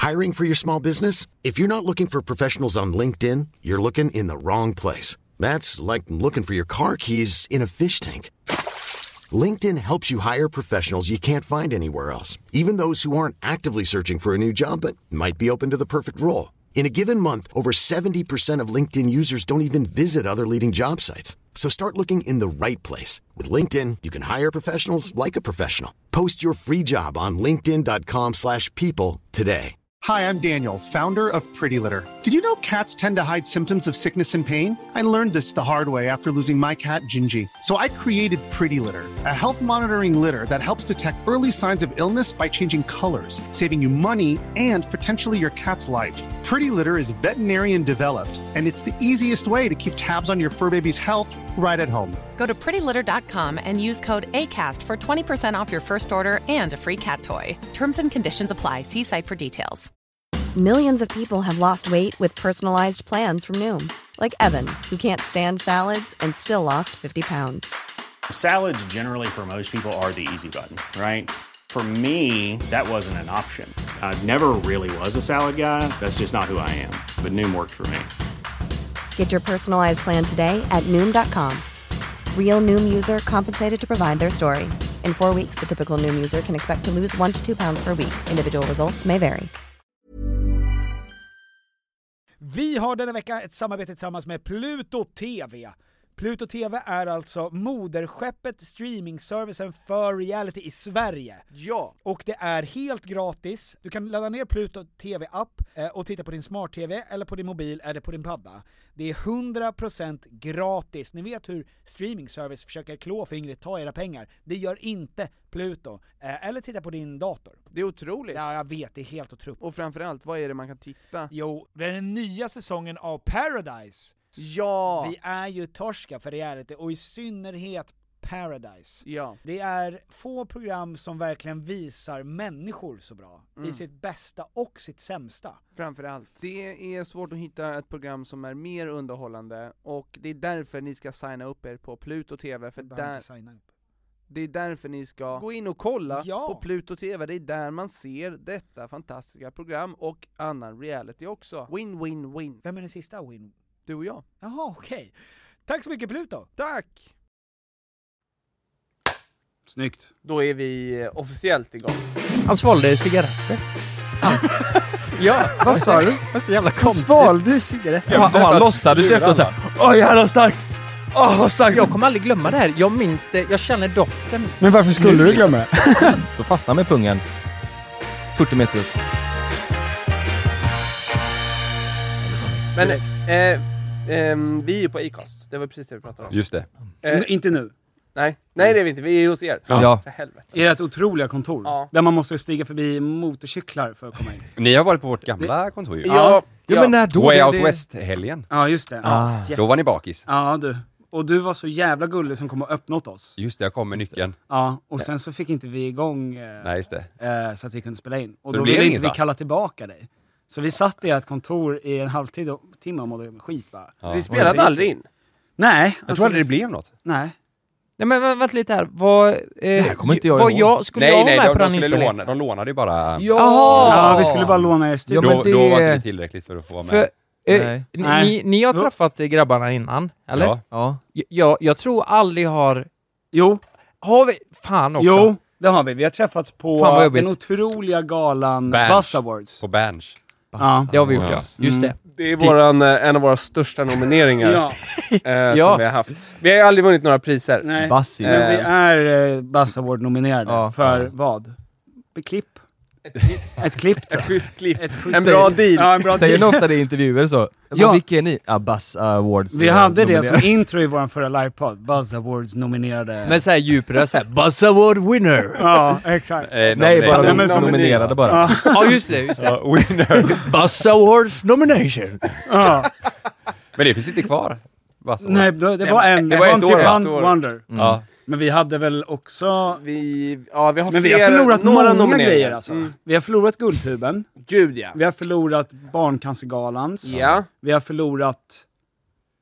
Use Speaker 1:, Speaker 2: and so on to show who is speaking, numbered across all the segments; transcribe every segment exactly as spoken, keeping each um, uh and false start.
Speaker 1: Hiring for your small business? If you're not looking for professionals on LinkedIn, you're looking in the wrong place. That's like looking for your car keys in a fish tank. LinkedIn helps you hire professionals you can't find anywhere else, even those who aren't actively searching for a new job but might be open to the perfect role. In a given month, over seventy percent of LinkedIn users don't even visit other leading job sites. So start looking in the right place. With LinkedIn, you can hire professionals like a professional. Post your free job on linkedin dot com slash people today.
Speaker 2: Hi, I'm Daniel, founder of Pretty Litter. Did you know cats tend to hide symptoms of sickness and pain? I learned this the hard way after losing my cat, Gingy. So I created Pretty Litter, a health monitoring litter that helps detect early signs of illness by changing colors, saving you money and potentially your cat's life. Pretty Litter is veterinarian developed, and it's the easiest way to keep tabs on your fur baby's health right at home.
Speaker 3: Go to pretty litter dot com and use code ACAST for twenty percent off your first order and a free cat toy. Terms and conditions apply. See site for details.
Speaker 4: Millions of people have lost weight with personalized plans from Noom. Like Evan, who can't stand salads and still lost fifty pounds.
Speaker 5: Salads generally for most people are the easy button, right? For me, that wasn't an option. I never really was a salad guy. That's just not who I am. But Noom worked for me.
Speaker 4: Get your personalized plan today at Noom dot com. Real Noom user compensated to provide their story. In four weeks, the typical Noom user can expect to lose one to two pounds per week. Individual results may vary.
Speaker 6: Vi har denna vecka ett samarbete tillsammans med Pluto T V. Pluto T V är alltså moderskeppet streamingservicen för reality i Sverige.
Speaker 7: Ja.
Speaker 6: Och det är helt gratis. Du kan ladda ner Pluto T V-app och titta på din smart-T V eller på din mobil eller på din padda. Det är hundra procent gratis. Ni vet hur streamingservice försöker klå fingret, ta era pengar. Det gör inte Pluto. Eller titta på din dator.
Speaker 7: Det är otroligt.
Speaker 6: Ja, jag vet. Det är helt otroligt.
Speaker 7: Och framförallt, vad är det man kan titta?
Speaker 6: Jo, det är den nya säsongen av Paradise.
Speaker 7: Ja!
Speaker 6: Vi är ju torska för reality och i synnerhet Paradise.
Speaker 7: Ja.
Speaker 6: Det är få program som verkligen visar människor så bra. Mm. I sitt bästa och sitt sämsta.
Speaker 7: Framförallt. Det är svårt att hitta ett program som är mer underhållande. Och det är därför ni ska signa upp er på Pluto T V. För där... Det är därför ni ska gå in och kolla
Speaker 6: ja.
Speaker 7: på Pluto T V. Det är där man ser detta fantastiska program och annan reality också. Win, win, win.
Speaker 6: Vem är den sista win?
Speaker 7: Du och jag.
Speaker 6: Jaha, okej. Okay. Tack så mycket Pluto.
Speaker 7: Tack.
Speaker 6: Snyggt.
Speaker 7: Då är vi officiellt igång.
Speaker 8: Han svalde cigaretter. Ja,
Speaker 6: vad sa du?
Speaker 8: Det är så jävla
Speaker 6: Han svalde cigaretter.
Speaker 8: Och han låtsades ju efter så här. Åh, jävla starkt. Åh, vad starkt. Jag kommer aldrig glömma det här. Jag minns det. Jag känner doften.
Speaker 6: Men varför skulle du glömma det?
Speaker 8: Då fastnar med pungen fyrtio meter upp.
Speaker 7: Men eh, eh, vi är ju på Acast. Det var precis det vi pratade om.
Speaker 8: Just det.
Speaker 6: Eh, inte nu.
Speaker 7: Nej, nej det är vi inte. Vi är hos er.
Speaker 8: Ja.
Speaker 7: För helvete.
Speaker 6: Ert otroliga kontor.
Speaker 7: Ja.
Speaker 6: Där man måste stiga förbi motorcyklar för att komma in.
Speaker 9: Ni har varit på vårt gamla kontor ju.
Speaker 7: Ja. ja.
Speaker 8: ja men när då?
Speaker 9: Way
Speaker 8: det,
Speaker 9: Out
Speaker 8: det...
Speaker 9: West-helgen.
Speaker 6: Ja, just det.
Speaker 8: Ah.
Speaker 6: Ja.
Speaker 9: Då var ni bakis.
Speaker 6: Ja, du. Och du var så jävla gullig som kom och öppnade åt oss.
Speaker 9: Just det, jag kom med nyckeln.
Speaker 6: Ja, och sen så fick inte vi igång eh,
Speaker 9: Nej, just det.
Speaker 6: Eh, så att vi kunde spela in. Och
Speaker 9: så
Speaker 6: då
Speaker 9: ville
Speaker 6: ville inte
Speaker 9: inget,
Speaker 6: vi
Speaker 9: va?
Speaker 6: kalla tillbaka dig. Så vi satt i ett kontor i en halvtid och timme och mådde skit bara.
Speaker 9: Ja.
Speaker 7: Vi spelade aldrig in.
Speaker 6: Nej.
Speaker 9: Jag
Speaker 6: alltså,
Speaker 9: tror aldrig det blev något.
Speaker 6: Nej.
Speaker 8: Nej men vä- vänta lite här. Vad, eh,
Speaker 9: Det här kommer inte jag
Speaker 8: vad
Speaker 9: ihåg.
Speaker 8: jag skulle
Speaker 9: Nej,
Speaker 8: jag
Speaker 9: nej,
Speaker 8: vara med
Speaker 9: de,
Speaker 8: på
Speaker 9: de,
Speaker 8: den
Speaker 9: skulle
Speaker 8: inspelningen?
Speaker 9: låna, de lånade ju bara...
Speaker 8: Jaha!
Speaker 6: Ja, vi skulle bara låna er studio.
Speaker 8: Ja,
Speaker 9: då,
Speaker 8: men det-
Speaker 9: då var inte det tillräckligt för att få vara med.
Speaker 8: För, eh,
Speaker 9: Nej.
Speaker 8: ni,
Speaker 6: Nej.
Speaker 8: ni har
Speaker 6: Jo.
Speaker 8: träffat grabbarna innan, eller?
Speaker 9: Ja.
Speaker 8: ja. Jag, jag tror aldrig har...
Speaker 6: Jo.
Speaker 8: Har vi... Fan också.
Speaker 6: Jo, det har vi. Vi har träffats på
Speaker 8: Fan, vad jobbigt.
Speaker 6: den otroliga galan
Speaker 9: Berns.
Speaker 6: Buzz Awards.
Speaker 9: På Berns.
Speaker 6: Ja.
Speaker 8: Det har vi gjort, ja.
Speaker 9: Ja.
Speaker 8: Just
Speaker 6: Mm.
Speaker 8: det.
Speaker 7: Det är våran, eh, en av våra största nomineringar
Speaker 6: Ja.
Speaker 7: eh,
Speaker 8: Ja.
Speaker 7: som vi har haft. Vi har ju aldrig vunnit några priser.
Speaker 6: Nej.
Speaker 8: Bassi.
Speaker 6: Men vi är eh, Buzz Award-nominerade.
Speaker 8: Ja.
Speaker 6: För vad? Klipp? Ett klipp.
Speaker 7: Ett schysst klipp.
Speaker 6: Ett schysst-
Speaker 7: En bra deal.
Speaker 6: Ja, en bra
Speaker 8: Säger ni
Speaker 6: deal.
Speaker 8: ofta det i intervjuer så?
Speaker 6: Ja.
Speaker 8: Vilka är ni? Ja, Buzz Awards.
Speaker 6: Vi
Speaker 8: eh,
Speaker 6: hade det som
Speaker 8: nominerade.
Speaker 6: intro i vår förra livepodd. Buzz Awards nominerade.
Speaker 8: Men såhär djupröst såhär, Buzz Award winner!
Speaker 6: Ja, exakt.
Speaker 9: Eh,
Speaker 8: Nej,
Speaker 9: nominering.
Speaker 8: bara
Speaker 6: Nej,
Speaker 8: de
Speaker 6: men som-
Speaker 8: nominerade bara.
Speaker 6: Ja.
Speaker 8: Ja, just det, just det.
Speaker 9: Ja, winner.
Speaker 8: Buzz Awards nomination.
Speaker 6: Ja.
Speaker 9: Men det finns inte kvar. Bara så.
Speaker 6: Nej, det, det var en,
Speaker 9: det
Speaker 6: det
Speaker 9: var
Speaker 6: var
Speaker 9: ett
Speaker 6: en typ
Speaker 9: år,
Speaker 6: one
Speaker 7: ett år.
Speaker 6: wonder.
Speaker 9: Ja.
Speaker 6: Men vi hade väl också...
Speaker 7: Vi, ja, vi har
Speaker 6: Men vi
Speaker 7: flera,
Speaker 6: har förlorat
Speaker 7: några
Speaker 6: många
Speaker 7: nomineringar.
Speaker 6: grejer alltså.
Speaker 7: Mm.
Speaker 6: Vi har förlorat Guldtuben.
Speaker 7: Gud ja.
Speaker 6: Vi har förlorat Barncancergalans.
Speaker 7: Ja.
Speaker 6: Vi har förlorat...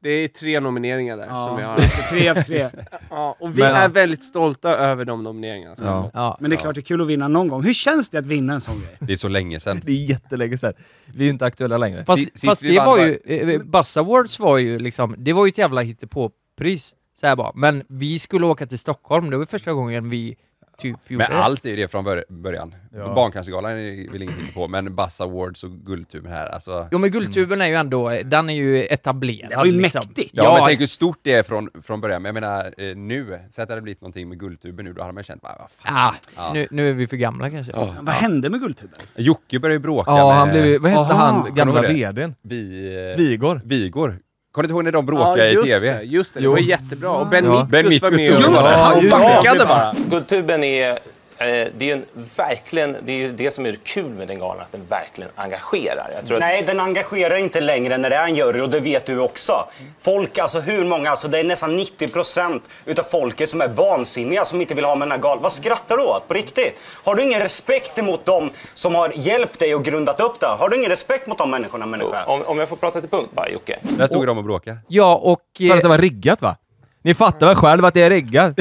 Speaker 7: Det är tre nomineringar där
Speaker 6: Ja.
Speaker 7: som vi har.
Speaker 6: tre av tre.
Speaker 7: Ja, och vi
Speaker 8: Men,
Speaker 7: är
Speaker 8: ja.
Speaker 7: väldigt stolta över de nomineringarna. Som vi har
Speaker 8: Ja.
Speaker 7: fått.
Speaker 8: Ja.
Speaker 6: Men det är klart det är kul att vinna någon gång. Hur känns det att vinna en sån grej?
Speaker 9: Det är så länge sedan.
Speaker 10: Det är jättelänge sedan. Vi är ju inte aktuella längre.
Speaker 8: Fast,
Speaker 9: Sist
Speaker 8: fast
Speaker 9: vi
Speaker 8: det
Speaker 9: vann
Speaker 8: var
Speaker 9: var-
Speaker 8: ju, eh, Buzz Awards var ju liksom, det var ju ett jävla hittepå-pris. Så här bara. Men vi skulle åka till Stockholm, det var första gången vi typ gjorde
Speaker 9: Men allt är ju det från bör- början.
Speaker 10: Ja.
Speaker 9: Barncancergalan är väl ingenting på, men Buzz Awards och Guldtuben här, alltså...
Speaker 8: Jo men Guldtuben är ju ändå, den är ju etablerad.
Speaker 6: Det var ju
Speaker 8: liksom.
Speaker 6: mäktigt.
Speaker 9: Ja,
Speaker 8: Ja,
Speaker 9: men tänk hur stort det är från, från början. Men jag menar, eh, nu, så att det hade blivit någonting med Guldtuben nu, då hade man känt bara, vad fan.
Speaker 8: ah,
Speaker 9: Ja.
Speaker 8: nu, nu är vi för gamla kanske.
Speaker 9: Ja.
Speaker 6: Vad hände med Guldtuben?
Speaker 9: Jocke började ju bråka
Speaker 10: Ja,
Speaker 9: med...
Speaker 10: han blev, vad hette
Speaker 6: Aha.
Speaker 10: han, gamla
Speaker 9: Kommer du ihåg det?
Speaker 10: vdn?
Speaker 9: Vi... eh,
Speaker 10: Vigor.
Speaker 9: Vigor. Kommer du inte ihåg när de bråkade i
Speaker 7: just
Speaker 9: tv?
Speaker 7: det, just det. Det
Speaker 10: Jo.
Speaker 7: var jättebra. Och Ben
Speaker 10: Ja.
Speaker 7: Mitkus
Speaker 9: Ben
Speaker 7: var
Speaker 9: Mitkus
Speaker 7: med.
Speaker 9: stod
Speaker 7: och-
Speaker 6: Just det,
Speaker 10: Ja,
Speaker 6: han
Speaker 10: just det.
Speaker 6: backade bara.
Speaker 11: Guldtuben är, eh, det är ju en, verkligen, det är ju det som är kul med den galan, att den verkligen engagerar. Jag tror att...
Speaker 12: Nej, den engagerar inte längre när det är en jury, och det vet du också. Folk, alltså hur många, alltså det är nästan nittio procent utav folket som är vansinniga, som inte vill ha med den här galan. Vad skrattar du åt? På riktigt? Har du ingen respekt emot dem som har hjälpt dig och grundat upp det? Har du ingen respekt mot de människorna, människa?
Speaker 11: Om, om jag får prata till punkt bara, Jocke.
Speaker 9: Där stod de och bråkade.
Speaker 8: Ja, och...
Speaker 10: För att det var riggat, va? Ni fattar väl själv att det är riggat?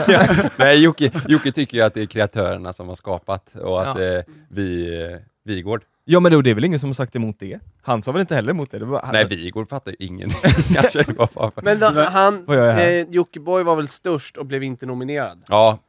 Speaker 9: Nej, Jocke, Jocke tycker ju att det är kreatörerna som har skapat och att
Speaker 8: Ja.
Speaker 9: eh, vi... Eh, Vigård.
Speaker 10: Ja, men då, det är väl ingen som har sagt emot det? Han sa väl inte heller emot det? det var, han,
Speaker 9: Nej, Vigård fattar ju ingen. Kanske det var bara...
Speaker 7: Men då, han,
Speaker 10: Vad gör jag här?
Speaker 7: eh, Jockiboi var väl störst och blev inte nominerad.
Speaker 9: Ja.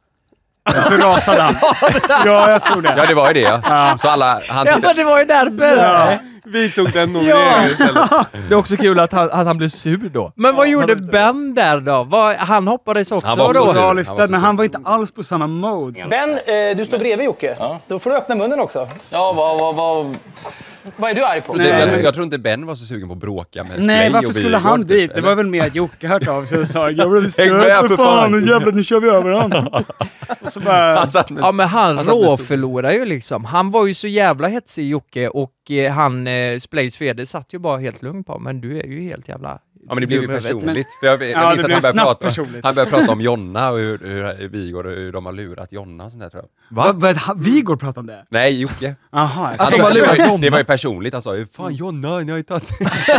Speaker 6: Så rasade han. Ja, jag tror det.
Speaker 9: Ja, det var ju det. Ja. Så alla... Han
Speaker 8: Ja, men det var ju därför!
Speaker 6: Ja.
Speaker 7: Vi tog den nomineringen istället.
Speaker 10: Det är också kul att han, att han blev sur då.
Speaker 8: Men vad
Speaker 10: Ja,
Speaker 8: gjorde
Speaker 10: han-
Speaker 8: Ben där då? Vad, han hoppades också
Speaker 9: Han var
Speaker 8: då?
Speaker 9: också sur.
Speaker 6: Moraliskt
Speaker 9: Han var
Speaker 6: stöd, men
Speaker 9: så
Speaker 6: han var inte alls på samma mode.
Speaker 13: Ben, eh, du står bredvid Jocke. Då får du öppna munnen också. Ja, vad, vad, vad, vad är du arg på?
Speaker 9: Det, jag, tror- jag tror inte Ben var så sugen på att bråka med
Speaker 6: Nej,
Speaker 9: Splay
Speaker 6: varför
Speaker 9: och
Speaker 6: skulle
Speaker 9: Vigård,
Speaker 6: han
Speaker 9: typ,
Speaker 6: dit? Det
Speaker 9: eller?
Speaker 6: var väl mer att Jocke hört av sig och sa jag blev
Speaker 9: Häng
Speaker 6: stött
Speaker 9: med
Speaker 6: för
Speaker 9: för
Speaker 6: fan,
Speaker 9: fan.
Speaker 6: och jävlar nu kör vi över honom. Och så bara...
Speaker 9: Han satt med,
Speaker 8: Ja, men han,
Speaker 9: han satt med så-
Speaker 8: råförlorade ju liksom. Han var ju så jävla hetsig, Jocke, och eh, han, eh, Splays vd, satt ju bara helt lugn på, men du är ju helt jävla...
Speaker 9: Ja, men det blev ju
Speaker 8: dum i huvudet.
Speaker 9: personligt. För jag, jag
Speaker 6: Ja,
Speaker 9: minns
Speaker 6: det
Speaker 9: att
Speaker 6: blev
Speaker 9: han började,
Speaker 6: snabbt
Speaker 9: prata,
Speaker 6: personligt.
Speaker 9: han började prata om Jonna och hur, hur Vigård och hur de har lurat Jonna och sånt där, tror jag.
Speaker 6: Va? Vad, Vigård pratade om det?
Speaker 9: Nej, Jocke.
Speaker 6: Jaha.
Speaker 9: Han,
Speaker 10: de har
Speaker 9: det,
Speaker 10: lurat
Speaker 9: var, ju-
Speaker 10: Jonna.
Speaker 9: det var ju personligt. Han sa ju, fan Jonna, ni har ju tagit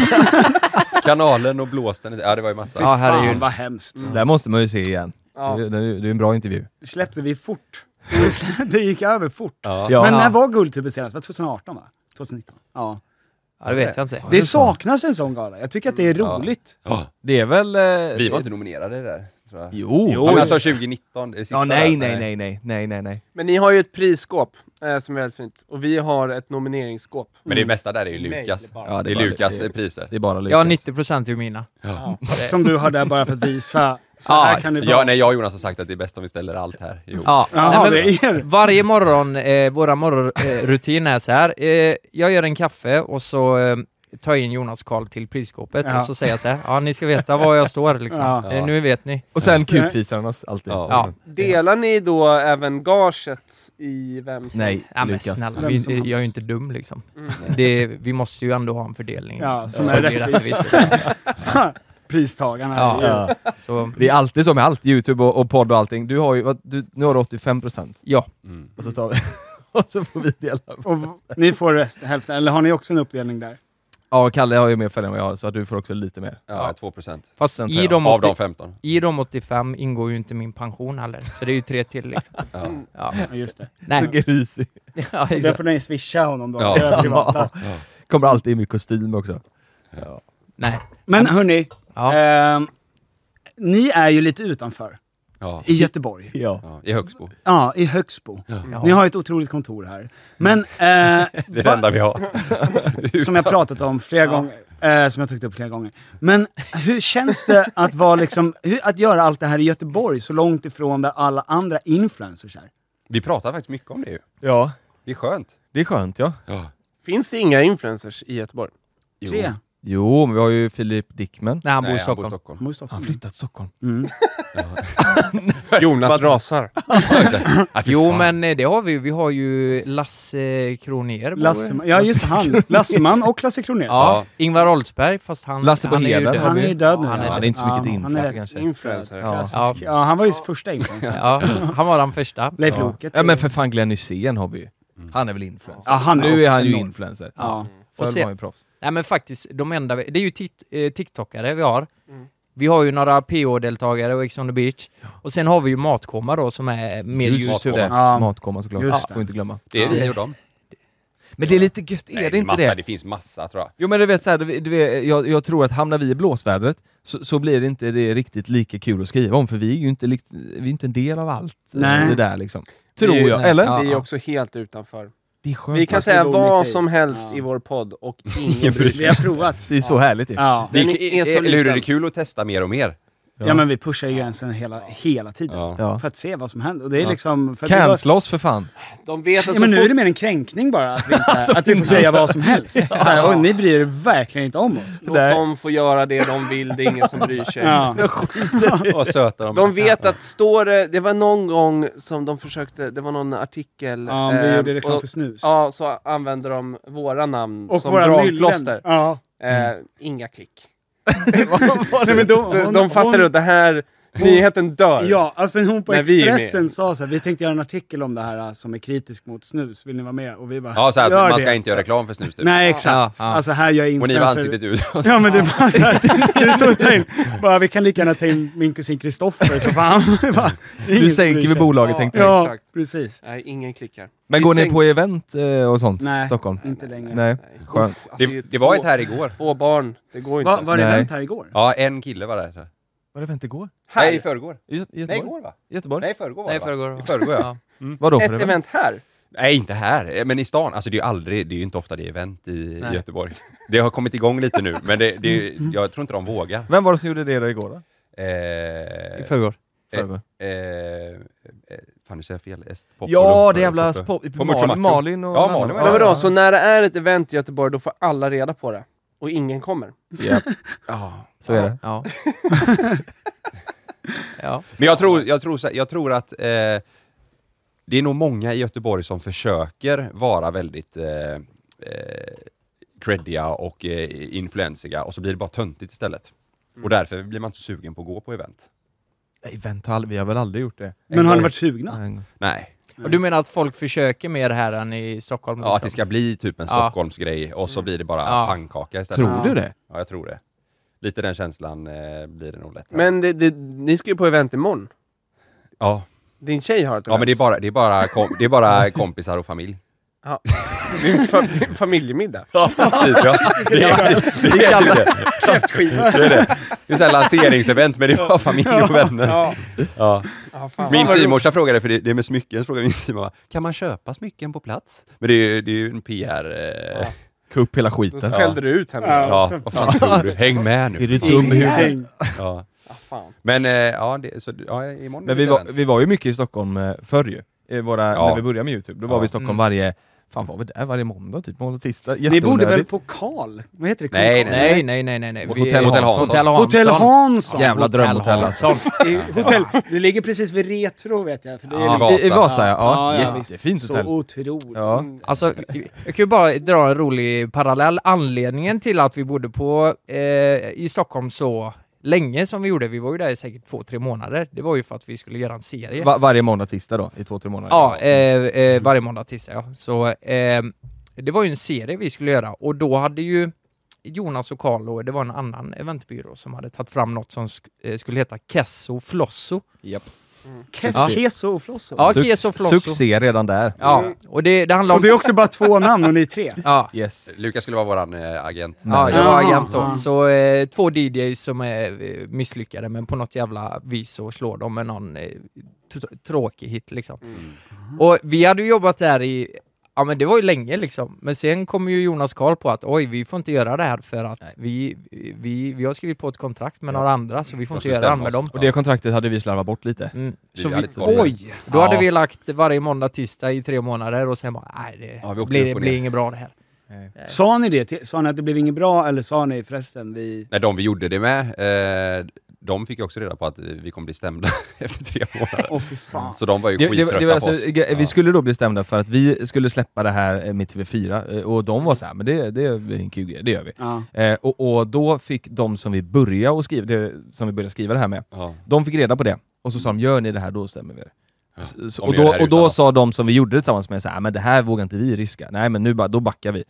Speaker 9: kanalen och blåst den. Ja, det var ju massa.
Speaker 6: Fy
Speaker 8: Ja,
Speaker 6: fan
Speaker 8: herregud.
Speaker 6: vad hemskt.
Speaker 10: Det här måste man ju se igen.
Speaker 7: Ja.
Speaker 10: Det, det, det är en bra intervju.
Speaker 6: Det släppte vi fort. Det gick över fort.
Speaker 9: Ja.
Speaker 10: Ja.
Speaker 6: Men
Speaker 8: Ja.
Speaker 6: när var Guldtuben senast? Var det tjugoarton va? tjugonitton? Ja.
Speaker 8: Ja, det vet jag inte.
Speaker 6: Det saknas en sån gala. Jag tycker att det är roligt.
Speaker 9: Ja.
Speaker 10: Det är väl... Eh,
Speaker 9: Vi var inte nominerade där, tror jag.
Speaker 10: Jo.
Speaker 9: Ja, men alltså tjugonitton, det sista
Speaker 10: Ja, nej,
Speaker 9: där.
Speaker 10: nej, nej, nej, nej, nej, nej.
Speaker 7: Men ni har ju ett prisskåp eh, som är väldigt fint. Och vi har ett nomineringsskåp.
Speaker 9: Men det mesta där är ju Lukas.
Speaker 10: Ja,
Speaker 9: Det är
Speaker 10: bara-
Speaker 9: Lukas
Speaker 10: det-
Speaker 9: eh, priser.
Speaker 10: Det är bara Lukas.
Speaker 8: Ja, nittio procent är ju mina.
Speaker 9: Ja.
Speaker 6: Som du har där bara för att visa. Så
Speaker 8: Ja,
Speaker 6: här kan det vara.
Speaker 9: Ja, nej, jag och Jonas har sagt att det är bäst om vi ställer allt här ihop.
Speaker 8: Ja,
Speaker 6: Jaha,
Speaker 8: nej,
Speaker 6: det
Speaker 8: men
Speaker 6: är er.
Speaker 8: varje morgon, eh, våra morgonrutin är så här. Eh, jag gör en kaffe och så eh, tar jag in Jonas Karl till prisskåpet
Speaker 6: Ja.
Speaker 8: och så säger jag så här. Ja, ni ska veta var jag står liksom.
Speaker 6: Ja.
Speaker 8: Eh, nu vet ni.
Speaker 10: Och sen kupfisar han oss alltid.
Speaker 9: Ja.
Speaker 8: Ja.
Speaker 7: Delar ni då även gaget i vem som...
Speaker 10: Nej,
Speaker 8: Ja, men
Speaker 10: Lukas.
Speaker 8: snälla,
Speaker 6: Vem
Speaker 8: vi,
Speaker 6: som har
Speaker 8: jag är ju
Speaker 6: bäst.
Speaker 8: inte dum liksom. Det, vi måste ju ändå ha en fördelning.
Speaker 6: Ja, som
Speaker 8: Så
Speaker 6: är
Speaker 8: blir
Speaker 6: rättvis. Pristagarna.
Speaker 8: Ja.
Speaker 6: är ju-
Speaker 10: Ja.
Speaker 8: Så,
Speaker 10: Det är alltid så med allt, YouTube och, och podd och allting. Du har ju, vad, du, nu har du åttiofem procent.
Speaker 8: ja.
Speaker 9: Mm.
Speaker 10: Och så tar vi, och så får vi dela.
Speaker 6: Och v- ni får rest, hälften, eller har ni också en uppdelning där?
Speaker 10: Ja, Kalle har ju mer färg än vad jag har, så att du får också lite mer.
Speaker 9: Ja, två procent.
Speaker 8: Fast
Speaker 10: Sen tar
Speaker 8: i
Speaker 10: jag
Speaker 8: de,
Speaker 9: Av de
Speaker 8: åttio,
Speaker 9: femton.
Speaker 8: i de åttiofem ingår ju inte min pension heller. Så det är ju tre till liksom.
Speaker 9: Ja.
Speaker 8: Ja.
Speaker 6: Ja, just det.
Speaker 10: Så
Speaker 8: Nej.
Speaker 10: grisig.
Speaker 8: Ja,
Speaker 6: Det
Speaker 8: exakt.
Speaker 6: får ni swisha honom då,
Speaker 9: Ja.
Speaker 6: det är privata.
Speaker 10: Kommer alltid i min kostym också.
Speaker 8: Nej.
Speaker 6: Men hörni,
Speaker 8: Ja.
Speaker 6: ehm, ni är ju lite utanför,
Speaker 9: Ja.
Speaker 6: i Göteborg.
Speaker 10: Ja.
Speaker 9: Ja, i Högsbo.
Speaker 6: Ja, i Högsbo.
Speaker 8: Ja.
Speaker 6: Ni har ett otroligt kontor här. Men, eh,
Speaker 9: Det är det
Speaker 6: va-
Speaker 9: enda vi har.
Speaker 6: som jag pratat om flera gånger, eh, som jag tagit upp flera gånger. Men hur känns det att vara liksom, hur, att göra allt det här i Göteborg, så långt ifrån där alla andra influencers är?
Speaker 9: Vi pratar faktiskt mycket om det ju.
Speaker 10: Ja,
Speaker 9: Det är skönt.
Speaker 10: det är skönt, ja.
Speaker 9: Ja.
Speaker 7: Finns det inga influencers i Göteborg?
Speaker 6: Tre.
Speaker 10: Jo, men vi har ju Filip Dickman.
Speaker 8: Nej, han bor i
Speaker 9: Nej, han bor i
Speaker 8: Stockholm.
Speaker 9: Stockholm.
Speaker 6: Han bor i Stockholm.
Speaker 10: Han flyttat till Stockholm.
Speaker 6: Mm.
Speaker 7: Jonas rasar.
Speaker 9: Ja, fy
Speaker 8: Jo,
Speaker 9: fan.
Speaker 8: men eh, det har vi. Vi har ju Lasse Kronér. bor-
Speaker 6: Lasseman, ja just han. Lasseman och Lasse Kronér.
Speaker 8: Ja, Ingvar Oldsberg, fast han,
Speaker 10: Lasse på
Speaker 8: han är ju
Speaker 10: Heden
Speaker 8: död.
Speaker 10: har
Speaker 6: Han är ju död nu.
Speaker 8: Ja, han är
Speaker 10: Ja, det är inte så mycket till
Speaker 6: Ja, han är
Speaker 10: influencer
Speaker 6: rätt
Speaker 10: kanske.
Speaker 7: Influencer.
Speaker 10: Ja.
Speaker 6: klassisk. Ja, han var ju första influencer.
Speaker 8: Ja, han var den första.
Speaker 6: Leif
Speaker 10: Ja.
Speaker 6: Loket.
Speaker 10: Ja, men för fan Glenn Hysén har vi ju. Han är väl influencer.
Speaker 6: Ja, han är
Speaker 10: nu är han ju
Speaker 6: enorm.
Speaker 10: influencer.
Speaker 6: Ja.
Speaker 10: Förr
Speaker 8: sen,
Speaker 10: var ju proffs.
Speaker 8: Nej men faktiskt, de enda, det är ju tit, eh, TikTokare vi har. Mm. Vi har ju några P O-deltagare och Ex on the Beach. Och sen har vi ju Matkoma då som är mer YouTube.
Speaker 10: Ja. Matkoma såklart. Just det. Får inte glömma.
Speaker 9: Det är vi och dem.
Speaker 10: Men det är lite gött, är
Speaker 9: Nej,
Speaker 10: det inte
Speaker 9: massa,
Speaker 10: det?
Speaker 9: Det finns massa tror jag.
Speaker 10: Jo men du vet, så här, du, du vet jag, jag tror att hamnar vi i blåsvädret så, så blir det inte det riktigt lika kul att skriva om, för vi är ju inte, likt, vi är inte en del av allt. Nej. Det där liksom. Tror
Speaker 7: vi,
Speaker 10: jag,
Speaker 7: nej.
Speaker 10: eller?
Speaker 7: Ja, vi är
Speaker 10: ja.
Speaker 7: också helt utanför.
Speaker 10: Det är skönt,
Speaker 7: vi kan säga vad som helst ja. i vår podd och ingen bryr sig.
Speaker 6: Vi har provat.
Speaker 10: Det är så härligt ju.
Speaker 6: Ja.
Speaker 9: Det är, är, så eller hur är det kul att testa mer och mer?
Speaker 6: Ja, ja men vi pushar ju gränsen hela, hela tiden ja. för att se vad som händer. Och det är
Speaker 10: ja.
Speaker 6: liksom...
Speaker 10: Cancel oss för fan.
Speaker 7: De vet att
Speaker 6: ja, men nu
Speaker 7: fort...
Speaker 6: är det mer en kränkning bara att vi, inte, att vi får säga vad som helst. Ja. Så här, och ni bryr er verkligen inte om oss.
Speaker 7: Låt de får göra det de vill, det är ingen som bryr sig.
Speaker 6: Ja.
Speaker 9: Vad söta de.
Speaker 7: De vet att står det, det var någon gång som de försökte, det var någon artikel.
Speaker 6: Ja, vi eh, gjorde reklam för snus.
Speaker 7: Ja, så använder de våra namn
Speaker 6: och
Speaker 7: som
Speaker 6: våra
Speaker 7: dragplåster.
Speaker 6: Ja.
Speaker 7: Eh, inga klick.
Speaker 6: Nej, men då,
Speaker 7: de, de fattar hon, att det här nyheten dör.
Speaker 6: Ja, alltså hon på Expressen sa så här, vi tänkte göra en artikel om det här som är kritisk mot snus, vill ni vara med? Och vi bara,
Speaker 9: ja, så här,
Speaker 6: man
Speaker 9: det.
Speaker 6: ska
Speaker 9: inte göra reklam för snus typ.
Speaker 6: Nej, exakt. Ja, ja. Alltså här gör jag influencer.
Speaker 9: Och ni var ansiktet ut.
Speaker 6: Ja, men det var så här, det är så ta in. Bara, vi kan lika gärna ta in min kusin Kristoffer, så fan.
Speaker 10: Du sänker vi bolaget, ja, tänkte
Speaker 6: jag. Ja,
Speaker 7: exakt.
Speaker 6: Precis.
Speaker 7: Nej, ingen klickar.
Speaker 10: Men
Speaker 7: vi
Speaker 10: går
Speaker 7: sänk...
Speaker 10: ni på event och sånt?
Speaker 6: Nej,
Speaker 10: Stockholm?
Speaker 6: inte längre.
Speaker 10: Nej, skönt.
Speaker 7: Uff, alltså,
Speaker 9: det, det var ett här igår.
Speaker 7: Två barn, det går inte.
Speaker 6: Va, var det event här igår?
Speaker 9: Ja, en kille var där. Så.
Speaker 10: Var det event igår?
Speaker 9: Här? Nej, i förrgår.
Speaker 10: I Göteborg?
Speaker 9: Nej, igår va?
Speaker 10: Göteborg?
Speaker 9: Nej, i förrgår var
Speaker 8: Nej,
Speaker 9: det
Speaker 8: förrgår.
Speaker 9: va? I förrgår, ja.
Speaker 10: Mm. Vadå för
Speaker 7: ett event? event här?
Speaker 9: Nej, inte här, men i stan. Alltså det är ju aldrig, det är ju inte ofta det är event i Nej. Göteborg. Det har kommit igång lite nu, men det, det, jag tror inte de vågar.
Speaker 10: Vem var det som gjorde det då igår då?
Speaker 9: Eh,
Speaker 8: I förrgår.
Speaker 9: Eh, eh, fan, du säger fel. Pop
Speaker 10: ja, det jävla pop, på Malin, Malin och...
Speaker 9: Ja, Malin.
Speaker 7: Men vadå, så när det är ett event i Göteborg, då får alla reda på det? Och ingen kommer?
Speaker 10: Ja, ja så är det.
Speaker 8: Ja.
Speaker 9: Ja. Men jag tror, jag tror, jag tror att eh, det är nog många i Göteborg som försöker vara väldigt eh, eh, creddiga och eh, influensiga, och så blir det bara töntigt istället. Mm. Och därför blir man inte så sugen på att gå på event.
Speaker 10: Event, vi har väl aldrig gjort det.
Speaker 6: Men har ni varit sugna?
Speaker 9: Nej.
Speaker 8: Och du menar att folk försöker mer här än i Stockholm?
Speaker 9: Ja, liksom? Att det ska bli typ en Stockholmsgrej, och så blir det bara ja. pannkaka istället.
Speaker 10: Tror du det?
Speaker 9: Ja, jag tror det. Lite den känslan eh, blir det nog lättare.
Speaker 7: Men det, det, ni ska ju på event imorgon.
Speaker 9: Ja.
Speaker 7: Din tjej har ett event.
Speaker 9: Ja, men det är bara, det är bara, kom, det är bara kompisar och familj.
Speaker 7: Ja. Det är en fa- familjemiddag.
Speaker 9: Ja, typ, ja. Det är det. Det är det.
Speaker 7: Kräftskiva.
Speaker 9: Det är det. Det är så här lanseringsevent, men det är bara familj och vänner. Ja. Ja. Ja, fan, min styvmorsa frågade, för det, det är med smycken, så frågade min styvmorsa, kan man köpa smycken på plats? Men det är ju, det är ju en P R... Eh,
Speaker 10: ja. Kupp hela skiten.
Speaker 7: Så skällde du ut henne.
Speaker 9: Ja, ja. Vad fan tror du? Häng med nu.
Speaker 10: Är du dum i huvudet?
Speaker 9: Ja.
Speaker 7: Ah, fan.
Speaker 9: Men eh, ja, det, så, ja, imorgon.
Speaker 10: Men vi var, vi var ju mycket i Stockholm eh, förr ju. I våra,
Speaker 9: ja.
Speaker 10: När vi började med YouTube. Då var
Speaker 9: ja.
Speaker 10: vi i Stockholm mm. varje... Fan, var vi där varje måndag? Typ måndag, tisdag.
Speaker 6: Ni borde väl på Karl? Vad heter det?
Speaker 8: Nej, nej, nej, nej, nej, nej.
Speaker 10: Vi, Hotell Hansson.
Speaker 8: Hotell Hansson.
Speaker 6: Hotell Hansson.
Speaker 10: Jävla drömhotell alltså.
Speaker 6: Hotell. Det ligger precis vid Retro, vet jag. För det
Speaker 10: ja,
Speaker 6: är
Speaker 10: I Vasa, ja.
Speaker 6: ja,
Speaker 10: ja jättefint hotell.
Speaker 6: Så otroligt.
Speaker 10: Ja.
Speaker 8: Alltså, jag kan ju bara dra en rolig parallell. Anledningen till att vi bodde på eh, i Stockholm så länge som vi gjorde, vi var ju där i säkert två, tre månader. Det var ju för att vi skulle göra en serie.
Speaker 10: Va- varje måndag, tisdag då? I två, tre månader?
Speaker 8: Ja, eh, eh, varje måndag, tisdag, ja. Så eh, det var ju en serie vi skulle göra. Och då hade ju Jonas och Carlo, det var en annan eventbyrå som hade tagit fram något som sk- eh, skulle heta Kesso Flosso.
Speaker 10: Japp.
Speaker 6: Mm. Kes- Keso och Flosso.
Speaker 8: Ja, Keso och Flosso.
Speaker 10: Succé redan där.
Speaker 8: Ja, och det, det handlar om...
Speaker 6: Och det är också bara två namn och ni är tre.
Speaker 8: Ja.
Speaker 10: Yes.
Speaker 9: Lukas skulle vara våran eh, agent.
Speaker 8: Ja, jag var
Speaker 6: Aha,
Speaker 8: agent då.
Speaker 6: aha.
Speaker 8: Så eh, två D Js som är eh, misslyckade, men på något jävla vis så slår de med någon eh, tr- tråkig hit liksom. Mm. Och vi hade ju jobbat där i... Ja, men det var ju länge liksom. Men sen kom ju Jonas Karl på att oj, vi får inte göra det här för att vi, vi, vi har skrivit på ett kontrakt med ja. några andra, så vi får inte göra det med dem.
Speaker 10: Och det kontraktet hade vi slarvat bort lite.
Speaker 8: Mm.
Speaker 9: Vi
Speaker 8: Så vi,
Speaker 6: oj!
Speaker 8: Då
Speaker 10: ja.
Speaker 8: hade vi lagt varje måndag, tisdag i tre månader och sen bara, nej det
Speaker 9: ja,
Speaker 8: blir, det blir inget bra det här.
Speaker 6: Nej. Sa ni det? Sa ni att det blev inget bra, eller sa ni förresten vi...
Speaker 9: Nej, de vi gjorde det med, eh, de fick också reda på att vi kommer bli stämda efter tre månader.
Speaker 6: Åh, fy fan.
Speaker 9: Så de var ju
Speaker 10: det,
Speaker 9: skittrötta
Speaker 10: det, det var
Speaker 9: på
Speaker 10: alltså,
Speaker 9: oss.
Speaker 10: Vi
Speaker 9: Ja.
Speaker 10: skulle då bli stämda för att vi skulle släppa det här med T V fyra. Och de var så här, men det, det är en kul grej, det gör vi.
Speaker 6: Ja.
Speaker 10: Eh, och, och då fick de som vi började och skriva, det, som vi började skriva det här med,
Speaker 9: Ja.
Speaker 10: de fick reda på det. Och så sa de, gör ni det här, då stämmer vi det.
Speaker 9: Ja.
Speaker 10: Så,
Speaker 9: Om
Speaker 10: och
Speaker 9: ni gör
Speaker 10: då,
Speaker 9: det här
Speaker 10: och då
Speaker 9: utan
Speaker 10: sa de som vi gjorde det tillsammans med så här, men det här vågar inte vi riska. Nej, men nu bara, då backar vi.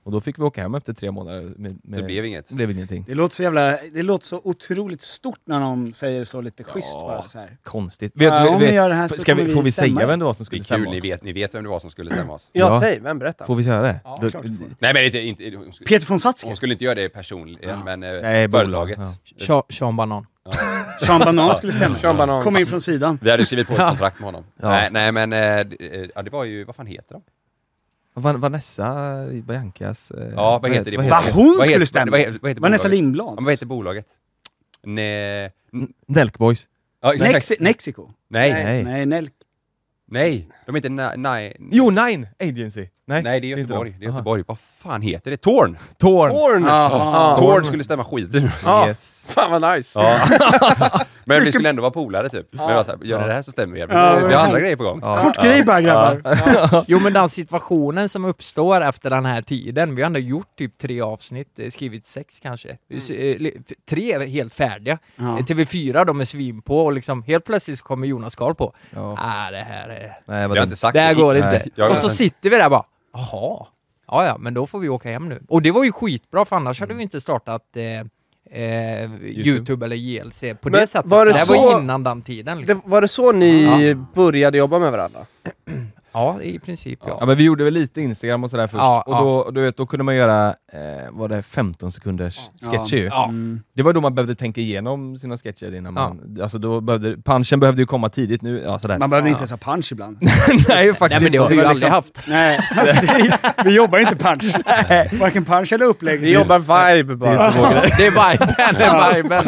Speaker 10: Och då fick vi åka hem efter tre månader. Med, med,
Speaker 9: det blev inget.
Speaker 10: Det blev ingenting.
Speaker 6: Det låter så jävla, det låter så otroligt stort när någon säger så lite schysst
Speaker 10: ja,
Speaker 6: bara så här.
Speaker 10: Konstigt.
Speaker 6: Ja,
Speaker 10: vet,
Speaker 6: om
Speaker 10: vet,
Speaker 6: vi gör det här så
Speaker 10: ska vi, får vi
Speaker 6: stämma.
Speaker 10: säga vem det var som skulle
Speaker 9: det är
Speaker 10: stämma
Speaker 9: kul,
Speaker 10: oss?
Speaker 9: ni vet, ni vet vem det var som skulle stämma oss.
Speaker 13: Ja,
Speaker 10: Ja.
Speaker 13: säg, vem berättar?
Speaker 10: Får vi säga det?
Speaker 6: Ja,
Speaker 10: Då,
Speaker 6: klart vi får.
Speaker 9: Nej men inte, inte, inte hon, skulle,
Speaker 6: Peter von Satzke.
Speaker 9: hon skulle inte göra det personligen,
Speaker 6: Ja.
Speaker 9: men eh,
Speaker 10: Nej,
Speaker 9: företaget.
Speaker 10: bolag,
Speaker 8: Sean, Sean Banan.
Speaker 9: Ja.
Speaker 6: Sean Banan skulle stämma.
Speaker 13: Sean Banan.
Speaker 6: Kom in från sidan.
Speaker 9: Vi hade skrivit på ett kontrakt med honom.
Speaker 10: Ja.
Speaker 9: Nej, nej men, eh, ja, det var ju, vad fan heter de?
Speaker 10: Van, Vanessa Biancas... Eh,
Speaker 9: Ja, vad heter det?
Speaker 6: Vad
Speaker 9: bolaget?
Speaker 6: hon
Speaker 9: Vad
Speaker 6: skulle
Speaker 9: heter-
Speaker 6: stämma?
Speaker 9: Vad heter, vad heter
Speaker 6: Vanessa
Speaker 9: bolaget?
Speaker 6: Lindblad.
Speaker 9: Ja, vad heter bolaget? Ne...
Speaker 10: Nelk Boys.
Speaker 9: Ja, exakt.
Speaker 6: Nexi- Mexico.
Speaker 9: Nej,
Speaker 10: Nej.
Speaker 9: nej,
Speaker 6: Nej, Nelk.
Speaker 9: nej. De heter na- nej.
Speaker 10: Jo, Nine Agency. Nej,
Speaker 9: Nej, det är
Speaker 10: inte
Speaker 9: Göteborg.
Speaker 10: de.
Speaker 9: Det är Göteborg. Vad fan heter det? Torn!
Speaker 10: Torn.
Speaker 13: Torn!
Speaker 6: Aha.
Speaker 9: Torn skulle stämma skiten.
Speaker 13: Ja.
Speaker 10: Yes.
Speaker 13: Fan vad nice!
Speaker 9: Ja. Men vi skulle ändå vara polare typ. Men jag var så här, gör ni det här så stämmer vi. Men
Speaker 6: Ja,
Speaker 9: det, vi har andra grejer på gång.
Speaker 10: Ja.
Speaker 6: Kort grej bara grabbar.
Speaker 8: Jo men den situationen som uppstår efter den här tiden, vi har ändå gjort typ tre avsnitt, eh, skrivit sex kanske. S- eh, li- f- Tre är helt färdiga.
Speaker 6: Ja.
Speaker 8: Eh, T V fyra de är svin på och liksom helt plötsligt så kommer Jonas Karl på.
Speaker 10: Ja.
Speaker 8: Ah, det här är...
Speaker 10: Nej,
Speaker 9: Jag
Speaker 10: vad
Speaker 9: har inte sagt
Speaker 8: Det här går
Speaker 10: Nej.
Speaker 8: inte.
Speaker 9: Jag-
Speaker 8: Och så sitter vi där bara, jaha. Ja, ja, men då får vi åka hem nu. Och det var ju skitbra, för annars hade vi inte startat eh, eh, YouTube eller J L C på
Speaker 13: Men
Speaker 8: det sättet.
Speaker 13: var det
Speaker 8: det här
Speaker 13: så-
Speaker 8: var innan den tiden. Liksom.
Speaker 13: Det, var det så ni
Speaker 8: Ja.
Speaker 13: började jobba med varandra?
Speaker 8: Ja, i princip ja.
Speaker 10: Ja, men vi gjorde väl lite Instagram och sådär först.
Speaker 8: Ja,
Speaker 10: och
Speaker 8: ja.
Speaker 10: då, du vet, då kunde man göra, eh, var det femton sekunders sketcher ju.
Speaker 8: Ja.
Speaker 10: Det var då man behövde tänka igenom sina sketcher innan man, alltså då behövde, punchen behövde ju komma tidigt nu, ja sådär.
Speaker 6: Man behöver inte ens ha punch ibland.
Speaker 10: Nej, faktiskt.
Speaker 8: Nej, men det har vi ju
Speaker 6: var
Speaker 8: aldrig
Speaker 6: liksom-
Speaker 8: haft.
Speaker 6: Nej, alltså, det, vi jobbar inte punch. Varken punch eller upplägg.
Speaker 13: Vi jobbar vibe bara.
Speaker 8: Det är viben, det är viben.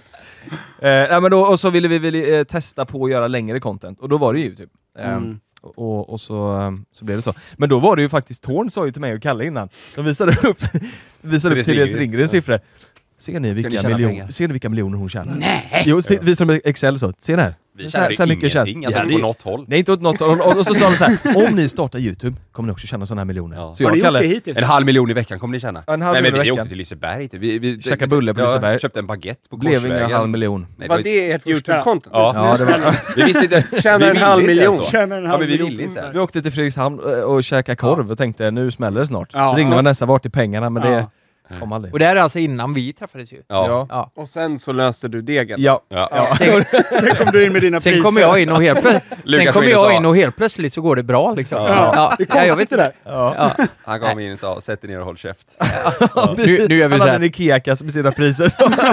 Speaker 10: Eh, nej, men då, och så ville vi väl, eh, testa på att göra längre content, och då var det ju typ. Eh,
Speaker 6: Mm.
Speaker 10: och, och så, eh, så blev det så. Men då var det ju faktiskt, Torn sa ju till mig och Kalle innan, de visade upp, visade upp Therese Ringrens siffror. Ser ni,
Speaker 9: ni
Speaker 10: vilka
Speaker 9: tjäna
Speaker 10: miljon,
Speaker 9: pengar?
Speaker 10: ser ni vilka miljoner hon tjänar?
Speaker 6: Nej!
Speaker 10: Jo, så visade de Excel så, ser ni här?
Speaker 9: Vi
Speaker 10: Så här-
Speaker 9: tjänar
Speaker 10: så här mycket
Speaker 9: ingenting,
Speaker 10: tjänar-
Speaker 9: alltså
Speaker 10: Ja,
Speaker 9: på
Speaker 10: det-
Speaker 9: något håll.
Speaker 10: Nej, inte åt något håll. Och, och så sa de så här: om ni startar YouTube kommer ni också tjäna sådana här miljoner.
Speaker 9: Ja.
Speaker 10: Så
Speaker 6: Har
Speaker 10: jag
Speaker 6: ni
Speaker 10: och
Speaker 6: gjort det
Speaker 10: Kalle,
Speaker 6: hittills?
Speaker 9: En halv miljon i veckan kommer ni tjäna.
Speaker 10: En halv
Speaker 9: Nej men
Speaker 10: miljon i
Speaker 9: vi
Speaker 10: veckan.
Speaker 9: åkte till Liseberg. Vi, vi
Speaker 10: Käkade bulle på Liseberg.
Speaker 9: köpte en baguette på
Speaker 10: blev
Speaker 9: Korsvägen.
Speaker 10: inga halv miljon.
Speaker 9: Nej,
Speaker 13: Var
Speaker 9: var
Speaker 13: det ert YouTube-content?
Speaker 9: Ja,
Speaker 10: Ja, det var,
Speaker 9: vi visste inte.
Speaker 13: Tjänar
Speaker 9: vi
Speaker 13: en
Speaker 9: ville
Speaker 13: halv
Speaker 9: inte
Speaker 13: miljon.
Speaker 9: ens så.
Speaker 6: Tjänar en
Speaker 9: Ja
Speaker 6: halv
Speaker 9: men vi
Speaker 6: miljon
Speaker 9: ville inte ens.
Speaker 10: vi åkte till Fredrikshamn och, och käkade korv och tänkte nu smäller det snart.
Speaker 6: Ja.
Speaker 10: Ringde Vanessa, vart är pengarna? Men det
Speaker 6: Ja.
Speaker 10: kom aldrig.
Speaker 8: Och det här är alltså innan vi träffades ju.
Speaker 9: Ja.
Speaker 8: Ja.
Speaker 13: Och sen så löste du degen.
Speaker 10: Ja.
Speaker 9: Ja.
Speaker 8: Sen,
Speaker 6: Sen kom du in med dina
Speaker 8: sen
Speaker 6: priser.
Speaker 8: kommer jag in och helt plötsligt Sen
Speaker 9: Lukas
Speaker 8: kommer
Speaker 9: var inne och
Speaker 8: jag
Speaker 9: sa-
Speaker 8: in och helt plötsligt så går det bra liksom.
Speaker 6: Ja. Det är
Speaker 8: Ja, jag
Speaker 6: konstigt
Speaker 8: vet
Speaker 6: det där.
Speaker 10: Ja.
Speaker 8: Ja.
Speaker 9: Han gav mig in och sa, sätt dig ner och håll käft.
Speaker 8: Nu, nu gör vi
Speaker 10: Han
Speaker 8: så
Speaker 10: hade
Speaker 8: här.
Speaker 10: en Ikea-kasse med sina priser.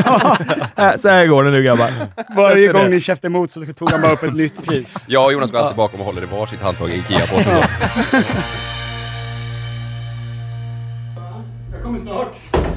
Speaker 10: Så här går det nu grabbar.
Speaker 6: Varje
Speaker 10: Sätter
Speaker 6: gång
Speaker 10: det.
Speaker 6: ni käftar emot så tog han bara upp ett nytt pris.
Speaker 9: Jag och Jonas går alltid bakom och håller i varsitt handtag i Ikea på sig.
Speaker 6: Jag kommer snart.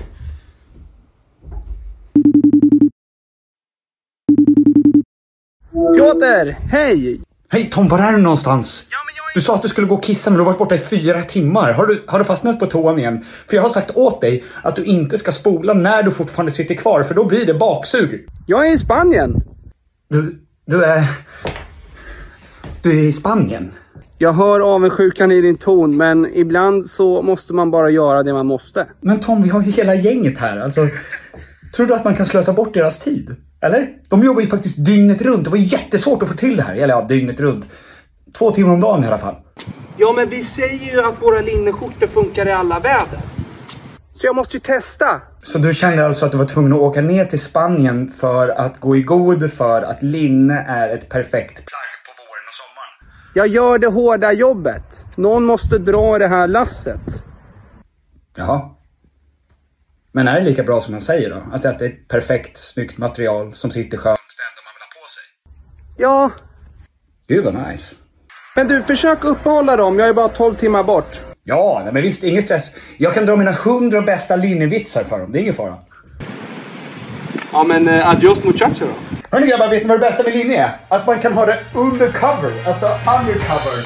Speaker 13: Piotr, hej!
Speaker 2: Hej Tom, var är du någonstans? Du sa att du skulle gå och kissa men du har varit borta i fyra timmar. Har du, har du fastnat på toan igen? För jag har sagt åt dig att du inte ska spola när du fortfarande sitter kvar för då blir det baksug.
Speaker 13: Jag är i Spanien.
Speaker 2: Du, du är... Du är i Spanien?
Speaker 13: Jag hör avundsjukan i din ton, men ibland så måste man bara göra det man måste.
Speaker 2: Men Tom, vi har ju hela gänget här. Alltså, tror du att man kan slösa bort deras tid? Eller? De jobbar ju faktiskt dygnet runt. Det var ju jättesvårt att få till det här. Eller ja, dygnet runt. Två timmar om dagen i alla fall.
Speaker 13: Ja, men vi säger ju att våra linneskjortor funkar i alla väder. Så jag måste ju testa.
Speaker 2: Så du kände alltså att du var tvungen att åka ner till Spanien för att gå i god för att linne är ett perfekt plagg på våren och sommaren?
Speaker 13: Jag gör det hårda jobbet. Någon måste dra det här lasset.
Speaker 2: Jaha. Men är det lika bra som man säger då? Alltså att det är ett perfekt, snyggt material som sitter skönt det enda man vill ha på sig?
Speaker 13: Ja,
Speaker 2: Gud vad nice.
Speaker 13: men du, försök uppehålla dem. Jag är bara tolv timmar bort.
Speaker 2: Ja, nej, men visst, ingen stress. Jag kan dra mina hundra bästa linnevitsar för dem. Det är ingen fara.
Speaker 13: Ja, men eh, adios muchacho då.
Speaker 2: Hörni grabbar, vet ni vad det bästa med linne är? Att man kan ha det undercover, alltså undercover.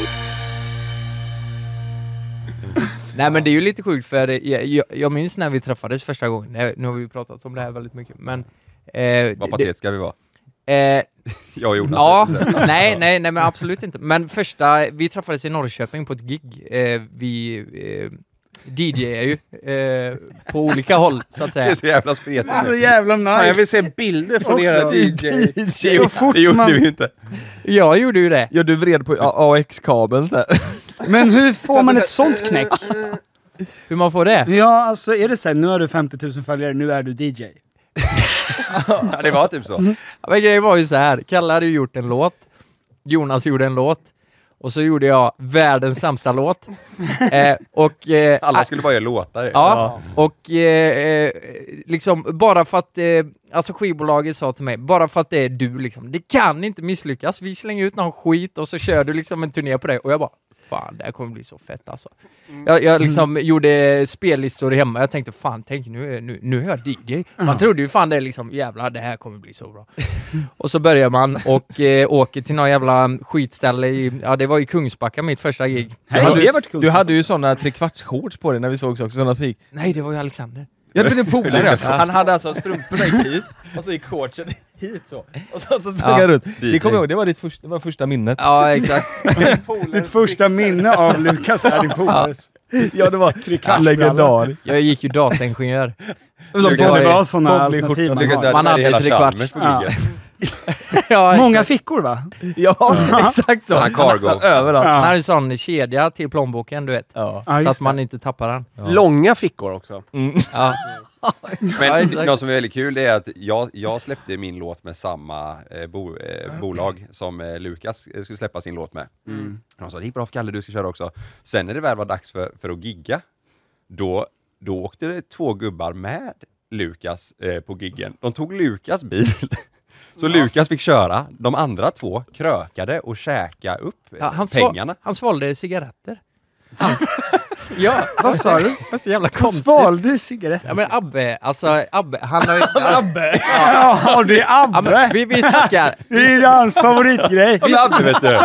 Speaker 8: Nej men det är ju lite sjukt för jag, jag, jag minns när vi träffades första gången. Det- Nu har vi ju pratat om det här väldigt mycket. Men... Eh,
Speaker 9: Vad
Speaker 8: det-
Speaker 9: patetiska vi var.
Speaker 8: Eh,
Speaker 9: Jag och Jonas.
Speaker 8: ja, nej, nej, nej men absolut inte. Men första, vi träffades i Norrköping på ett gig. Eh, vi eh, D J är ju eh, på olika håll så att
Speaker 9: Det är
Speaker 8: säga.
Speaker 9: så jävla spretigt.
Speaker 6: Så jävla nice.
Speaker 13: Fan, jag vill se bilder från
Speaker 6: Också.
Speaker 13: era D J.
Speaker 6: Så fort
Speaker 9: Det gjorde
Speaker 6: man...
Speaker 9: vi ju inte.
Speaker 8: Jag gjorde ju det.
Speaker 10: Ja, du vred på A X-kabeln så här.
Speaker 6: Men hur får man ett sånt knäck?
Speaker 8: Hur man får det?
Speaker 6: Ja, alltså är det så här, nu har du femtio tusen följare, nu är du D J.
Speaker 9: Ja, det var typ så.
Speaker 8: Men grejen var ju så här. Kalle hade ju gjort en låt. Jonas gjorde en låt. Och så gjorde jag världens sämsta låt. Eh, och, eh,
Speaker 9: Alla skulle bara göra låtar.
Speaker 8: Ja, ja. Och eh, liksom bara för att eh, alltså skivbolaget sa till mig, bara för att det är du liksom, det kan inte misslyckas. Vi slänger ut någon skit och så kör du liksom en turné på det. Och jag bara, fan, det här kommer bli så fett alltså. Jag, jag liksom mm. gjorde spellistor hemma. Jag tänkte, fan, tänk nu, nu, nu är jag D J. Man uh-huh. trodde ju fan det är liksom, jävlar, det här kommer bli så bra. Och så börjar man och eh, åker till någon jävla skitställe i, ja det var i Kungsbacka mitt första gig.
Speaker 10: Hey, du, hade, du hade ju sådana trekvarts på dig när vi såg också, sådana fik.
Speaker 8: Nej, det var ju Alexander.
Speaker 10: Ja, det var det polare. Han hade alltså strumporna gick hit och så gick shortsen hit så. Och så, så sprang ja, runt. Det kommer jag ihåg, det var ditt första, det var första minnet.
Speaker 8: Ja, exakt.
Speaker 6: Ditt första minne av Lukas är din polares.
Speaker 10: Ja, det var legendariskt.
Speaker 8: Jag gick ju dataingenjör.
Speaker 6: Det var sådana alternativ man har.
Speaker 8: Man hade tre kvart.
Speaker 6: Ja, många fickor va?
Speaker 10: Ja, exakt så.
Speaker 9: Han cargo.
Speaker 8: Överallt. Ja. Han hade en sån kedja till plånboken, du vet.
Speaker 10: Ja.
Speaker 8: Så ja, att man inte tappar den.
Speaker 7: Ja. Långa fickor också.
Speaker 8: Mm. Ja.
Speaker 9: Men ja, något som är väldigt kul det är att jag, jag släppte min låt med samma eh, bo, eh, bolag som eh, Lukas skulle släppa sin låt med. Mm. De sa, det är bra för Kalle, du ska köra också. Sen när det väl var dags för, för att gigga, då, då åkte det två gubbar med Lukas eh, på giggen. De tog Lukas bil. Så ja. Lukas fick köra, de andra två krökade och käka upp ja,
Speaker 8: han
Speaker 9: pengarna.
Speaker 8: Sval- han svalde cigaretter. Han, ja,
Speaker 6: vad sa du?
Speaker 8: Fast det jävla
Speaker 6: han svalde cigaretter.
Speaker 8: Ja men Abbe, alltså Abbe, han har ju...
Speaker 6: Abbe? Ja, ja det är Abbe. Ja, men,
Speaker 8: vi, vi snackar...
Speaker 6: Det är hans favoritgrej.
Speaker 9: Vi, Abbe, vet du.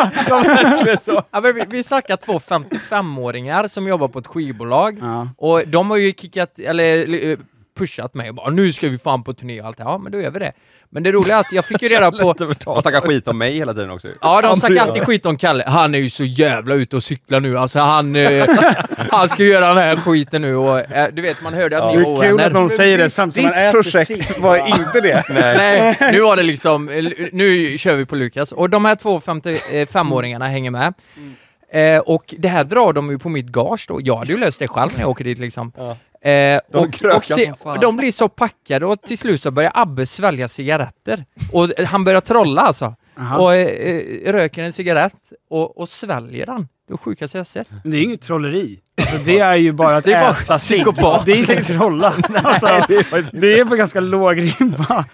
Speaker 8: Ja, men vi, vi snackar två femtiofemåringar som jobbar på ett skivbolag. Ja. Och de har ju kickat, eller pushat mig och bara, nu ska vi fan på turné och allt. Ja, men då gör vi det. Men det roliga är att jag fick ju reda på...
Speaker 9: De snackar skit om mig hela tiden också.
Speaker 8: Ja, de snackar alltid skit om Kalle. Han är ju så jävla ute och cyklar nu. Alltså han... Eh, han ska göra den här skiten nu. Och, eh, du vet, man hörde att
Speaker 6: ja.
Speaker 8: ni
Speaker 6: var ovänner. Det är kul att de säger det samtidigt som man äter
Speaker 7: projekt sitt. Var inte det.
Speaker 8: Nej. Nej, nu var det liksom... Nu kör vi på Lukas. Och de här två femtiofemåringarna hänger med. Eh, och det här drar de ju på mitt gage då. Jag hade ju löst det själv när jag åker dit liksom. Ja. Eh,
Speaker 9: de
Speaker 8: och, och, se, och de blir så packade och till slut så börjar Abbe svälja cigaretter. Och han börjar trolla alltså. Aha. Och eh, röker en cigarett och, och sväljer den. Det är sjukaste jag sett.
Speaker 6: Det är inget trolleri. Alltså, det är ju bara att
Speaker 8: det är
Speaker 6: äta psykopat. Det är inte trolla. Alltså, det är på ganska låg ribba.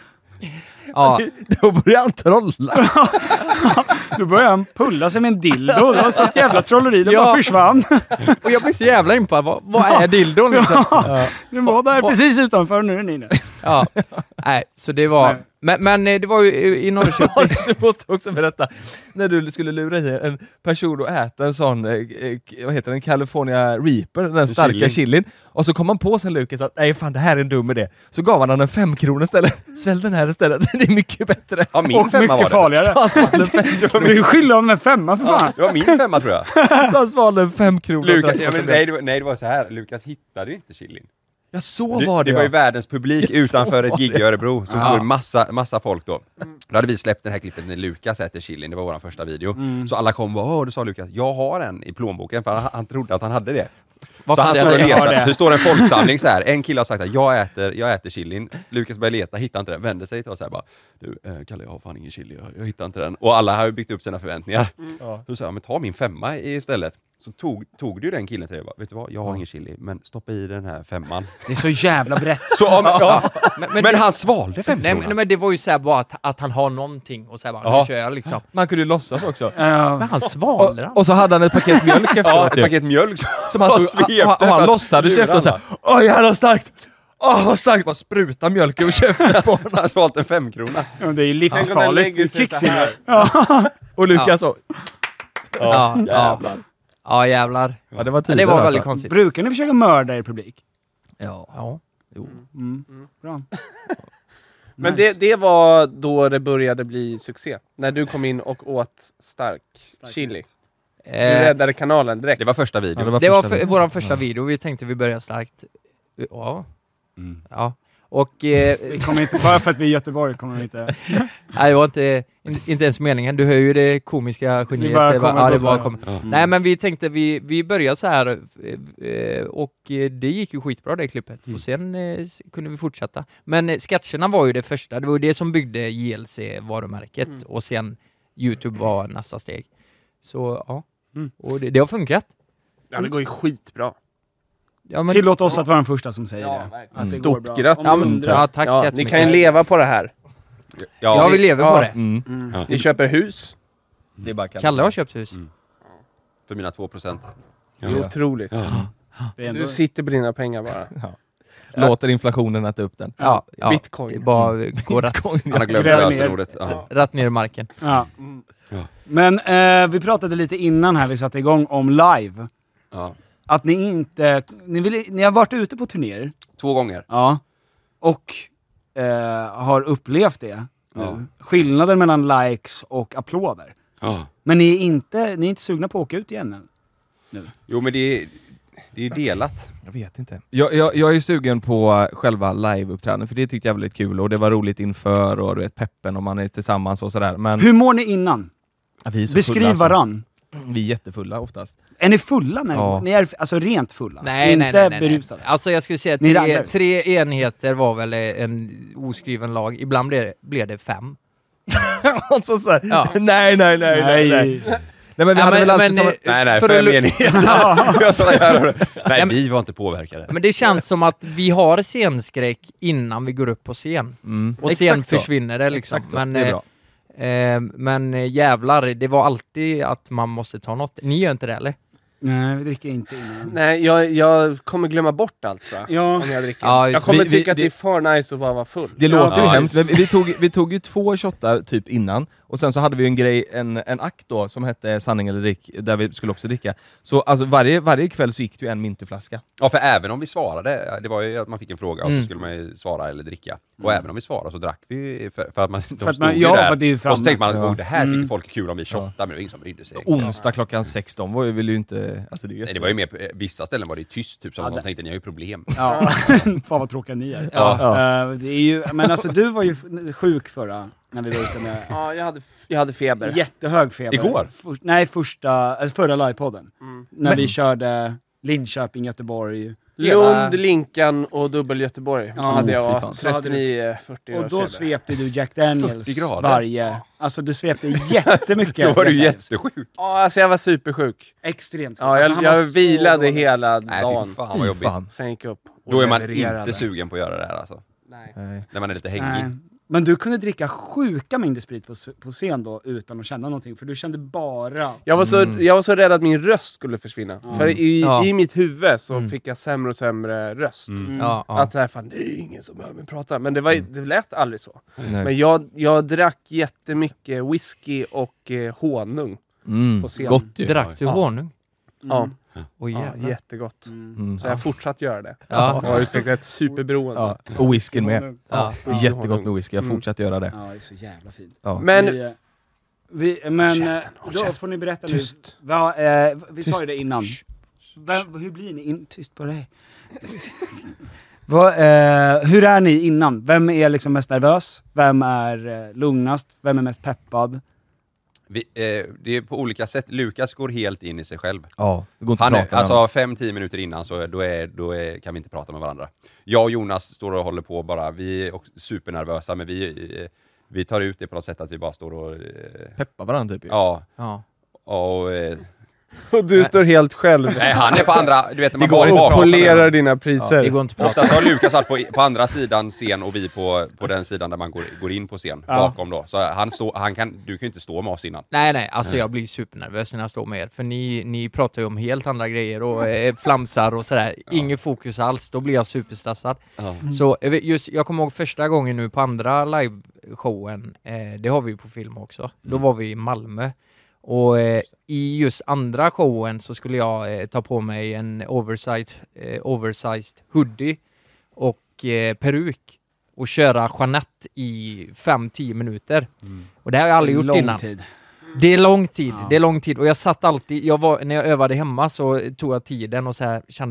Speaker 8: Ja.
Speaker 10: Då börjar han trolla.
Speaker 6: Då börjar han pulla sig med en dildo. Det var så ett jävla trolleri. Det ja. bara försvann.
Speaker 8: Och jag blir så jävla impad. Vad, vad är dildon liksom?
Speaker 6: Ja. Den var där precis utanför. Nu är den inne.
Speaker 8: Ja. Nej, så det var... Men, men det var ju i Norrköping.
Speaker 10: Du måste också berätta. När du skulle lura i en person att äta en sån, eh, vad heter den, California Reaper, den starka chilin. chilin. Och så kom man på sen Lukas att nej fan, det här är en dum idé. Så gav han en fem kronor istället. Svälj den här istället. Det är mycket bättre.
Speaker 9: Ja, min
Speaker 6: och
Speaker 9: femma
Speaker 6: mycket
Speaker 9: var det.
Speaker 6: farligare. Så han fem... Du skyller honom en femma för fan.
Speaker 9: Ja, det var min femma tror jag.
Speaker 10: Så han svalde en fem kronor.
Speaker 9: Lukas, ja, men nej, det var, nej, det var så här. Lukas hittade ju inte chilin.
Speaker 10: Ja, så var det.
Speaker 9: Det var ju världens publik ja, utanför ett gig i Örebro. Så var det massa, massa folk då. Mm. Då hade vi släppt den här klippet när Lukas äter chilin. Det var vår första video. Mm. Så alla kom och åh, du sa Lukas, jag har en i plånboken. För han, han trodde att han hade det.
Speaker 8: Varför
Speaker 9: så han står och letar. Så det står en folksamling så här. En kille har sagt att jag äter, jag äter chilin. Lukas börjar leta, hittar inte den. Vänder sig till oss här bara. Du, äh, Kalle, jag har fan ingen chili. Jag, jag hittar inte den. Och alla har ju byggt upp sina förväntningar. Mm. Ja. Så sa jag, men ta min femma istället. Så tog, tog du den killen till dig och bara, vet du vad, jag har ingen chili, men stoppa i den här femman.
Speaker 6: Det är så jävla brett.
Speaker 9: Så, om, ja. men, men, men det, han svalde fem
Speaker 8: nej, nej, men det var ju så här bara att, att han har någonting och så här bara, nu kör jag liksom.
Speaker 10: Man kunde ju låtsas också. Uh,
Speaker 8: men han svalde den.
Speaker 10: Och, och så hade han ett paket mjölk efteråt.
Speaker 9: Ja, ett paket mjölk.
Speaker 10: Som han tog, och, och, och han låtsade sig efter och så här, åh jävla starkt. Åh, vad starkt, bara spruta mjölk ur käften på honom.
Speaker 9: Han har svalt en femkrona.
Speaker 6: Ja, det är ju livsfarligt. Kvicksilver.
Speaker 10: Ja. Och Lukas så.
Speaker 8: Ja, ja, jävlar. Ja, jävlar.
Speaker 10: Ja, det var,
Speaker 8: ja, det var väldigt alltså. konstigt.
Speaker 6: Brukar ni försöka mörda er publik?
Speaker 8: Ja. Ja. Jo.
Speaker 6: Mm. Mm. Bra.
Speaker 7: Men nice. det, det var då det började bli succé. När du kom in och åt stark, stark chili. Du räddade kanalen direkt.
Speaker 9: Det var första videon.
Speaker 8: Ja, det var, det var för, vår första video. Vi tänkte vi börjar starkt. Ja.
Speaker 9: Mm.
Speaker 8: Ja. Och, eh,
Speaker 6: vi kommer inte, bara för att vi är i Göteborg kommer vi inte...
Speaker 8: Nej, det var inte, inte ens meningen. Du hör ju det komiska geniet.
Speaker 6: Bara
Speaker 8: det var, ja, det bara kom.
Speaker 9: Mm.
Speaker 8: Nej, men vi tänkte, vi, vi började så här eh, och det gick ju skitbra det klippet. Mm. Och sen eh, kunde vi fortsätta. Men eh, sketcherna var ju det första. Det var ju det som byggde J L C-varumärket. Mm. Och sen YouTube var nästa steg. Så ja, mm. och det, det har funkat.
Speaker 7: Ja, det går ju skitbra.
Speaker 6: Ja, men... Tillåt oss att vara den första som säger
Speaker 7: ja,
Speaker 6: det.
Speaker 7: Mm. Stort grattis.
Speaker 8: Ja, men, ja, tack
Speaker 7: ja,
Speaker 8: så
Speaker 7: ni kan ju leva på det här.
Speaker 8: Ja, ja vi lever
Speaker 7: ja.
Speaker 8: på det.
Speaker 7: Mm. Mm. Ja. Ni köper hus.
Speaker 10: Det är bara
Speaker 8: Kalle. Kalle har köpt hus. Mm.
Speaker 9: För mina två procent.
Speaker 7: Det är otroligt. Ja. Det är ändå... Du sitter på dina pengar bara.
Speaker 10: Ja. Låter inflationen äta upp den.
Speaker 8: Ja, ja.
Speaker 7: Bitcoin.
Speaker 8: Det är bara går rätt.
Speaker 9: Han har glömt lösenordet.
Speaker 8: Ja. Rätt ner i marken.
Speaker 6: Ja. Mm. Ja. Men eh, vi pratade lite innan här, vi satte igång om live.
Speaker 9: Ja.
Speaker 6: Att ni inte, ni, vill, ni har varit ute på turnéer.
Speaker 9: Två gånger.
Speaker 6: Ja. Och eh, har upplevt det nu. Ja. Skillnaden mellan likes och applåder.
Speaker 9: Ja.
Speaker 6: Men ni är inte, ni är inte sugna på att åka ut igen nu?
Speaker 9: Jo, men det är, det är delat.
Speaker 10: Jag vet inte. Jag, jag, jag är sugen på själva live-uppträdandet, för det tyckte jag var väldigt kul och det var roligt inför och du vet peppen om man är tillsammans och sådär. Men...
Speaker 6: Hur mår ni innan?
Speaker 10: Ja, vi är så
Speaker 6: Beskriv
Speaker 10: fulla,
Speaker 6: varann.
Speaker 10: Vi är jättefulla oftast.
Speaker 6: Är ni fulla när
Speaker 10: ja.
Speaker 6: ni är alltså rent fulla?
Speaker 8: Nej,
Speaker 6: inte
Speaker 8: nej, nej, nej,
Speaker 6: berusade?
Speaker 8: Alltså jag skulle säga tre, tre enheter var väl en oskriven lag. Ibland blev det, blev det fem.
Speaker 10: Och så så här, ja. nej, nej, nej, nej, nej. nej. Nej, men vi
Speaker 8: ja,
Speaker 10: hade
Speaker 8: men,
Speaker 10: väl alltid
Speaker 8: men,
Speaker 10: samma...
Speaker 9: Nej, nej,
Speaker 8: för
Speaker 9: fem
Speaker 8: att...
Speaker 9: enheter. Nej, vi var inte påverkade.
Speaker 8: Men det känns som att vi har scenskräck innan vi går upp på scen.
Speaker 10: Mm.
Speaker 8: Och sen försvinner det liksom.
Speaker 10: Exakt,
Speaker 8: men,
Speaker 10: det är bra.
Speaker 8: Eh, men jävlar, det var alltid att man måste ta något. Ni gör inte det, eller?
Speaker 6: Nej, vi dricker inte innan.
Speaker 7: Nej, jag, jag kommer glömma bort allt, va?
Speaker 6: Ja.
Speaker 7: Om jag dricker.
Speaker 8: Ja,
Speaker 7: jag kommer
Speaker 10: vi,
Speaker 7: tycka
Speaker 10: vi,
Speaker 7: att det är för nice att bara vara full.
Speaker 10: Det
Speaker 7: ja.
Speaker 10: låter ju
Speaker 9: ja,
Speaker 10: hemskt. Vi, vi, tog, vi tog ju två shottar typ innan. Och sen så hade vi en grej, en, en akt då, som hette Sanning eller drick, där vi skulle också dricka. Så alltså varje, varje kväll så gick det ju en mintuflaska.
Speaker 9: Ja, för även om vi svarade, det var ju att man fick en fråga och
Speaker 8: mm.
Speaker 9: så skulle man ju svara eller dricka. Och mm. även om vi svarade så drack vi för, för att man, de
Speaker 6: för att
Speaker 9: stod
Speaker 6: man,
Speaker 9: ju
Speaker 6: ja,
Speaker 9: där.
Speaker 6: För det är ju framme.
Speaker 9: Och så tänkte man att
Speaker 10: ja.
Speaker 9: oh, det här tycker
Speaker 6: mm.
Speaker 9: folk är kul om vi shottar, men det var ingen som brydde sig.
Speaker 10: Onsdag klockan sexton var ju, ville ju inte... Alltså det, är
Speaker 9: Nej, det var ju mer på vissa ställen var det tyst, typ som ja, de tänkte ni har ju problem.
Speaker 6: Ja, fan vad tråkiga ni är.
Speaker 9: Ja.
Speaker 6: Ja. Uh, det är ju, men alltså du var ju sjuk förra, när vi var ute med...
Speaker 7: Ja, jag hade, jag hade feber.
Speaker 6: Jättehög feber.
Speaker 9: Igår?
Speaker 6: För, nej, första, alltså förra livepodden. Mm. När
Speaker 10: men...
Speaker 6: vi körde Linköping, Göteborg.
Speaker 7: Lund, Linkan och dubbel Göteborg.
Speaker 6: Ja,
Speaker 7: hade jag
Speaker 6: var
Speaker 7: trettionio fyrtio
Speaker 6: Och då
Speaker 7: feber.
Speaker 6: svepte du Jack Daniels varje... Alltså du svepte jättemycket.
Speaker 9: Då var du jättesjuk.
Speaker 7: Ja, alltså jag var supersjuk.
Speaker 6: Extremt.
Speaker 7: Ja, jag,
Speaker 6: alltså,
Speaker 7: jag vilade
Speaker 6: så...
Speaker 7: hela
Speaker 9: Nej,
Speaker 7: dagen.
Speaker 9: Fan vad jobbigt.
Speaker 7: Sen gick jag upp.
Speaker 9: Då är man inte sugen på att göra det här alltså.
Speaker 7: Nej.
Speaker 9: När man är lite hängig.
Speaker 6: Nej. Men du kunde dricka sjuka mängder sprit på, på scen då utan att känna någonting, för du kände bara...
Speaker 7: Jag var så, mm. jag var så rädd att min röst skulle försvinna. Mm. För i,
Speaker 8: ja.
Speaker 7: i mitt huvud så
Speaker 8: mm.
Speaker 7: fick jag sämre och sämre röst.
Speaker 9: Mm.
Speaker 8: Mm. Ja, ja.
Speaker 7: Att så här, fan, det är ingen som hör mig prata. Men det, var, mm. det lät aldrig så.
Speaker 10: Nej.
Speaker 7: Men jag, jag drack jättemycket whisky och eh, honung
Speaker 10: mm.
Speaker 7: på scen.
Speaker 10: Gott ju.
Speaker 8: Drack du
Speaker 7: ja.
Speaker 8: honung?
Speaker 7: Ja.
Speaker 8: Oh,
Speaker 7: ja, jättegott.
Speaker 10: Mm.
Speaker 7: Så jag har fortsatt göra det.
Speaker 8: Ja.
Speaker 7: Jag har utvecklat ett superberoende.
Speaker 10: Ja. Och whiskyn med.
Speaker 8: Ja.
Speaker 10: Ja. Jättegott med whisky, jag har fortsatt göra det.
Speaker 6: Ja, det är så jävla fint.
Speaker 10: Ja.
Speaker 7: Men...
Speaker 6: Vi, vi, men
Speaker 7: käften,
Speaker 6: då
Speaker 7: käften.
Speaker 6: får ni berätta
Speaker 7: Tyst.
Speaker 6: nu. Va, eh, vi
Speaker 7: Tyst.
Speaker 6: sa ju det innan. Va, hur blir ni in, tyst på det? Va, eh, hur är ni innan? Vem är liksom mest nervös? Vem är eh, lugnast? Vem är mest peppad?
Speaker 9: Vi, eh, det är på olika sätt. Lukas går helt in i sig själv.
Speaker 10: Ja, det går inte
Speaker 9: Han
Speaker 10: att
Speaker 9: är,
Speaker 10: prata
Speaker 9: alltså fem till minuter innan så då, är, då är, kan vi inte prata med varandra. Jag och Jonas står och håller på bara. Vi är också supernervösa, men vi, eh, vi tar ut det på något sätt att vi bara står och... Eh,
Speaker 10: Peppa varandra typ.
Speaker 9: ja.
Speaker 8: Ja.
Speaker 9: Och... Eh,
Speaker 7: Och du står helt själv.
Speaker 9: Nej, han är på andra... Du vet, när man
Speaker 7: går
Speaker 9: går
Speaker 7: och polerar dina priser.
Speaker 8: Ja, det går inte
Speaker 9: ofta har Lukas varit på, på andra sidan scen och vi på, på den sidan där man går, går in på scen. Ja. Bakom då. Så han stå, han kan, du kan ju inte stå med oss innan.
Speaker 8: Nej, nej. Alltså jag blir supernervös när jag står med er. För ni, ni pratar ju om helt andra grejer och eh, flamsar och sådär. Ja. Ingen fokus alls. Då blir jag superstressad. Ja. Mm. Så just, jag kommer ihåg första gången nu på andra liveshowen. Eh, det har vi ju på film också. Mm. Då var vi i Malmö. Och eh, i just andra showen så skulle jag eh, ta på mig en oversized, eh, oversized hoodie och eh, peruk och köra Jeanette i fem till tio minuter. Mm. Och det har jag aldrig gjort
Speaker 6: lång
Speaker 8: innan.
Speaker 6: Tid.
Speaker 8: Det är lång tid.
Speaker 6: Ja.
Speaker 8: Det är lång tid. Och jag satt alltid, jag var, när jag övade hemma så tog jag tiden och så här kände bara,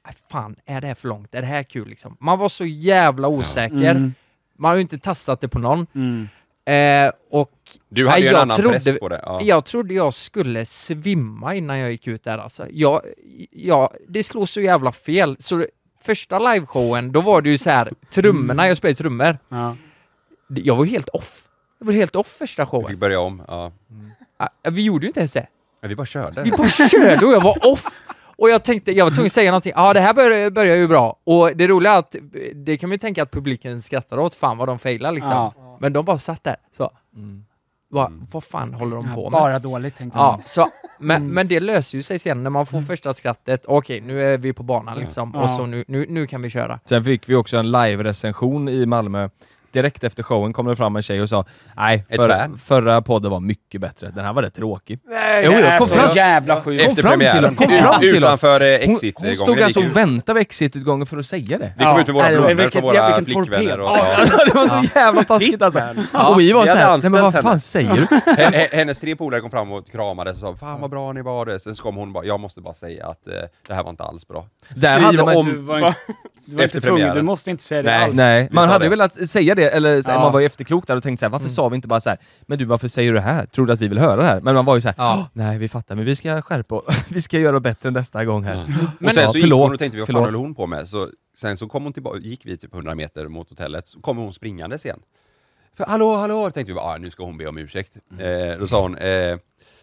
Speaker 8: fan, är det här för långt? Är det här kul liksom? Man var så jävla osäker. Mm. Man har ju inte tastat det på någon. Mm. Eh, och
Speaker 9: du hade
Speaker 8: eh,
Speaker 9: ju en
Speaker 8: jag
Speaker 9: annan
Speaker 8: trodde,
Speaker 9: press på det. Ja.
Speaker 8: Jag trodde jag skulle svimma innan jag gick ut där alltså. Jag, jag, det slog så jävla fel. Så första liveshowen, då var det ju så här trummorna, jag spelade trummor. Ja. Jag var helt off. Jag var helt off första showen.
Speaker 9: Vi fick börja om. Ja.
Speaker 8: Mm. Ja, vi gjorde ju inte ens det.
Speaker 9: Ja, vi bara körde.
Speaker 8: Vi bara körde och jag var off. Och jag tänkte, jag var tvungen att säga någonting. Ja, ah, det här börjar, börjar ju bra. Och det roliga är att, det kan man ju tänka att publiken skrattar åt. Fan vad de failar liksom. Ja. Men de bara satt där. Så, mm. Va, mm. vad fan håller de på med?
Speaker 6: Bara dåligt tänkte
Speaker 8: jag. Ja, så, men, mm. men det löser ju sig sen när man får mm. första skrattet. Okej, okay, nu är vi på banan liksom. Ja. Och så nu, nu, nu kan vi köra.
Speaker 10: Sen fick vi också en live-recension i Malmö. Direkt efter showen kom det fram en tjej och sa nej, för, förra podden var mycket bättre. Den här var rätt tråkig.
Speaker 6: Nej, jo, jag kom fram, så jävla sjukt.
Speaker 9: Efter premiären. Kom fram till utanför exit.
Speaker 10: Hon, hon stod alltså och väntade vid exit-utgången för att säga det.
Speaker 9: Vi kom ut med våra blommor från våra flickvänner. Och,
Speaker 10: ja, det var så jävla taskigt alltså. Ja, och vi var så här, nej men vad fan säger du?
Speaker 9: Hennes tre polare kom fram och kramade och sa, fan vad bra ni var det. Sen så kom hon bara, jag måste bara säga att uh, det här var inte alls bra.
Speaker 6: Där hade man, du var, du var inte tvungen, du måste inte säga det
Speaker 10: nej,
Speaker 6: alls.
Speaker 10: Nej, man hade velat säga det, eller ja. Man var ju efterklok där och tänkte så här, varför mm. sa vi inte bara så här, men du, varför säger du det här? Tror du att vi vill höra det här? Men man var ju så här, ja. nej vi fattar, men vi ska skärpa vi ska göra bättre nästa gång här. Mm.
Speaker 9: Men och sen så gick förlåt, hon och tänkte vi, vad fan höll hon på med? Så, sen så kom hon tillbaka, gick vi typ hundra meter mot hotellet, så kom hon springande sen. För hallå, hallå, tänkte vi bara, ah, nu ska hon be om ursäkt. Mm. Eh, då sa hon, eh,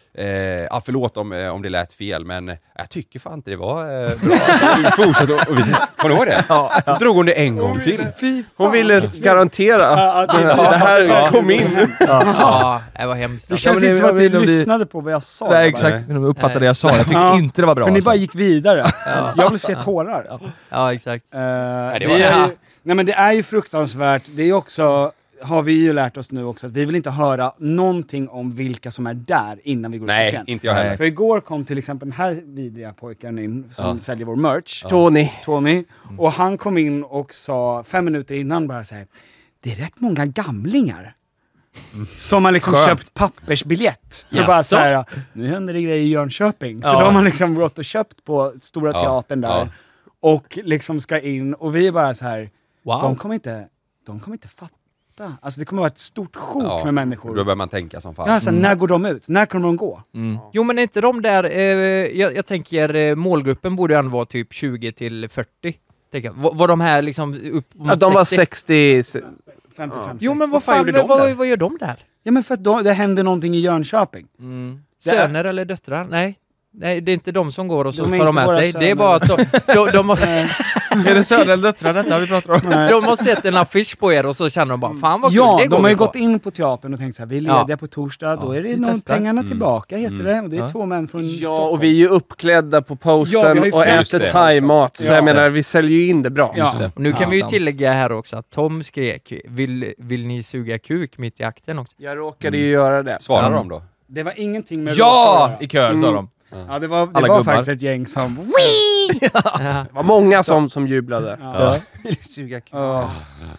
Speaker 9: Eh, ah, förlåt om, eh, om det lät fel, men eh, jag tycker fan inte det var eh, bra. Fortsätt och, och vi, kommer du ihåg det? Ja, ja. Drog hon det en gång till.
Speaker 7: Hon ville garantera att det, det här ja. kom in.
Speaker 8: Ja, ja det var hemskt.
Speaker 6: Det känns inte som att ni lyssnade på vad jag sa.
Speaker 10: Nej, exakt. De uppfattade det jag sa. Jag tycker ja. inte det var bra.
Speaker 6: För
Speaker 10: alltså.
Speaker 6: Ni bara gick vidare. Ja. Jag vill se tårar. Ja,
Speaker 8: ja exakt.
Speaker 6: Uh, nej, det, det, är ju, nej, men det är ju fruktansvärt. Det är också... har vi ju lärt oss nu också att vi vill inte höra någonting om vilka som är där innan vi går
Speaker 9: Nej,
Speaker 6: ut på scen.
Speaker 9: inte jag heller.
Speaker 6: För igår kom till exempel den här vidriga pojken in som ja. säljer vår merch.
Speaker 7: Ja. Tony.
Speaker 6: Tony. Mm. Och han kom in och sa fem minuter innan bara så här: det är rätt många gamlingar. Mm. Som har liksom Skönt. köpt pappersbiljett. För yes. bara så här, nu händer det grejer i Jönköping. Så ja. de har liksom gått och köpt på Stora ja. teatern där. Ja. Och liksom ska in. Och vi är bara så här, wow. de kommer inte, de kommer inte fatta. Alltså det kommer vara ett stort sjok ja, med människor.
Speaker 9: Då börjar man tänka som fan.
Speaker 6: Ja, alltså, mm. när går de ut? När kommer de gå?
Speaker 8: Mm. Jo, men är inte de där... Eh, jag, jag tänker, eh, målgruppen borde ju ändå vara typ tjugo till fyrtio. Tänker, var, var de här liksom upp mot
Speaker 7: ja, de var sextio...
Speaker 6: femtiofem,
Speaker 8: jo, men vad, fan, vad, vad, vad gör de där?
Speaker 6: Ja, men för att de, det händer någonting i Jönköping.
Speaker 8: Mm. Söner eller döttrar? Nej. Nej, det är inte de som går och så de tar de med sig. Söner. Det är bara att de... de, de har...
Speaker 10: är det söner eller döttrar detta vi pratar om?
Speaker 8: Nej. De har sett en affisch på er och så känner de bara, fan vad kul,
Speaker 6: ja,
Speaker 8: det går
Speaker 6: de har ju
Speaker 8: på.
Speaker 6: gått in på teatern och tänkt så här, vi är lediga ja. på torsdag, då är det någon pengarna mm. tillbaka, heter mm. det. Och det är ja. två män från
Speaker 7: Ja,
Speaker 6: Stockholm.
Speaker 7: och vi är ju uppklädda på posten ja, och äter thai-mat. Så ja. jag menar, vi säljer ju in det bra.
Speaker 8: Ja. Det. Och nu kan ja, vi ju sant. tillägga här också att Tom skrek, vill, vill ni suga kuk mitt i akten också?
Speaker 7: Jag råkade mm. ju göra det.
Speaker 9: Svarar
Speaker 7: mm.
Speaker 9: de då?
Speaker 6: Det var ingenting med
Speaker 10: ja! I kör mm. sa de.
Speaker 6: Ja, det var, det var faktiskt ett gäng som...
Speaker 7: ja. Det var många som, som jublade.
Speaker 9: Ja. Ja. Ja.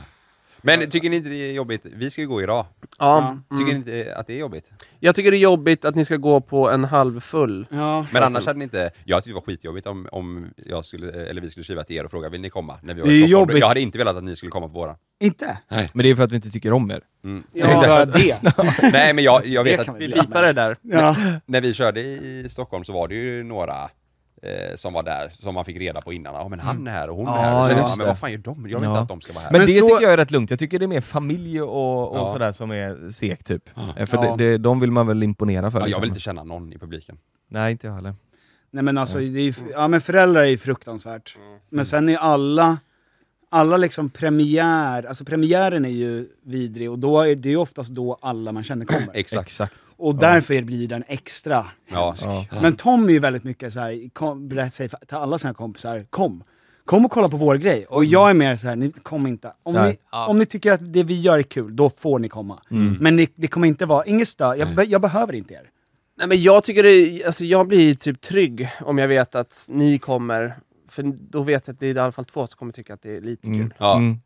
Speaker 9: Men tycker ni inte det är jobbigt? Vi ska ju gå idag.
Speaker 7: Ja.
Speaker 9: Mm. Tycker ni inte att det är jobbigt?
Speaker 7: Jag tycker det är jobbigt att ni ska gå på en halvfull.
Speaker 6: Ja.
Speaker 9: Men annars hade ni inte... Jag tyckte det var skitjobbigt om, om jag skulle, eller vi skulle skriva till er och fråga, vill ni komma? När vi var
Speaker 6: det är jobbigt.
Speaker 9: Jag hade inte velat att ni skulle komma på våra.
Speaker 6: Inte?
Speaker 9: Nej.
Speaker 10: Men det är för att vi inte tycker om er.
Speaker 9: Mm.
Speaker 6: Ja, det.
Speaker 9: Nej, men jag, jag vet
Speaker 7: att...
Speaker 9: Vi
Speaker 7: bipar det där.
Speaker 6: Ja.
Speaker 9: När vi körde i Stockholm så var det ju några... Eh, som var där, som man fick reda på innan. Ja, men han är här och hon är
Speaker 10: ja,
Speaker 9: här. Och sen, ja,
Speaker 10: det.
Speaker 9: men vad fan gör de? Jag vill
Speaker 10: ja.
Speaker 9: inte att de ska vara här.
Speaker 10: Men,
Speaker 6: men
Speaker 10: det
Speaker 6: så...
Speaker 10: tycker jag är rätt lugnt. Jag tycker det är mer familj och, och
Speaker 9: ja.
Speaker 10: sådär som är sek typ.
Speaker 9: Ja.
Speaker 10: För
Speaker 6: ja.
Speaker 10: det, det, de vill man väl imponera för.
Speaker 9: Ja,
Speaker 10: liksom.
Speaker 9: jag vill inte känna någon i publiken.
Speaker 10: Nej, inte jag heller.
Speaker 6: Nej, men alltså, det är, ja, men föräldrar är ju fruktansvärt. Mm. Men sen är alla... Alla liksom premiär, alltså premiären är ju vidrig och då är det ju oftast då alla man känner kommer.
Speaker 9: Exakt.
Speaker 10: Exakt.
Speaker 6: Och därför blir den extra
Speaker 9: ja.
Speaker 6: ja. Men Tom är ju väldigt mycket så här, kom, berätt sig till alla sina kompisar, kom. Kom och kolla på vår grej. Och jag är mer så här, ni kom inte. Om, ni,
Speaker 8: ja.
Speaker 6: om ni tycker att det vi gör är kul, då får ni komma. Mm. Men ni, det kommer inte vara, inget stör, jag, be, jag behöver inte er.
Speaker 7: Nej, men jag tycker det, alltså jag blir typ trygg om jag vet att ni kommer. För då vet jag att det är i alla fall två som kommer tycka att det är lite
Speaker 10: mm.
Speaker 7: kul.
Speaker 9: Ja.
Speaker 10: Mm.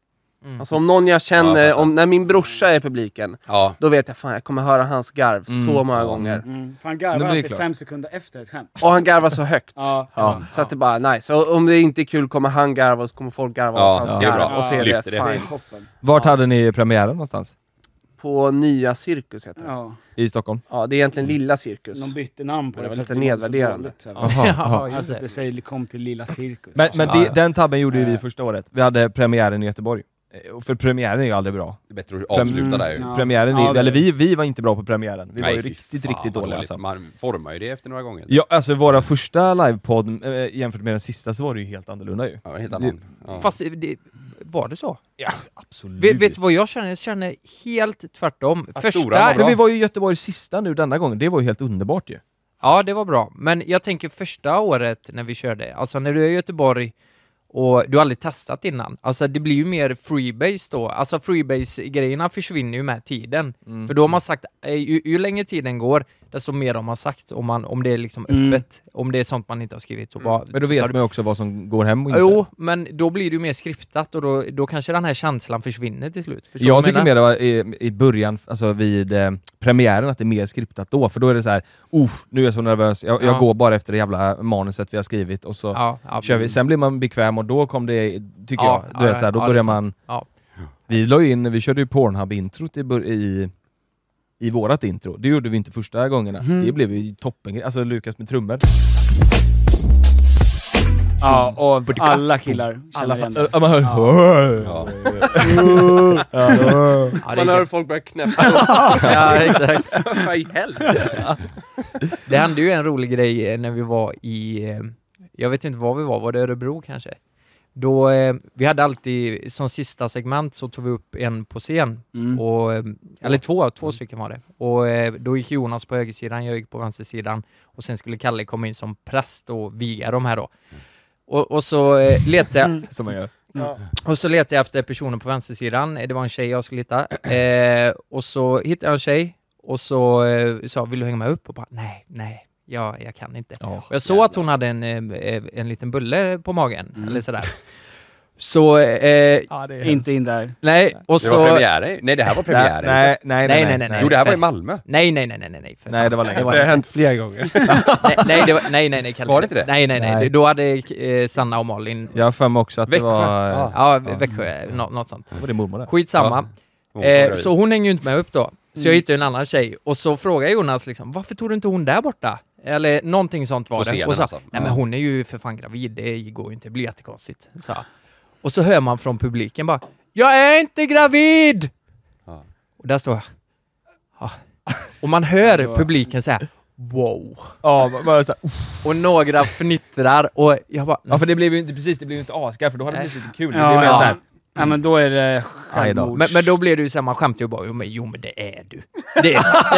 Speaker 7: Mm. Alltså om någon jag känner, ja, om, när min brorsa är i publiken,
Speaker 9: ja.
Speaker 7: då vet jag fan jag kommer höra hans garv
Speaker 6: mm.
Speaker 7: så många gånger.
Speaker 6: Mm. För han garvar alltid klart. fem sekunder efter ett skämt.
Speaker 7: Och han garvar så högt.
Speaker 6: ja.
Speaker 7: Ja. Så att det bara är nice. Och om det inte är kul kommer han garva och så kommer folk garva
Speaker 9: ja.
Speaker 7: åt hans
Speaker 9: ja.
Speaker 7: garv.
Speaker 9: Ja.
Speaker 7: Och så är
Speaker 9: ja.
Speaker 7: det,
Speaker 9: det
Speaker 7: fan.
Speaker 9: det.
Speaker 6: Toppen.
Speaker 10: Vart hade ni premiären någonstans?
Speaker 7: På Nya Cirkus heter det.
Speaker 6: Ja.
Speaker 10: I Stockholm?
Speaker 7: Ja, det är egentligen Lilla Cirkus.
Speaker 6: De bytte namn på det.
Speaker 7: Det var lite nedvärderande.
Speaker 6: Aha, ja, alltså att det säger kom till Lilla Cirkus.
Speaker 10: Men, men
Speaker 6: ja.
Speaker 10: det, den tabben gjorde ju vi första året. Vi hade premiären i Göteborg. För premiären är ju aldrig bra.
Speaker 9: Det är bättre att avsluta där ju.
Speaker 10: Ja. Premiären, ja, eller vi, vi var inte bra på premiären. Vi
Speaker 9: Nej,
Speaker 10: var ju riktigt,
Speaker 9: fan,
Speaker 10: riktigt dåliga. Alltså.
Speaker 9: Man formar ju det efter några gånger.
Speaker 10: Ja, alltså våra första livepodd äh, jämfört med den sista så var det ju helt annorlunda ju.
Speaker 9: Ja, helt annorlunda. Ja.
Speaker 8: Fast det, var det så?
Speaker 10: Ja, absolut.
Speaker 8: Vet, vet du vad jag känner? Jag känner helt tvärtom.
Speaker 10: Ja,
Speaker 8: första...
Speaker 10: Men vi var ju i Göteborg sista nu denna gången. Det var ju helt underbart ju.
Speaker 8: Ja, det var bra. Men jag tänker första året när vi körde, alltså när du är i Göteborg och du har aldrig testat innan. Alltså det blir ju mer freebase då. Alltså freebase-grejerna försvinner ju med tiden. Mm. För då har man sagt, ju, ju längre tiden går, desto mer har man sagt. Om, man, om det är liksom öppet, mm. om det är sånt man inte har skrivit. Så bara,
Speaker 10: men då vet man ju också vad som går hem och inte.
Speaker 8: Jo, men då blir det ju mer skriptat och då, då kanske den här känslan försvinner till slut. Förstår
Speaker 10: jag tycker mer det var i, i början, alltså vid eh, premiären, att det är mer skriptat då. För då är det så här, oh, nu är jag så nervös. Jag, ja. jag går bara efter det jävla manuset vi har skrivit och så
Speaker 8: ja, ja,
Speaker 10: kör vi. Sen blir man bekväm och då kom det, tycker ja, jag, du ja, vet, så här, då
Speaker 8: ja,
Speaker 10: börjar man...
Speaker 8: Ja.
Speaker 10: Vi la in, vi körde ju Pornhub-introt i, i, i vårat intro. Det gjorde vi inte första gångerna. Mm. Det blev ju toppen. Alltså Lukas med trummor.
Speaker 6: Ja, och alla killar
Speaker 10: alla
Speaker 6: igen.
Speaker 10: Ja, man hör... Ja.
Speaker 7: Ja. Man hör folk börja knäppa.
Speaker 8: Ja, exakt.
Speaker 7: Vad i helvete?
Speaker 8: Det hände ju en rolig grej när vi var i... Jag vet inte var vi var. Var det Örebro kanske? Då, eh, vi hade alltid, som sista segment så tog vi upp en på scen. Mm. Och, eller två, två stycken var det. Och eh, då gick Jonas på högersidan, jag gick på vänstersidan. Och sen skulle Kalle komma in som präst och viga de här då. Och, och så eh, letade jag...
Speaker 10: som man gör.
Speaker 8: Ja. Och så letade jag efter personen på vänstersidan. Det var en tjej jag skulle hitta. Eh, och så hittade jag en tjej. Och så eh, sa, vill du hänga med upp? Och bara, nej, nej. Ja, jag kan inte. Oh, och jag såg jävlar. Att hon hade en, en, en liten bulle på magen. Mm. Eller sådär. Så... Eh,
Speaker 6: ja, det är inte in där.
Speaker 8: Nej, och
Speaker 9: det
Speaker 8: så...
Speaker 9: var premiären. Nej, det här var premiären.
Speaker 10: Nej, nej, nej. nej, nej, nej, nej.
Speaker 9: Jo, det här var i Malmö.
Speaker 8: Nej, nej, nej, nej, nej.
Speaker 10: Nej, det var länge.
Speaker 7: Det, det har hänt flera gånger.
Speaker 8: nej, nej, det var, nej, nej, nej.
Speaker 9: Var det inte det?
Speaker 8: Nej, nej, nej. nej. Då hade eh, Sanna och Malin...
Speaker 10: Jag har för mig också att
Speaker 8: Växjö.
Speaker 10: det var...
Speaker 8: Ja, ja, ja. Växjö. Nå, något sånt.
Speaker 10: Var det mormor där?
Speaker 8: Skitsamma. Ja. Eh, så hon hänger ju inte med upp då. Så mm. jag hittade en annan tjej. Och så frågade Jonas liksom, varför tog du inte hon där borta? Eller någonting sånt var det. Och så,
Speaker 9: alltså.
Speaker 8: nej men hon är ju för fan gravid, det går ju inte, det blir jättekonstigt. Så. Och så hör man från publiken bara, jag är inte gravid! Ja. Och där står jag. Ja. Och man hör publiken säga, wow.
Speaker 10: Ja, bara så här,
Speaker 8: och några fnittrar och jag bara...
Speaker 10: Ja, för det blev ju inte precis, det blev ju inte asgar, för då hade det blivit lite kul. Det
Speaker 6: ja,
Speaker 10: blev mer
Speaker 6: ja.
Speaker 10: så här,
Speaker 6: ja, men då är det självmords.
Speaker 8: Men, men då blir det ju så här, man skämtar ju bara, jo men, jo, men det är du. Det är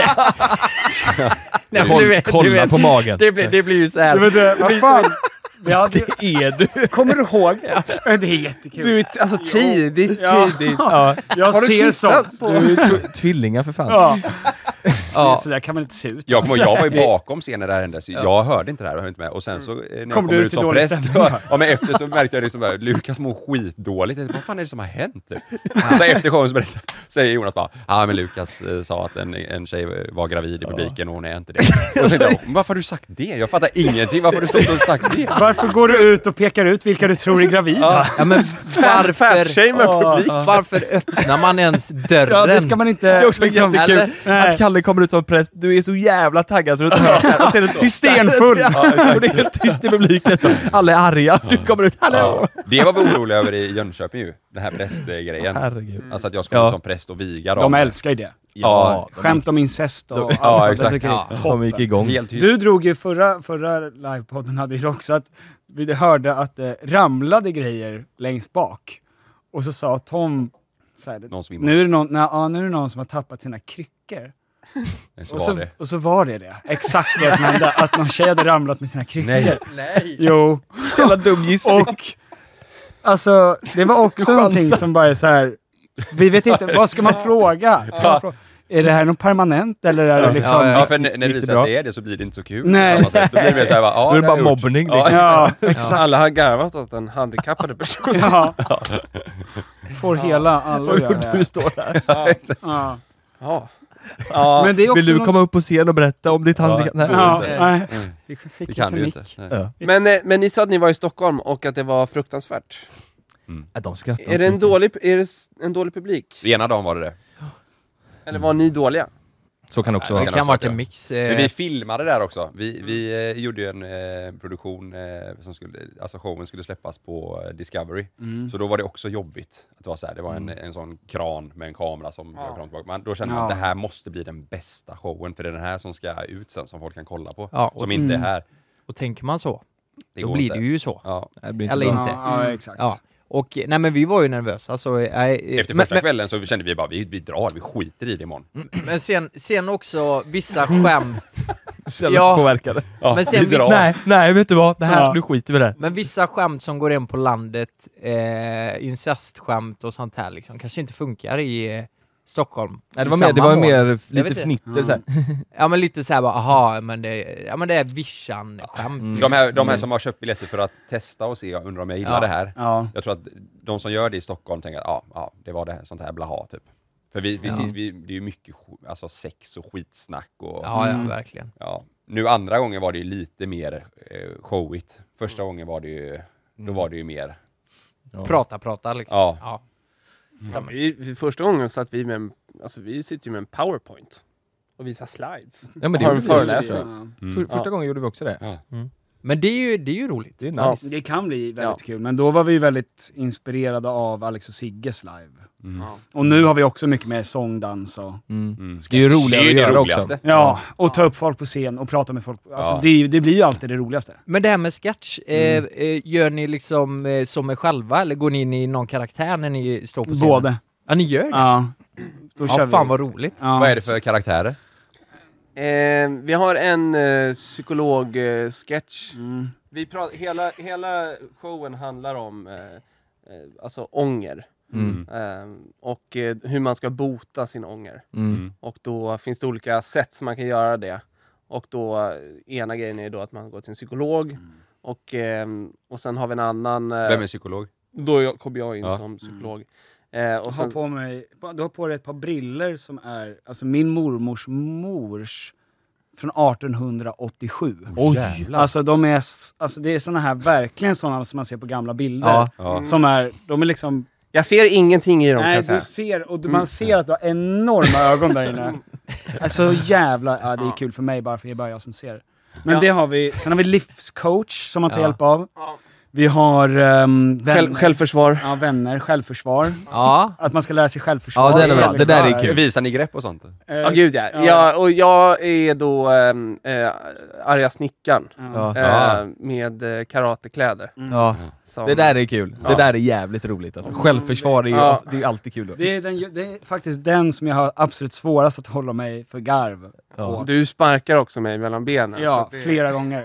Speaker 8: det. Nej,
Speaker 10: Koll,
Speaker 8: du vet,
Speaker 10: kolla
Speaker 8: du vet,
Speaker 10: på magen.
Speaker 8: Det blir, det blir ju så här.
Speaker 6: Du vet, vad fan? Ja,
Speaker 10: det är du.
Speaker 6: Kommer du ihåg? Ja. Det är jättekul.
Speaker 7: Du är alltså tidigt,
Speaker 6: ja.
Speaker 7: tidigt.
Speaker 6: Ja. Jag
Speaker 7: har
Speaker 6: ser sånt.
Speaker 10: På? Du är tw- tvillingar för fan.
Speaker 6: Ja. Ja. Så där kan man inte se ut.
Speaker 9: Jag, kommer, jag var ju bakom scenen när det här hände, så jag hörde inte det här och hörde inte med. Och sen så när jag
Speaker 6: kom
Speaker 9: kom
Speaker 6: ut
Speaker 9: ut som präst, ja, men efter så märkte jag liksom bara, Lukas mår skitdåligt. Vad fan är det som har hänt? Så efter showen så berättar, säger Jonas bara, ja ah, men Lukas eh, sa att en, en tjej var gravid i publiken och hon är inte det. Och så tänkte jag, varför har du sagt det? Jag fattar ingenting, varför har du stått och sagt det?
Speaker 6: Varför går du ut och pekar ut vilka du tror är gravida?
Speaker 8: Ja, men varför,
Speaker 7: med publik.
Speaker 8: varför öppnar man ens dörren?
Speaker 6: Ja, det ska man inte...
Speaker 10: Det är också liksom, jättekul att Kalle kommer ut som präst. Du är så jävla taggad för att höra. Och sen är det tyst
Speaker 6: stenfull.
Speaker 10: Ja, och det är helt tyst i publiken. Så alla är arga. Du kommer ut, hallå!
Speaker 9: Ja. Det var vi oroliga över i Jönköping ju. Den här prästgrejen.
Speaker 10: Herregud.
Speaker 9: Alltså att jag skulle ja. som präst och viga dem.
Speaker 6: De älskar ju det.
Speaker 9: Ja,
Speaker 6: ja, skämt om incest och
Speaker 9: de,
Speaker 6: allt
Speaker 9: ja,
Speaker 6: sånt.
Speaker 9: exakt.
Speaker 6: Ja,
Speaker 10: de gick igång.
Speaker 6: Du drog ju förra, förra livepodden hade ju också att vi hörde att det ramlade grejer längst bak. Och så sa Tom så här, nu, är det någon, nej, ja, nu är det någon som har tappat sina kryckor.
Speaker 9: Så
Speaker 6: och, så,
Speaker 9: var det.
Speaker 6: och så var det det. Exakt det som hände. Att någon tjej hade ramlat med sina kryckor.
Speaker 9: Nej.
Speaker 8: Nej.
Speaker 6: Jo.
Speaker 10: Så jävla dum gissning.
Speaker 6: Och alltså, det var också någonting som bara är så här. Vi vet inte, vad ska man fråga? Ska man fråga? är det här något permanent eller är det liksom...
Speaker 9: Ja, ja för när, när det visar att det är det så blir det inte så kul.
Speaker 6: Nej.
Speaker 9: Då blir det så här, bara, ja,
Speaker 10: då är det bara
Speaker 9: gjort.
Speaker 10: mobbning.
Speaker 6: Ja, ja, exakt.
Speaker 7: Alla har garvat åt en handikappade person.
Speaker 6: Ja. Får hela alla
Speaker 10: Får
Speaker 6: göra
Speaker 10: du
Speaker 6: det.
Speaker 10: står där.
Speaker 6: Ja. Ja.
Speaker 7: Ja. Ja.
Speaker 6: Men det är också
Speaker 10: Vill du
Speaker 6: något...
Speaker 10: komma upp på scen och berätta om ditt handikapp? Nej.
Speaker 6: Ja, nej.
Speaker 9: Mm.
Speaker 6: Vi skickar
Speaker 9: Det kan du
Speaker 6: mick.
Speaker 9: inte. Nej.
Speaker 10: Ja.
Speaker 7: Men, eh, men ni sa att ni var i Stockholm och att det var fruktansvärt.
Speaker 9: Mm.
Speaker 10: Ja, de skrattar
Speaker 7: Är det en dålig, är det s- en dålig publik?
Speaker 9: Ena dagen var det det.
Speaker 7: Eller var ni dåliga?
Speaker 10: Så kan det också
Speaker 9: Nej,
Speaker 10: vara.
Speaker 8: Det kan ha varit
Speaker 9: också
Speaker 8: en
Speaker 9: vara.
Speaker 8: mix.
Speaker 9: Men
Speaker 8: Eh,
Speaker 9: vi filmade där också. Vi, vi eh, gjorde ju en eh, produktion eh, som skulle, alltså showen skulle släppas på eh, Discovery.
Speaker 6: Mm.
Speaker 9: Så då var det också jobbigt. Att det var så här, det var en, en sån kran med en kamera som
Speaker 7: Ja.
Speaker 9: flög fram och tillbaka. Men då kände man
Speaker 6: Ja.
Speaker 9: att det här måste bli den bästa showen. För det är den här som ska ut sen, som folk kan kolla på.
Speaker 8: Ja, och-
Speaker 9: som inte är
Speaker 6: Mm.
Speaker 9: här.
Speaker 8: och tänker man så,
Speaker 9: Det
Speaker 8: då
Speaker 9: går
Speaker 8: blir
Speaker 9: inte.
Speaker 8: det ju så.
Speaker 9: Ja.
Speaker 10: Det blir
Speaker 8: Eller
Speaker 10: bra.
Speaker 8: inte.
Speaker 6: Ja, ja, exakt.
Speaker 8: Ja. Och nej men vi var ju nervösa så... Eh,
Speaker 9: Efter
Speaker 8: men,
Speaker 9: första
Speaker 8: men,
Speaker 9: kvällen så kände vi bara, vi, vi drar, vi skiter i det imorgon.
Speaker 8: men sen, sen också vissa skämt.
Speaker 10: Sällan
Speaker 8: Ja.
Speaker 10: påverkade.
Speaker 9: Ja,
Speaker 8: Men sen
Speaker 9: vi drar.
Speaker 8: vissa-
Speaker 10: Nej, nej, vet du vad? Det här,
Speaker 6: Ja.
Speaker 10: nu skiter vi där.
Speaker 8: Men vissa skämt som går in på landet, eh, incestskämt och sånt här liksom, kanske inte funkar i eh, Stockholm.
Speaker 10: Nej, det
Speaker 8: I
Speaker 10: var mer, det
Speaker 8: samma
Speaker 10: var
Speaker 8: mån.
Speaker 10: mer
Speaker 8: Jag
Speaker 10: lite
Speaker 8: vet inte.
Speaker 10: fnitter så här.
Speaker 8: Ja men lite såhär bara, aha, men det, ja, men det är vischan-skämt.
Speaker 10: Mm.
Speaker 9: De här, de här som har köpt biljetter för att testa och se, jag undrar om jag gillar
Speaker 8: Ja.
Speaker 9: det här.
Speaker 6: Ja.
Speaker 9: Jag tror att de som gör det i Stockholm tänker att ja, ja det var det här, sånt här blaha typ. För vi, vi,
Speaker 8: Ja.
Speaker 9: ser, vi, det är ju mycket sk- alltså sex och skitsnack och
Speaker 8: Ja, ja,
Speaker 6: Mm.
Speaker 8: verkligen.
Speaker 9: ja. Nu andra gången var det ju lite mer eh, showigt. Första gången var det ju, då var det ju mer.
Speaker 8: Prata, prata liksom.
Speaker 9: Ja.
Speaker 8: Ja.
Speaker 7: Ja, vi, första gången satt vi med en, alltså vi sitter ju med en PowerPoint och visar slides.
Speaker 10: Ja, men det
Speaker 7: har en
Speaker 10: gjorde vi.
Speaker 7: föreläsare.
Speaker 6: Ja.
Speaker 10: För, första
Speaker 7: Ja.
Speaker 10: gången gjorde vi också det.
Speaker 9: Ja.
Speaker 8: Men det är ju, det är ju roligt.
Speaker 10: Det är
Speaker 7: Ja.
Speaker 10: nice.
Speaker 6: Det kan bli väldigt
Speaker 7: Ja.
Speaker 6: kul, men då var vi väldigt inspirerade av Alex och Sigges live.
Speaker 9: Mm.
Speaker 7: Ja.
Speaker 6: Och nu har vi också mycket mer sångdans och...
Speaker 10: Mm.
Speaker 9: Mm.
Speaker 10: Det är ju roligare
Speaker 9: Det är ju
Speaker 10: att
Speaker 9: det
Speaker 10: göra
Speaker 9: roligaste.
Speaker 10: också.
Speaker 6: Ja, och ta upp folk på scen och prata med folk. Alltså
Speaker 9: Ja.
Speaker 6: det, det blir ju alltid det roligaste.
Speaker 8: Men det här med sketch, eh, eh, gör ni liksom eh, som er själva eller går ni in i någon karaktär när ni står på scenen?
Speaker 6: Både.
Speaker 8: Ja, ni gör det?
Speaker 6: Ja. Då kör
Speaker 8: Ja,
Speaker 6: vi.
Speaker 8: fan vad roligt.
Speaker 6: Ja.
Speaker 9: Vad är det för karaktärer?
Speaker 7: Eh, vi har en eh, psykolog-sketch.
Speaker 6: Mm.
Speaker 7: Vi pra- hela, hela showen handlar om eh, eh, alltså ånger.
Speaker 10: Mm.
Speaker 7: Eh, och eh, hur man ska bota sin ånger.
Speaker 10: Mm.
Speaker 7: Och då finns det olika sätt som man kan göra det. Och då, eh, ena grejen är då att man går till en psykolog. Och, eh, och sen har vi en annan... Eh,
Speaker 9: Vem är psykolog?
Speaker 7: Då jag- kommer jag in
Speaker 9: Ja.
Speaker 7: som psykolog. Eh,
Speaker 6: Jag
Speaker 7: och
Speaker 6: har
Speaker 7: sen,
Speaker 6: på mig, du har på dig ett par briller som är, alltså min mormors mors från arton åttiosju.
Speaker 10: Oj!
Speaker 6: Alltså de är, s- alltså det är såna här, verkligen såna som man ser på gamla bilder.
Speaker 10: Ja.
Speaker 9: Ja.
Speaker 6: Som är, de är liksom,
Speaker 7: jag ser ingenting i dem kan
Speaker 6: nej
Speaker 7: jag säga.
Speaker 6: du ser, och man ser att du har enorma ögon där inne. Alltså jävla, ja det är kul för mig bara för det är bara jag som ser. Men
Speaker 7: Ja.
Speaker 6: det har vi, sen har vi livscoach som man tar
Speaker 8: Ja.
Speaker 6: hjälp av.
Speaker 7: Ja.
Speaker 6: Vi har um, vänner,
Speaker 7: Själv, självförsvar.
Speaker 6: ja, vänner, självförsvar.
Speaker 8: Ja.
Speaker 6: Att man ska lära sig självförsvar.
Speaker 10: Ja, det är bra. Det där är
Speaker 6: liksom-
Speaker 10: kul.
Speaker 9: Visar ni grepp och sånt?
Speaker 6: Eh,
Speaker 7: Ja, gud ja.
Speaker 6: ja.
Speaker 7: ja. Och jag är då ähm, äh, arga snickaren.
Speaker 10: Ja.
Speaker 7: Äh, med äh, karatekläder.
Speaker 10: Ja.
Speaker 7: Som,
Speaker 10: Det där är kul.
Speaker 9: Ja.
Speaker 10: Det där är jävligt roligt alltså. Självförsvar är ju
Speaker 7: Ja.
Speaker 10: det är ju alltid kul. Då.
Speaker 6: Det är, den, det är faktiskt den som jag har absolut svårast att hålla mig för garv
Speaker 10: Ja.
Speaker 6: åt.
Speaker 7: Du sparkar också mig mellan benen.
Speaker 6: Ja,
Speaker 7: så att det-
Speaker 6: flera gånger.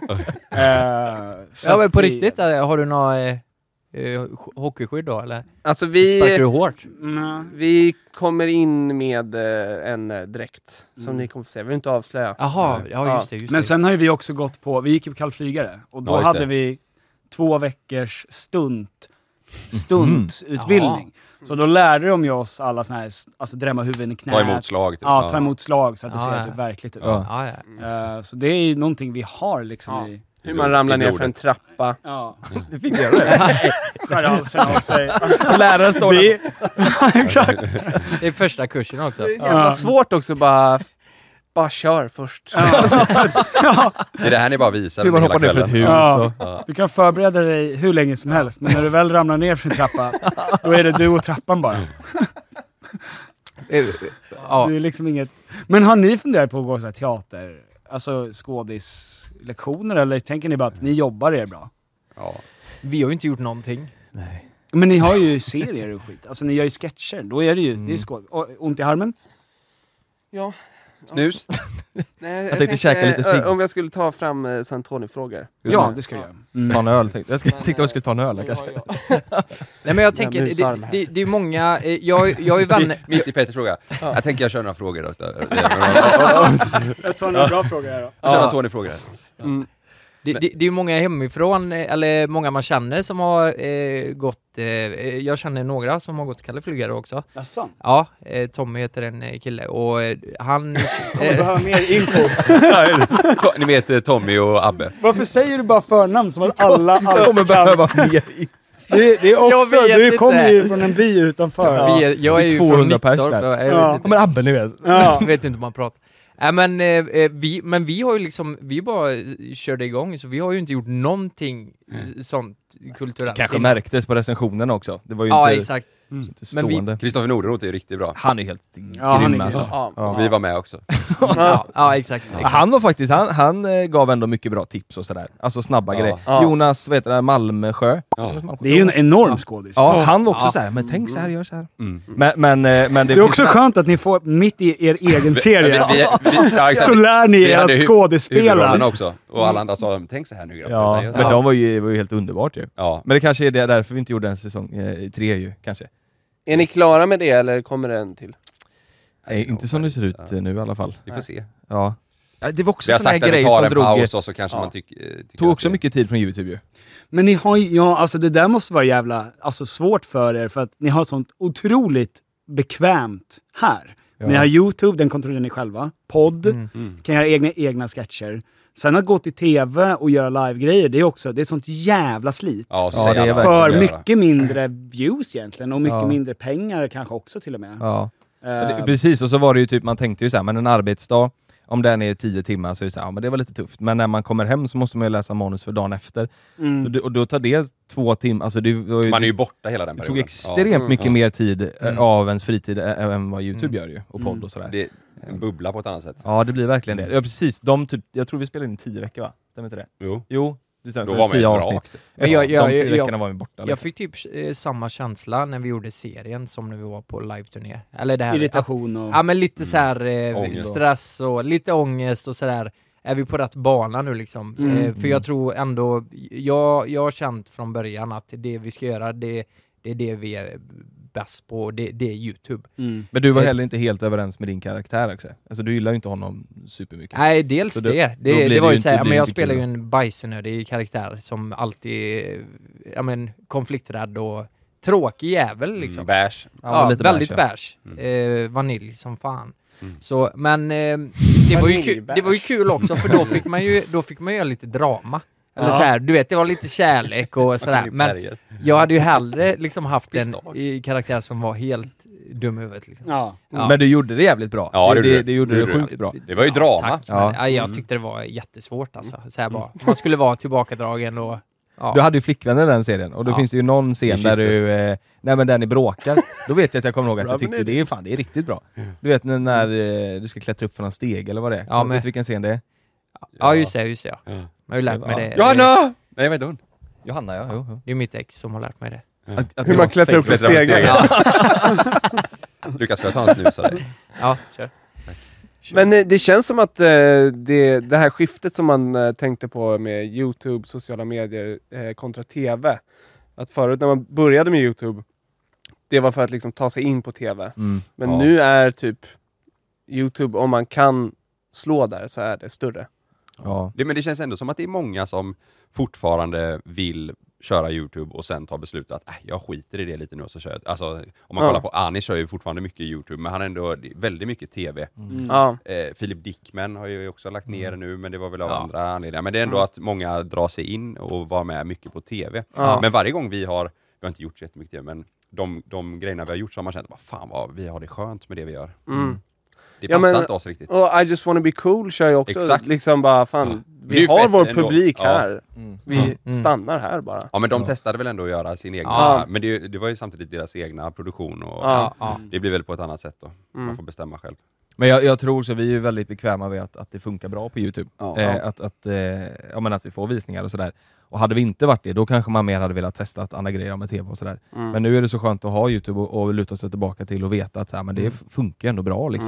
Speaker 6: eh, så
Speaker 8: Ja men
Speaker 6: att
Speaker 8: på
Speaker 6: det-
Speaker 8: riktigt, eh, har du några eh, eh, hockeyskydd då eller?
Speaker 7: Alltså
Speaker 8: Sparkar du
Speaker 7: vi,
Speaker 8: hårt?
Speaker 6: Mm.
Speaker 7: vi kommer in med äh, en äh, dräkt som
Speaker 6: Mm.
Speaker 7: ni kommer få se. Vi vill inte avslöja.
Speaker 8: Jaha, ja just det, just
Speaker 6: Men
Speaker 8: det.
Speaker 6: sen har ju vi också gått på, vi gick ju på kallflygare och då
Speaker 9: Ja, just
Speaker 6: hade
Speaker 9: det.
Speaker 6: vi två veckors stunt, stuntutbildning.
Speaker 8: Mm.
Speaker 6: Så då lärde de ju oss alla såna här, alltså drämma huvudet i knät.
Speaker 9: Ta emot slag, typ.
Speaker 6: Ja,
Speaker 9: Ja.
Speaker 6: ta emot slag så att det
Speaker 8: Ja,
Speaker 6: ser
Speaker 8: ja.
Speaker 6: typ verkligt ut.
Speaker 10: Ja.
Speaker 8: Ja, ja.
Speaker 6: Eh, så det är ju någonting vi har liksom
Speaker 7: Ja.
Speaker 6: i...
Speaker 7: Hur man ramlar
Speaker 9: I
Speaker 7: ner
Speaker 9: blodet.
Speaker 7: för en trappa.
Speaker 6: Ja.
Speaker 10: Det fick jag det.
Speaker 6: Skär halsen av sig.
Speaker 10: Läraren står där.
Speaker 6: Det- Exakt.
Speaker 8: Det är första kursen också.
Speaker 7: Det är jävla svårt också bara... Bara kör först.
Speaker 9: Det är det här ni bara visar
Speaker 10: Hur man
Speaker 9: under
Speaker 10: hoppar ner
Speaker 9: hela
Speaker 10: för ett
Speaker 9: kvällen.
Speaker 10: hus.
Speaker 6: Ja.
Speaker 10: Och...
Speaker 6: Du kan förbereda dig hur länge som helst, men när du väl ramlar ner för en trappa, då är det du och trappan bara.
Speaker 8: Eh, Ja.
Speaker 6: Det är liksom inget... Men har ni funderat på att gå så här teater, alltså skådislektioner, eller tänker ni bara att ni jobbar er bra?
Speaker 9: Ja.
Speaker 8: Vi har ju inte gjort någonting.
Speaker 10: Nej.
Speaker 6: Men ni har ju serier och skit, alltså ni gör ju sketcher, då är det ju, det är skåd... Och, ont i armen?
Speaker 7: Ja.
Speaker 9: Snus?
Speaker 7: Nej, jag,
Speaker 10: jag tänkte käka lite cigg.
Speaker 7: Om jag skulle ta fram uh, Santoni-frågor.
Speaker 6: Ja, det ska jag göra.
Speaker 10: Mm. Ta en öl, tänkte jag. Jag tänkte att jag skulle ta en öl kanske.
Speaker 8: Nej men jag tänker, det, det, det, det är många, jag, jag är vänner...
Speaker 9: Mitt i Petters fråga. Ja. Jag tänker jag kör några frågor då.
Speaker 6: Jag tar några bra frågor här då.
Speaker 9: Jag kör några Tony-frågor här.
Speaker 8: Mm. Det, det, det är ju många hemifrån, eller många man känner som har eh, gått, eh, jag känner några som har gått Kalle Flygare också.
Speaker 6: Jaså?
Speaker 8: Ja, eh, Tommy heter en eh, kille och eh, han...
Speaker 6: Kommer behöva mer info.
Speaker 9: Ni vet eh, Tommy och Abbe.
Speaker 6: Varför säger du bara förnamn som att alla, alla
Speaker 10: kommer behöva mer info?
Speaker 6: Det, det är också, du kommer ju från en by utanför.
Speaker 8: Ja. Vi är, jag är ju från Nittorp. Jag
Speaker 10: ja. Ja, men Abbe, ni vet.
Speaker 8: Ja. Jag vet inte om man pratar. Äh, men, eh, vi, men vi har ju liksom, vi bara körde igång, så vi har ju inte gjort någonting mm. sånt kulturellt.
Speaker 10: Kanske märktes på recensionen också. Det var ju
Speaker 8: ja,
Speaker 10: inte,
Speaker 8: exakt.
Speaker 10: Mm. inte stående.
Speaker 9: Kristoffer Nordenroth är ju riktigt bra.
Speaker 10: Han är helt
Speaker 6: ja,
Speaker 10: grym
Speaker 6: han är,
Speaker 10: alltså.
Speaker 6: ja.
Speaker 9: Ja. Vi var med också.
Speaker 8: ja, ja, exakt, exakt.
Speaker 10: Han var faktiskt, han, han eh, gav ändå mycket bra tips och sådär. Alltså snabba
Speaker 9: ja.
Speaker 10: grejer.
Speaker 9: Ja.
Speaker 10: Jonas, vet du, Malmsjö.
Speaker 9: Ja.
Speaker 6: Det är ju en enorm skådis.
Speaker 10: Ja, ja, han var också
Speaker 6: ja.
Speaker 10: såhär, men tänk så här, gör så här.
Speaker 9: Mm.
Speaker 10: Men, men, men det,
Speaker 6: det är också skönt att ni får, mitt i er egen serie,
Speaker 9: vi, vi, vi, ja,
Speaker 6: så lär ni er att skådespela.
Speaker 9: Också. Och alla andra sa, tänk så här nu grabbar.
Speaker 10: Ja, men de var ju, var ju helt underbart ju.
Speaker 9: Ja.
Speaker 10: Men det kanske är det därför vi inte gjorde en säsong eh, tre ju, kanske.
Speaker 7: Är ni klara med det eller kommer det en till?
Speaker 10: Nej, inte som det ser ut ja. nu i alla fall.
Speaker 9: Vi får se.
Speaker 10: Ja. Ja, det var också
Speaker 9: sån här grej som drog... Paus och så kanske
Speaker 10: ja.
Speaker 9: man tyck, tycker
Speaker 10: tog också
Speaker 9: det...
Speaker 10: mycket tid från YouTube ju.
Speaker 6: Men ni har ju, ja alltså det där måste vara jävla alltså, svårt för er, för att ni har sånt otroligt bekvämt här. Ja. Ni har YouTube, den kontrollerar ni själva. Podd, mm. Mm. kan göra egna, egna sketcher. Sen att gå till tv och göra live-grejer, det är också det är sånt jävla slit.
Speaker 9: Ja,
Speaker 10: ja, det är
Speaker 6: för mycket mindre views egentligen, och mycket
Speaker 10: ja.
Speaker 6: mindre pengar kanske också till och med.
Speaker 10: Ja. Uh, det, precis, och så var det ju typ, man tänkte ju så här, men en arbetsdag, om den är tio timmar så är det så här, ja men det var lite tufft. Men när man kommer hem så måste man ju läsa manus för dagen efter. Mm. Och, då, och då tar det två timmar, alltså det var ju,
Speaker 9: man är ju borta hela den
Speaker 10: perioden.
Speaker 9: perioden.
Speaker 10: Det tog extremt ja. mycket ja. mer tid mm. av ens fritid än vad YouTube mm. gör ju, och podd mm. och sådär.
Speaker 9: Det är en bubbla på ett annat sätt.
Speaker 10: Ja, det blir verkligen det. Ja precis, de typ, jag tror vi spelade in tio veckor va? Stämmer inte det?
Speaker 9: Jo.
Speaker 10: Jo. Det
Speaker 9: då var man ju bra.
Speaker 10: Men jag, jag, jag, jag, var vi borta,
Speaker 8: jag fick typ eh, samma känsla när vi gjorde serien som när vi var på live-turné. Eller det här,
Speaker 6: irritation och...
Speaker 8: Att, ja men lite så här eh, stress och lite ångest och sådär. Är vi på rätt bana nu liksom? Mm. Eh, för jag tror ändå, jag, jag har känt från början att det vi ska göra, det, det är det vi är bäst på, det, det är YouTube.
Speaker 10: Mm. Men du var heller inte helt överens med din karaktär också. Alltså du gillar ju inte honom supermycket.
Speaker 8: Nej, dels det. Det, det, det var ju såhär, men jag spelar ju en bajsenödig karaktär som alltid, ja men, konflikträdd och tråkig jävel liksom.
Speaker 9: Mm, bärs.
Speaker 8: Ja,
Speaker 10: lite
Speaker 8: väldigt
Speaker 10: bärs.
Speaker 8: bärs. Mm. Eh, vanilj som fan. Mm. Så, men eh, det, var ju kul, det var ju kul också, för då fick man ju, då fick man göra lite drama. Eller ja. så här, du vet, det var lite kärlek och sådär. Men jag hade ju hellre liksom haft en i karaktär som var helt dum i huvudet liksom.
Speaker 6: Ja.
Speaker 8: Ja.
Speaker 10: Men du gjorde det jävligt bra.
Speaker 9: Ja,
Speaker 10: det,
Speaker 9: det,
Speaker 10: det, det gjorde det, det sjukt bra.
Speaker 9: Det var ju
Speaker 8: ja,
Speaker 9: drama.
Speaker 8: Tack,
Speaker 10: ja.
Speaker 8: Men, ja, jag tyckte det var jättesvårt alltså. Så här bara, man skulle vara tillbakadragen och... Ja.
Speaker 10: Du hade ju flickvänner i den serien, och då
Speaker 8: ja.
Speaker 10: finns det ju någon scen där du, eh, nej men där ni bråkar, då vet jag att jag kommer ihåg att jag tyckte det är fan, det är riktigt bra. Du vet när, när eh, du ska klättra upp för en steg eller vad det är.
Speaker 8: Ja, men...
Speaker 10: Vet du vilken scen det är?
Speaker 8: Ja, just det, just det. Ja. Ja. Jag har ju lärt mig det.
Speaker 9: Johanna! Nej, vad är hon?
Speaker 10: Johanna, ja. Jo, jo.
Speaker 8: Det är mitt ex som har lärt mig det.
Speaker 10: Ja. Att, att
Speaker 7: hur man klättrar upp för stegar. Ja.
Speaker 9: Lukas, får jag ta en snus av dig?
Speaker 8: Ja, kör.
Speaker 7: Men det känns som att eh, det, det här skiftet som man eh, tänkte på med YouTube, sociala medier eh, kontra tv. Att förut när man började med YouTube, det var för att liksom ta sig in på tv.
Speaker 10: Mm.
Speaker 7: Men
Speaker 10: ja.
Speaker 7: nu är typ YouTube, om man kan slå där så är det större.
Speaker 10: Ja.
Speaker 9: Det, men det känns ändå som att det är många som fortfarande vill köra YouTube och sen ta beslutet att äh, jag skiter i det lite nu och så kör jag. Alltså, om man ja. kollar på Anis kör ju fortfarande mycket YouTube, men han har ändå väldigt mycket tv.
Speaker 7: Mm. Ja.
Speaker 9: Eh, Philip Dickman har ju också lagt ner
Speaker 10: mm.
Speaker 9: nu, men det var väl av
Speaker 10: ja.
Speaker 9: andra anledningar. Men det är ändå mm. att många drar sig in och var med mycket på tv.
Speaker 7: Ja.
Speaker 9: Men varje gång vi har, vi har inte gjort så jättemycket tv, men de, de grejerna vi har gjort så har man känt, vad fan vad vi har det skönt med det vi gör.
Speaker 7: Mm.
Speaker 9: Det passar ja, men, inte oss riktigt.
Speaker 7: Och I just wanna be cool kör ju också.
Speaker 9: Exakt.
Speaker 7: Liksom bara, fan,
Speaker 9: ja.
Speaker 7: vi har vår
Speaker 9: ändå.
Speaker 7: publik
Speaker 9: ja.
Speaker 7: här.
Speaker 10: Mm.
Speaker 7: Vi mm. stannar här bara.
Speaker 9: Ja, men de
Speaker 10: ja.
Speaker 9: testade väl ändå att göra sin egna.
Speaker 7: Ja.
Speaker 9: Men det, det var ju samtidigt deras egna produktion. Och
Speaker 7: ja.
Speaker 9: Ja, det blir väl på ett annat sätt då.
Speaker 7: Mm.
Speaker 9: Man får bestämma själv.
Speaker 10: Men jag, jag tror så, vi är ju väldigt bekväma med att, att det funkar bra på YouTube.
Speaker 9: Ja.
Speaker 10: Eh, att, att, eh, jag menar att vi får visningar och sådär. Och hade vi inte varit det, då kanske man mer hade velat testa att andra grejer med tv och sådär. Mm. Men nu är det så skönt att ha YouTube och, och luta sig tillbaka till och veta att så här, men det mm. funkar ändå bra liksom.
Speaker 9: Mm.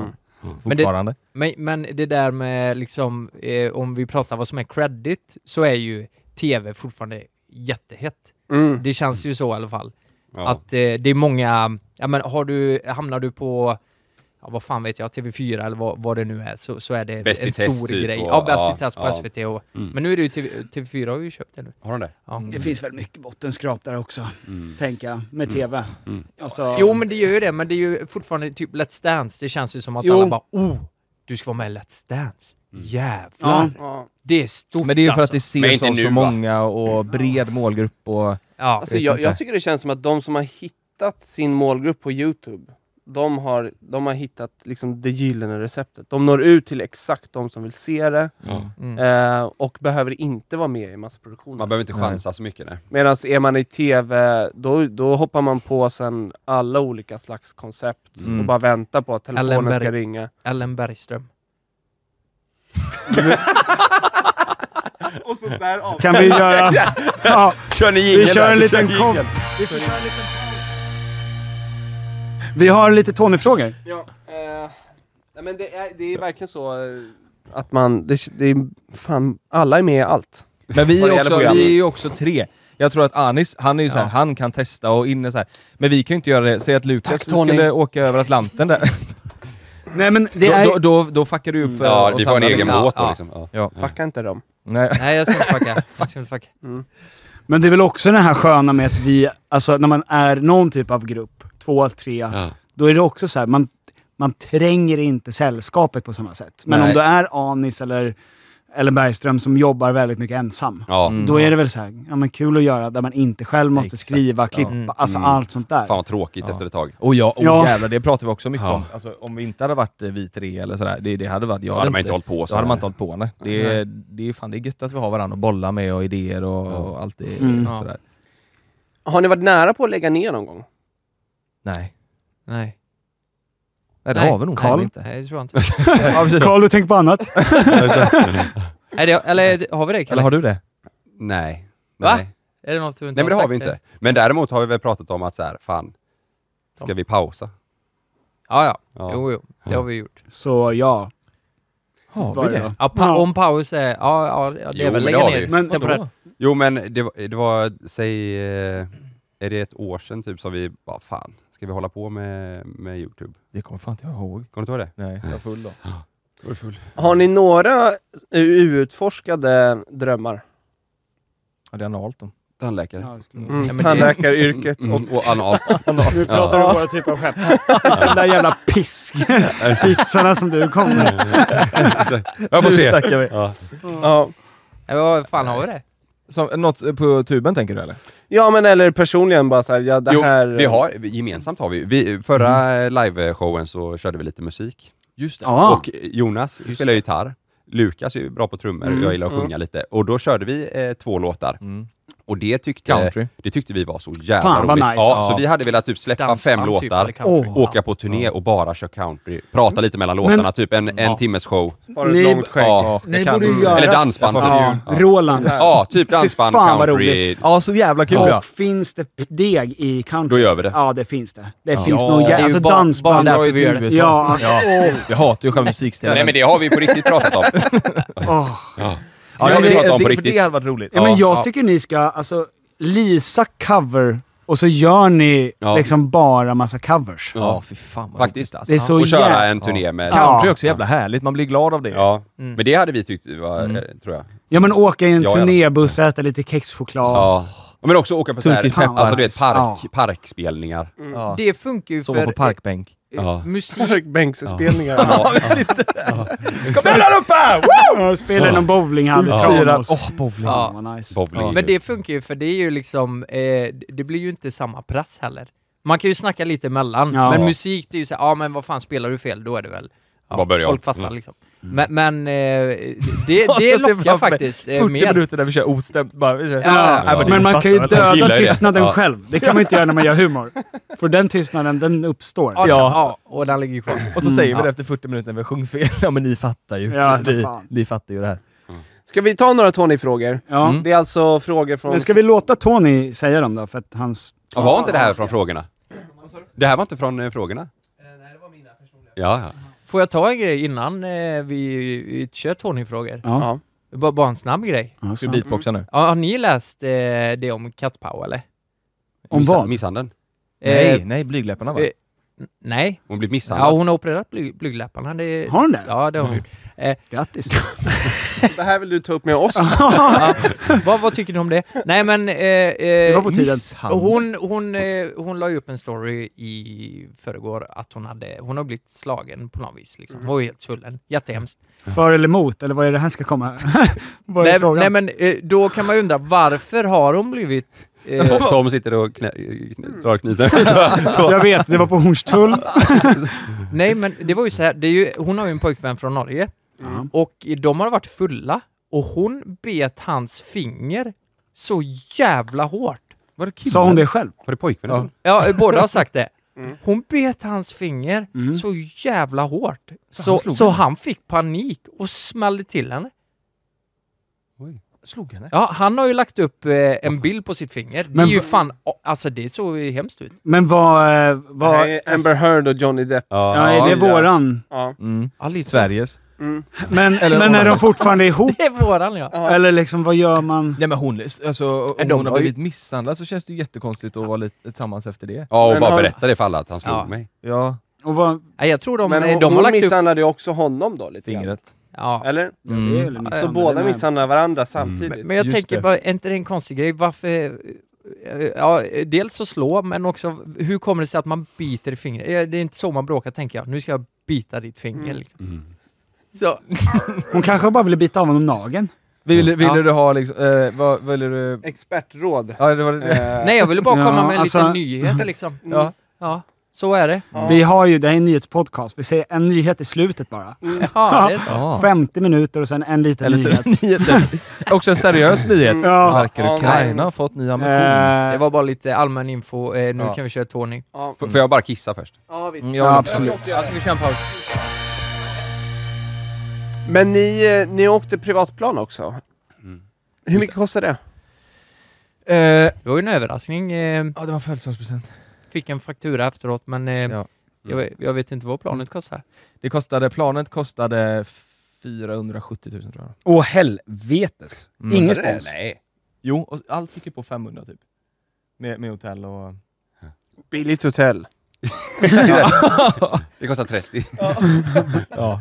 Speaker 10: fortfarande.
Speaker 8: Men, det, men, men det där med liksom, eh, om vi pratar vad som är credit, så är ju tv fortfarande jättehett. Mm. Det känns ju så i alla fall. Ja. Att eh, det är många, ja men har du, hamnar du på, ja, vad fan vet jag, T V fyra eller vad, vad det nu är, så, så är det
Speaker 9: bäst
Speaker 8: en stor
Speaker 9: typ
Speaker 8: grej.
Speaker 9: Och,
Speaker 8: ja, bäst
Speaker 9: ja,
Speaker 8: i test på
Speaker 9: ja.
Speaker 8: S V T. Och,
Speaker 9: mm.
Speaker 8: Men nu är det ju T V, T V fyra har ju köpt det nu.
Speaker 9: Har de det?
Speaker 8: Ja.
Speaker 6: Det finns väl mycket bottenskrap där också, mm. tänker jag, med tv.
Speaker 9: Mm.
Speaker 6: Alltså...
Speaker 8: Jo, men det gör ju det, men det är ju fortfarande typ Let's Dance. Det känns ju som att
Speaker 6: jo.
Speaker 8: alla bara, oh, du ska vara med i Let's Dance. Mm. Jävlar.
Speaker 6: Ja.
Speaker 8: Det är stort.
Speaker 10: Men det är ju för
Speaker 8: alltså.
Speaker 10: att det ses som så många och bred målgrupp och...
Speaker 8: Ja.
Speaker 7: Alltså, jag, jag tycker det känns som att de som har hittat sin målgrupp på YouTube, de har, de har hittat liksom det gyllene receptet. De når ut till exakt de som vill se det. Mm. Eh, och behöver inte vara med i massaproduktionen.
Speaker 9: Man behöver inte chansa nej. så mycket.
Speaker 7: Medan är man i tv, då, då hoppar man på sen alla olika slags koncept mm. och bara väntar på att telefonen Ellen ska Berg- ringa.
Speaker 8: Ellen Bergström.
Speaker 7: Och så där av.
Speaker 6: Kan vi göra... ja,
Speaker 9: kör ni
Speaker 6: vi kör en liten kom... Vi får köra en liten... Vi har lite Tony-frågor.
Speaker 7: Ja, eh, nej men det är, det är verkligen så att man, det, det är fan, alla är med i allt.
Speaker 10: Men vi är, också, vi är ju också tre. Jag tror att Anis, han är ju ja. så här, han kan testa och inne så här. Men vi kan ju inte göra det. Säg att Lukas skulle åka över Atlanten där.
Speaker 6: Nej men det
Speaker 10: då,
Speaker 6: är...
Speaker 10: Då, då, då fuckar du upp för...
Speaker 9: Ja, vi får en egen
Speaker 10: liksom.
Speaker 9: båt
Speaker 10: ja.
Speaker 9: liksom. Ja.
Speaker 10: Ja.
Speaker 7: Fucka inte dem.
Speaker 10: Nej.
Speaker 8: Nej, jag ska inte fucka. Jag ska inte fucka.
Speaker 6: Mm. Men det är väl också den här sköna med att vi, alltså när man är någon typ av grupp, två, tre, ja. då är det också så här, man, man tränger inte sällskapet på samma sätt. Men Nej. om du är Anis eller Ellen Bergström som jobbar väldigt mycket ensam,
Speaker 9: ja. mm.
Speaker 6: då är det väl så här, ja men kul att göra där man inte själv måste Exakt. skriva, klippa, mm. alltså mm. allt sånt där.
Speaker 9: Fan vad tråkigt ja. efter ett tag.
Speaker 10: Och ja, och
Speaker 6: ja.
Speaker 10: jävlar, det pratar vi också mycket
Speaker 9: ja.
Speaker 10: om. Alltså, om vi inte hade varit vi tre eller sådär, det, det hade varit... Jag
Speaker 9: då hade man
Speaker 10: inte
Speaker 9: hållit på.
Speaker 10: Då hade man inte hållit på, nej. Det är, det är fan, det är gött att vi har varandra och bolla med och idéer och, ja. och allt det mm. och sådär.
Speaker 7: Har ni varit nära på att lägga ner någon gång?
Speaker 10: Nej.
Speaker 8: Nej.
Speaker 10: Nej, det Nej. har vi nog
Speaker 6: Carl?
Speaker 8: inte. Nej, det tror jag inte.
Speaker 6: Carl, du tänker på annat?
Speaker 8: är det, eller har vi det?
Speaker 10: Eller har du det?
Speaker 9: Nej.
Speaker 8: Va?
Speaker 9: Nej.
Speaker 8: Är det något du inte
Speaker 9: Nej, men det har vi
Speaker 8: det?
Speaker 9: inte. Men däremot har vi väl pratat om att så här, fan, ska vi pausa?
Speaker 8: Ja, ja.
Speaker 9: ja.
Speaker 8: Jo, jo. Det
Speaker 9: ja.
Speaker 8: har vi gjort.
Speaker 6: Så ja.
Speaker 10: Har vi det?
Speaker 8: Ja, pa- ja. Om paus är... Ja, ja det är
Speaker 9: jo,
Speaker 8: väl
Speaker 9: lägga ner.
Speaker 6: Men,
Speaker 9: jo, men det var, det var säg, är det ett år sedan typ så vi bara, fan, ska vi hålla på med, med YouTube?
Speaker 10: Det kommer fan inte jag ihåg.
Speaker 9: Kommer du inte ihåg det?
Speaker 10: Nej, jag är full då.
Speaker 9: Jag är full.
Speaker 7: Har ni några utforskade drömmar?
Speaker 10: Ja, det är analt då.
Speaker 9: Tandläkare.
Speaker 7: Ja, mm. mm. Tandläkaryrket
Speaker 9: mm. och, och analt.
Speaker 6: Nu pratar du om våra typer av skepp. Den där jävla pisk. Pizzarna som du kom med.
Speaker 9: Jag får se.
Speaker 10: Vi.
Speaker 7: Ja. Ja.
Speaker 8: Ja, vad fan har vi det?
Speaker 10: Som, något på tuben tänker du eller?
Speaker 7: Ja, men eller personligen bara så här, ja, det
Speaker 9: jo,
Speaker 7: här...
Speaker 9: vi har, gemensamt har vi. vi förra mm. live-showen så körde vi lite musik.
Speaker 10: Just det.
Speaker 9: Ah. Och Jonas Just spelar gitarr. Lukas är ju bra på trummor,
Speaker 7: mm.
Speaker 9: jag gillar att sjunga mm. lite. Och då körde vi eh, två låtar. Mm. Och det tyckte, det tyckte vi var så jävla
Speaker 6: Fan,
Speaker 9: roligt.
Speaker 6: Nice.
Speaker 9: Ja, så vi hade velat typ släppa Dans, fem låtar, typ, oh. åka på turné och bara köra country. Prata lite mellan låtarna, men, typ en, en ja. timmes show.
Speaker 7: Ni,
Speaker 9: ja,
Speaker 6: ni borde ju göra...
Speaker 9: Eller dansband.
Speaker 6: Ja, ja. Rolands.
Speaker 9: Ja, typ dansband, country.
Speaker 10: Ja, så jävla kul.
Speaker 6: Och
Speaker 10: ja.
Speaker 6: finns det deg i country?
Speaker 9: Då gör vi det.
Speaker 6: Ja, det finns det. Det
Speaker 10: ja.
Speaker 6: finns
Speaker 10: ja.
Speaker 6: nog jävla... Alltså
Speaker 8: bara,
Speaker 6: dansband.
Speaker 8: Bara vi gör det.
Speaker 6: Ja, alltså,
Speaker 10: ja. Oh. Jag hatar ju själva musikställen.
Speaker 9: Nej, men det har vi på riktigt pratat om.
Speaker 6: oh.
Speaker 9: Ja.
Speaker 10: Ja,
Speaker 9: det har vi pratat om på
Speaker 10: det,
Speaker 9: riktigt.
Speaker 10: Det hade varit roligt.
Speaker 6: Ja, men jag
Speaker 10: ja.
Speaker 6: tycker ni ska... Alltså, Lisa cover och så gör ni ja. liksom bara massa covers.
Speaker 10: Ja, fy fan.
Speaker 9: Faktiskt.
Speaker 6: Alltså. Det är så
Speaker 9: och köra
Speaker 6: jävla...
Speaker 9: en turné med...
Speaker 10: Country är också jävla härligt, man blir glad av det.
Speaker 9: Ja, mm. men det hade vi tyckt var, mm. tror jag.
Speaker 6: Ja, men åka i en
Speaker 9: ja,
Speaker 6: turnébuss och äta lite kexchoklad.
Speaker 9: Ja. Men också åka på så här,
Speaker 6: fan,
Speaker 9: alltså du vet, park,
Speaker 6: ja.
Speaker 9: parkspelningar.
Speaker 8: Mm. Ja. Det funkar ju
Speaker 10: Sova
Speaker 8: för...
Speaker 10: på parkbänk.
Speaker 8: Ja. Musik...
Speaker 7: Parkbänksspelningar.
Speaker 10: Ja, vi sitter där. Kom igen där uppe!
Speaker 6: Ja, spelar någon bowlinghall i Tranås.
Speaker 10: Åh, bowling.
Speaker 6: Ja, vad nice.
Speaker 9: Bowling.
Speaker 8: Ja. Men det funkar ju, för det är ju liksom... Eh, det blir ju inte samma press heller. Man kan ju snacka lite emellan. Ja. Men musik, det är ju så här, ja men vad fan, spelar du fel, då är det väl... Ja, folk fattar mm. liksom. Men, men eh, det, det lockar faktiskt eh,
Speaker 10: fyrtio
Speaker 8: mer.
Speaker 10: minuter där vi kör ostämt bara. Vi kör.
Speaker 6: Ja, ja, ja. Men, men man kan ju döda tystnaden ja. själv. Det kan man inte göra när man gör humor. För den tystnaden, den uppstår.
Speaker 8: Ja, ja. Och den ligger kvar.
Speaker 10: Och så säger vi
Speaker 8: mm.
Speaker 10: det efter fyrtio minuter när vi sjunger fel. Ja, men ni fattar ju.
Speaker 6: Ja,
Speaker 10: ni, ni fattar ju det här.
Speaker 7: Mm. Ska vi ta några Tony-frågor?
Speaker 6: Ja. Mm.
Speaker 7: Det är alltså frågor från...
Speaker 6: Men ska vi låta Tony säga dem då? För att hans...
Speaker 9: Ja, var inte det här från frågorna? Det här var inte från eh, frågorna?
Speaker 8: Nej, det var mina personliga.
Speaker 9: Ja, ja.
Speaker 8: får jag ta en grej innan eh, vi, vi kör Tony-frågor?
Speaker 6: Ja.
Speaker 8: Bara, bara en snabb grej.
Speaker 10: Ja, ska beatboxa nu?
Speaker 8: Ja, har ni läst eh, det om kattpau eller?
Speaker 6: Om
Speaker 9: Miss-
Speaker 6: vad?
Speaker 9: Misshandeln?
Speaker 10: Nej,
Speaker 8: Eh,
Speaker 10: nej, blygdläpparna va?
Speaker 8: eh, nej.
Speaker 9: Hon blir misshandlad.
Speaker 8: Ja, hon har opererat bly- blygdläpparna. Det,
Speaker 6: Har hon det?
Speaker 8: Ja, det har hon gjort. Eh,
Speaker 6: Grattis.
Speaker 7: Det här vill du ta upp med oss.
Speaker 8: ja, vad, vad tycker ni om det? Nej men eh, eh,
Speaker 6: var på tiden.
Speaker 8: hon, hon, eh, hon la ju upp en story i förrgår att hon hade hon har blivit slagen på något vis liksom. Hon var ju helt svullen. Jättehemskt.
Speaker 6: För eller emot, eller vad är det här ska komma? Vad är
Speaker 8: Nej,
Speaker 6: frågan?
Speaker 8: nej men eh, då kan man ju undra varför har hon blivit eh,
Speaker 9: Tom, Tom sitter och knä, knä, drar knyten.
Speaker 6: Jag vet, det var på Hornstull.
Speaker 8: nej men det var ju så här, det är ju, hon har ju en pojkvän från Norge.
Speaker 6: Mm.
Speaker 8: Och de har varit fulla och hon bet hans finger så jävla hårt.
Speaker 10: Var det killen?
Speaker 6: Sa hon det själv?
Speaker 9: Var det pojkvännen?
Speaker 8: Ja, båda har sagt det. Hon bet hans finger
Speaker 6: Mm.
Speaker 8: så jävla hårt.
Speaker 10: Så
Speaker 8: Så,
Speaker 10: han
Speaker 8: så,
Speaker 10: slog henne?
Speaker 8: han fick panik och smällde till henne.
Speaker 10: Slog henne?
Speaker 8: Ja, han har ju lagt upp eh, en bild på sitt finger. Det
Speaker 6: Men
Speaker 8: är ju
Speaker 6: va-
Speaker 8: fan, alltså det såg ju hemskt ut.
Speaker 6: Men vad... eh, vad
Speaker 7: Det är Amber Heard och Johnny Depp.
Speaker 6: ja, är det våran?
Speaker 7: Ja.
Speaker 10: Mm.
Speaker 8: Ja, lite.
Speaker 10: Sveriges.
Speaker 7: Mm.
Speaker 6: Men,
Speaker 10: Eller
Speaker 6: men är
Speaker 10: hon-
Speaker 6: de fortfarande ihop?
Speaker 8: Det är våran, ja.
Speaker 6: Eller liksom, vad gör man?
Speaker 10: Nej men hon, alltså om
Speaker 8: Men de
Speaker 10: hon har
Speaker 8: har ju-
Speaker 10: blivit misshandlad så känns det ju jättekonstigt att vara lite tillsammans efter det.
Speaker 9: Ja, och
Speaker 7: Men
Speaker 9: bara
Speaker 7: har-
Speaker 9: berätta det för alla att han slog
Speaker 8: Ja.
Speaker 9: mig.
Speaker 10: Ja,
Speaker 6: Och vad...
Speaker 8: Nej, jag tror de,
Speaker 7: Men hon,
Speaker 8: de har
Speaker 7: hon
Speaker 8: lagt upp...
Speaker 7: misshandlade ju också honom då lite grann.
Speaker 10: fingret.
Speaker 8: Ja.
Speaker 7: Eller?
Speaker 6: Ja, det är väl
Speaker 7: Så
Speaker 6: misshandel,
Speaker 7: båda
Speaker 6: den här-
Speaker 7: misshandlar varandra samtidigt.
Speaker 8: Men, men jag
Speaker 10: Just
Speaker 8: tänker
Speaker 10: det.
Speaker 8: bara, är inte det en konstig grej? Varför... eh, Ja, dels så slå, men också hur kommer det sig att man biter i fingret? Eh, Det är inte så man bråkar, tänker jag. Nu ska jag bita ditt finger, liksom.
Speaker 9: Mm.
Speaker 8: Så.
Speaker 6: Hon kanske bara ville bita av honom nageln.
Speaker 10: Ville, ville
Speaker 8: Ja.
Speaker 10: du ha liksom, eh, vad ville du...
Speaker 7: Expertråd.
Speaker 10: Ja, det var det.
Speaker 7: Eh,
Speaker 8: Nej, jag ville bara komma
Speaker 6: Ja,
Speaker 8: med en
Speaker 6: alltså-
Speaker 8: liten nyhet, liksom.
Speaker 10: Ja.
Speaker 8: Ja, så är det.
Speaker 7: Ja.
Speaker 6: Vi har ju, det här är en nyhetspodcast, vi säger en nyhet i slutet bara.
Speaker 8: Ja, det är så.
Speaker 10: Ja.
Speaker 6: femtio minuter och sen en liten
Speaker 10: En
Speaker 6: nyhet.
Speaker 10: liten nyhet. Också en seriös nyhet.
Speaker 6: Ja.
Speaker 10: Verkar
Speaker 7: Ja,
Speaker 10: Ukraina
Speaker 7: nej.
Speaker 10: har fått ny ammunition.
Speaker 8: Det
Speaker 6: Eh,
Speaker 8: var bara lite allmän info. Eh, nu
Speaker 10: Ja.
Speaker 8: kan vi köra Tony.
Speaker 7: Ja.
Speaker 9: F- Får jag bara kissa först?
Speaker 7: Ja, visst.
Speaker 10: Mm,
Speaker 6: ja,
Speaker 10: jag-
Speaker 6: absolut.
Speaker 8: Alltså, vi kör en paus.
Speaker 7: Men ni, eh, ni åkte privatplan också.
Speaker 9: Mm.
Speaker 7: Hur mycket kostar det?
Speaker 10: Eh,
Speaker 8: Det var ju en överraskning. Eh,
Speaker 10: ja, det var födelsedagspresent.
Speaker 8: fick en faktura efteråt, men eh,
Speaker 10: Ja.
Speaker 8: jag, jag vet inte vad planet kostar.
Speaker 10: Det kostade, planet kostade fyrahundrasjuttio tusen tror jag.
Speaker 6: Åh helvetes.
Speaker 10: Mm.
Speaker 6: Ingen
Speaker 9: Är det det?
Speaker 6: spons.
Speaker 9: Nej.
Speaker 10: Jo, och allt gick ju på femhundra typ. Med, med hotell och...
Speaker 7: Billigt hotell.
Speaker 9: Det kostar trettio.
Speaker 10: Ja.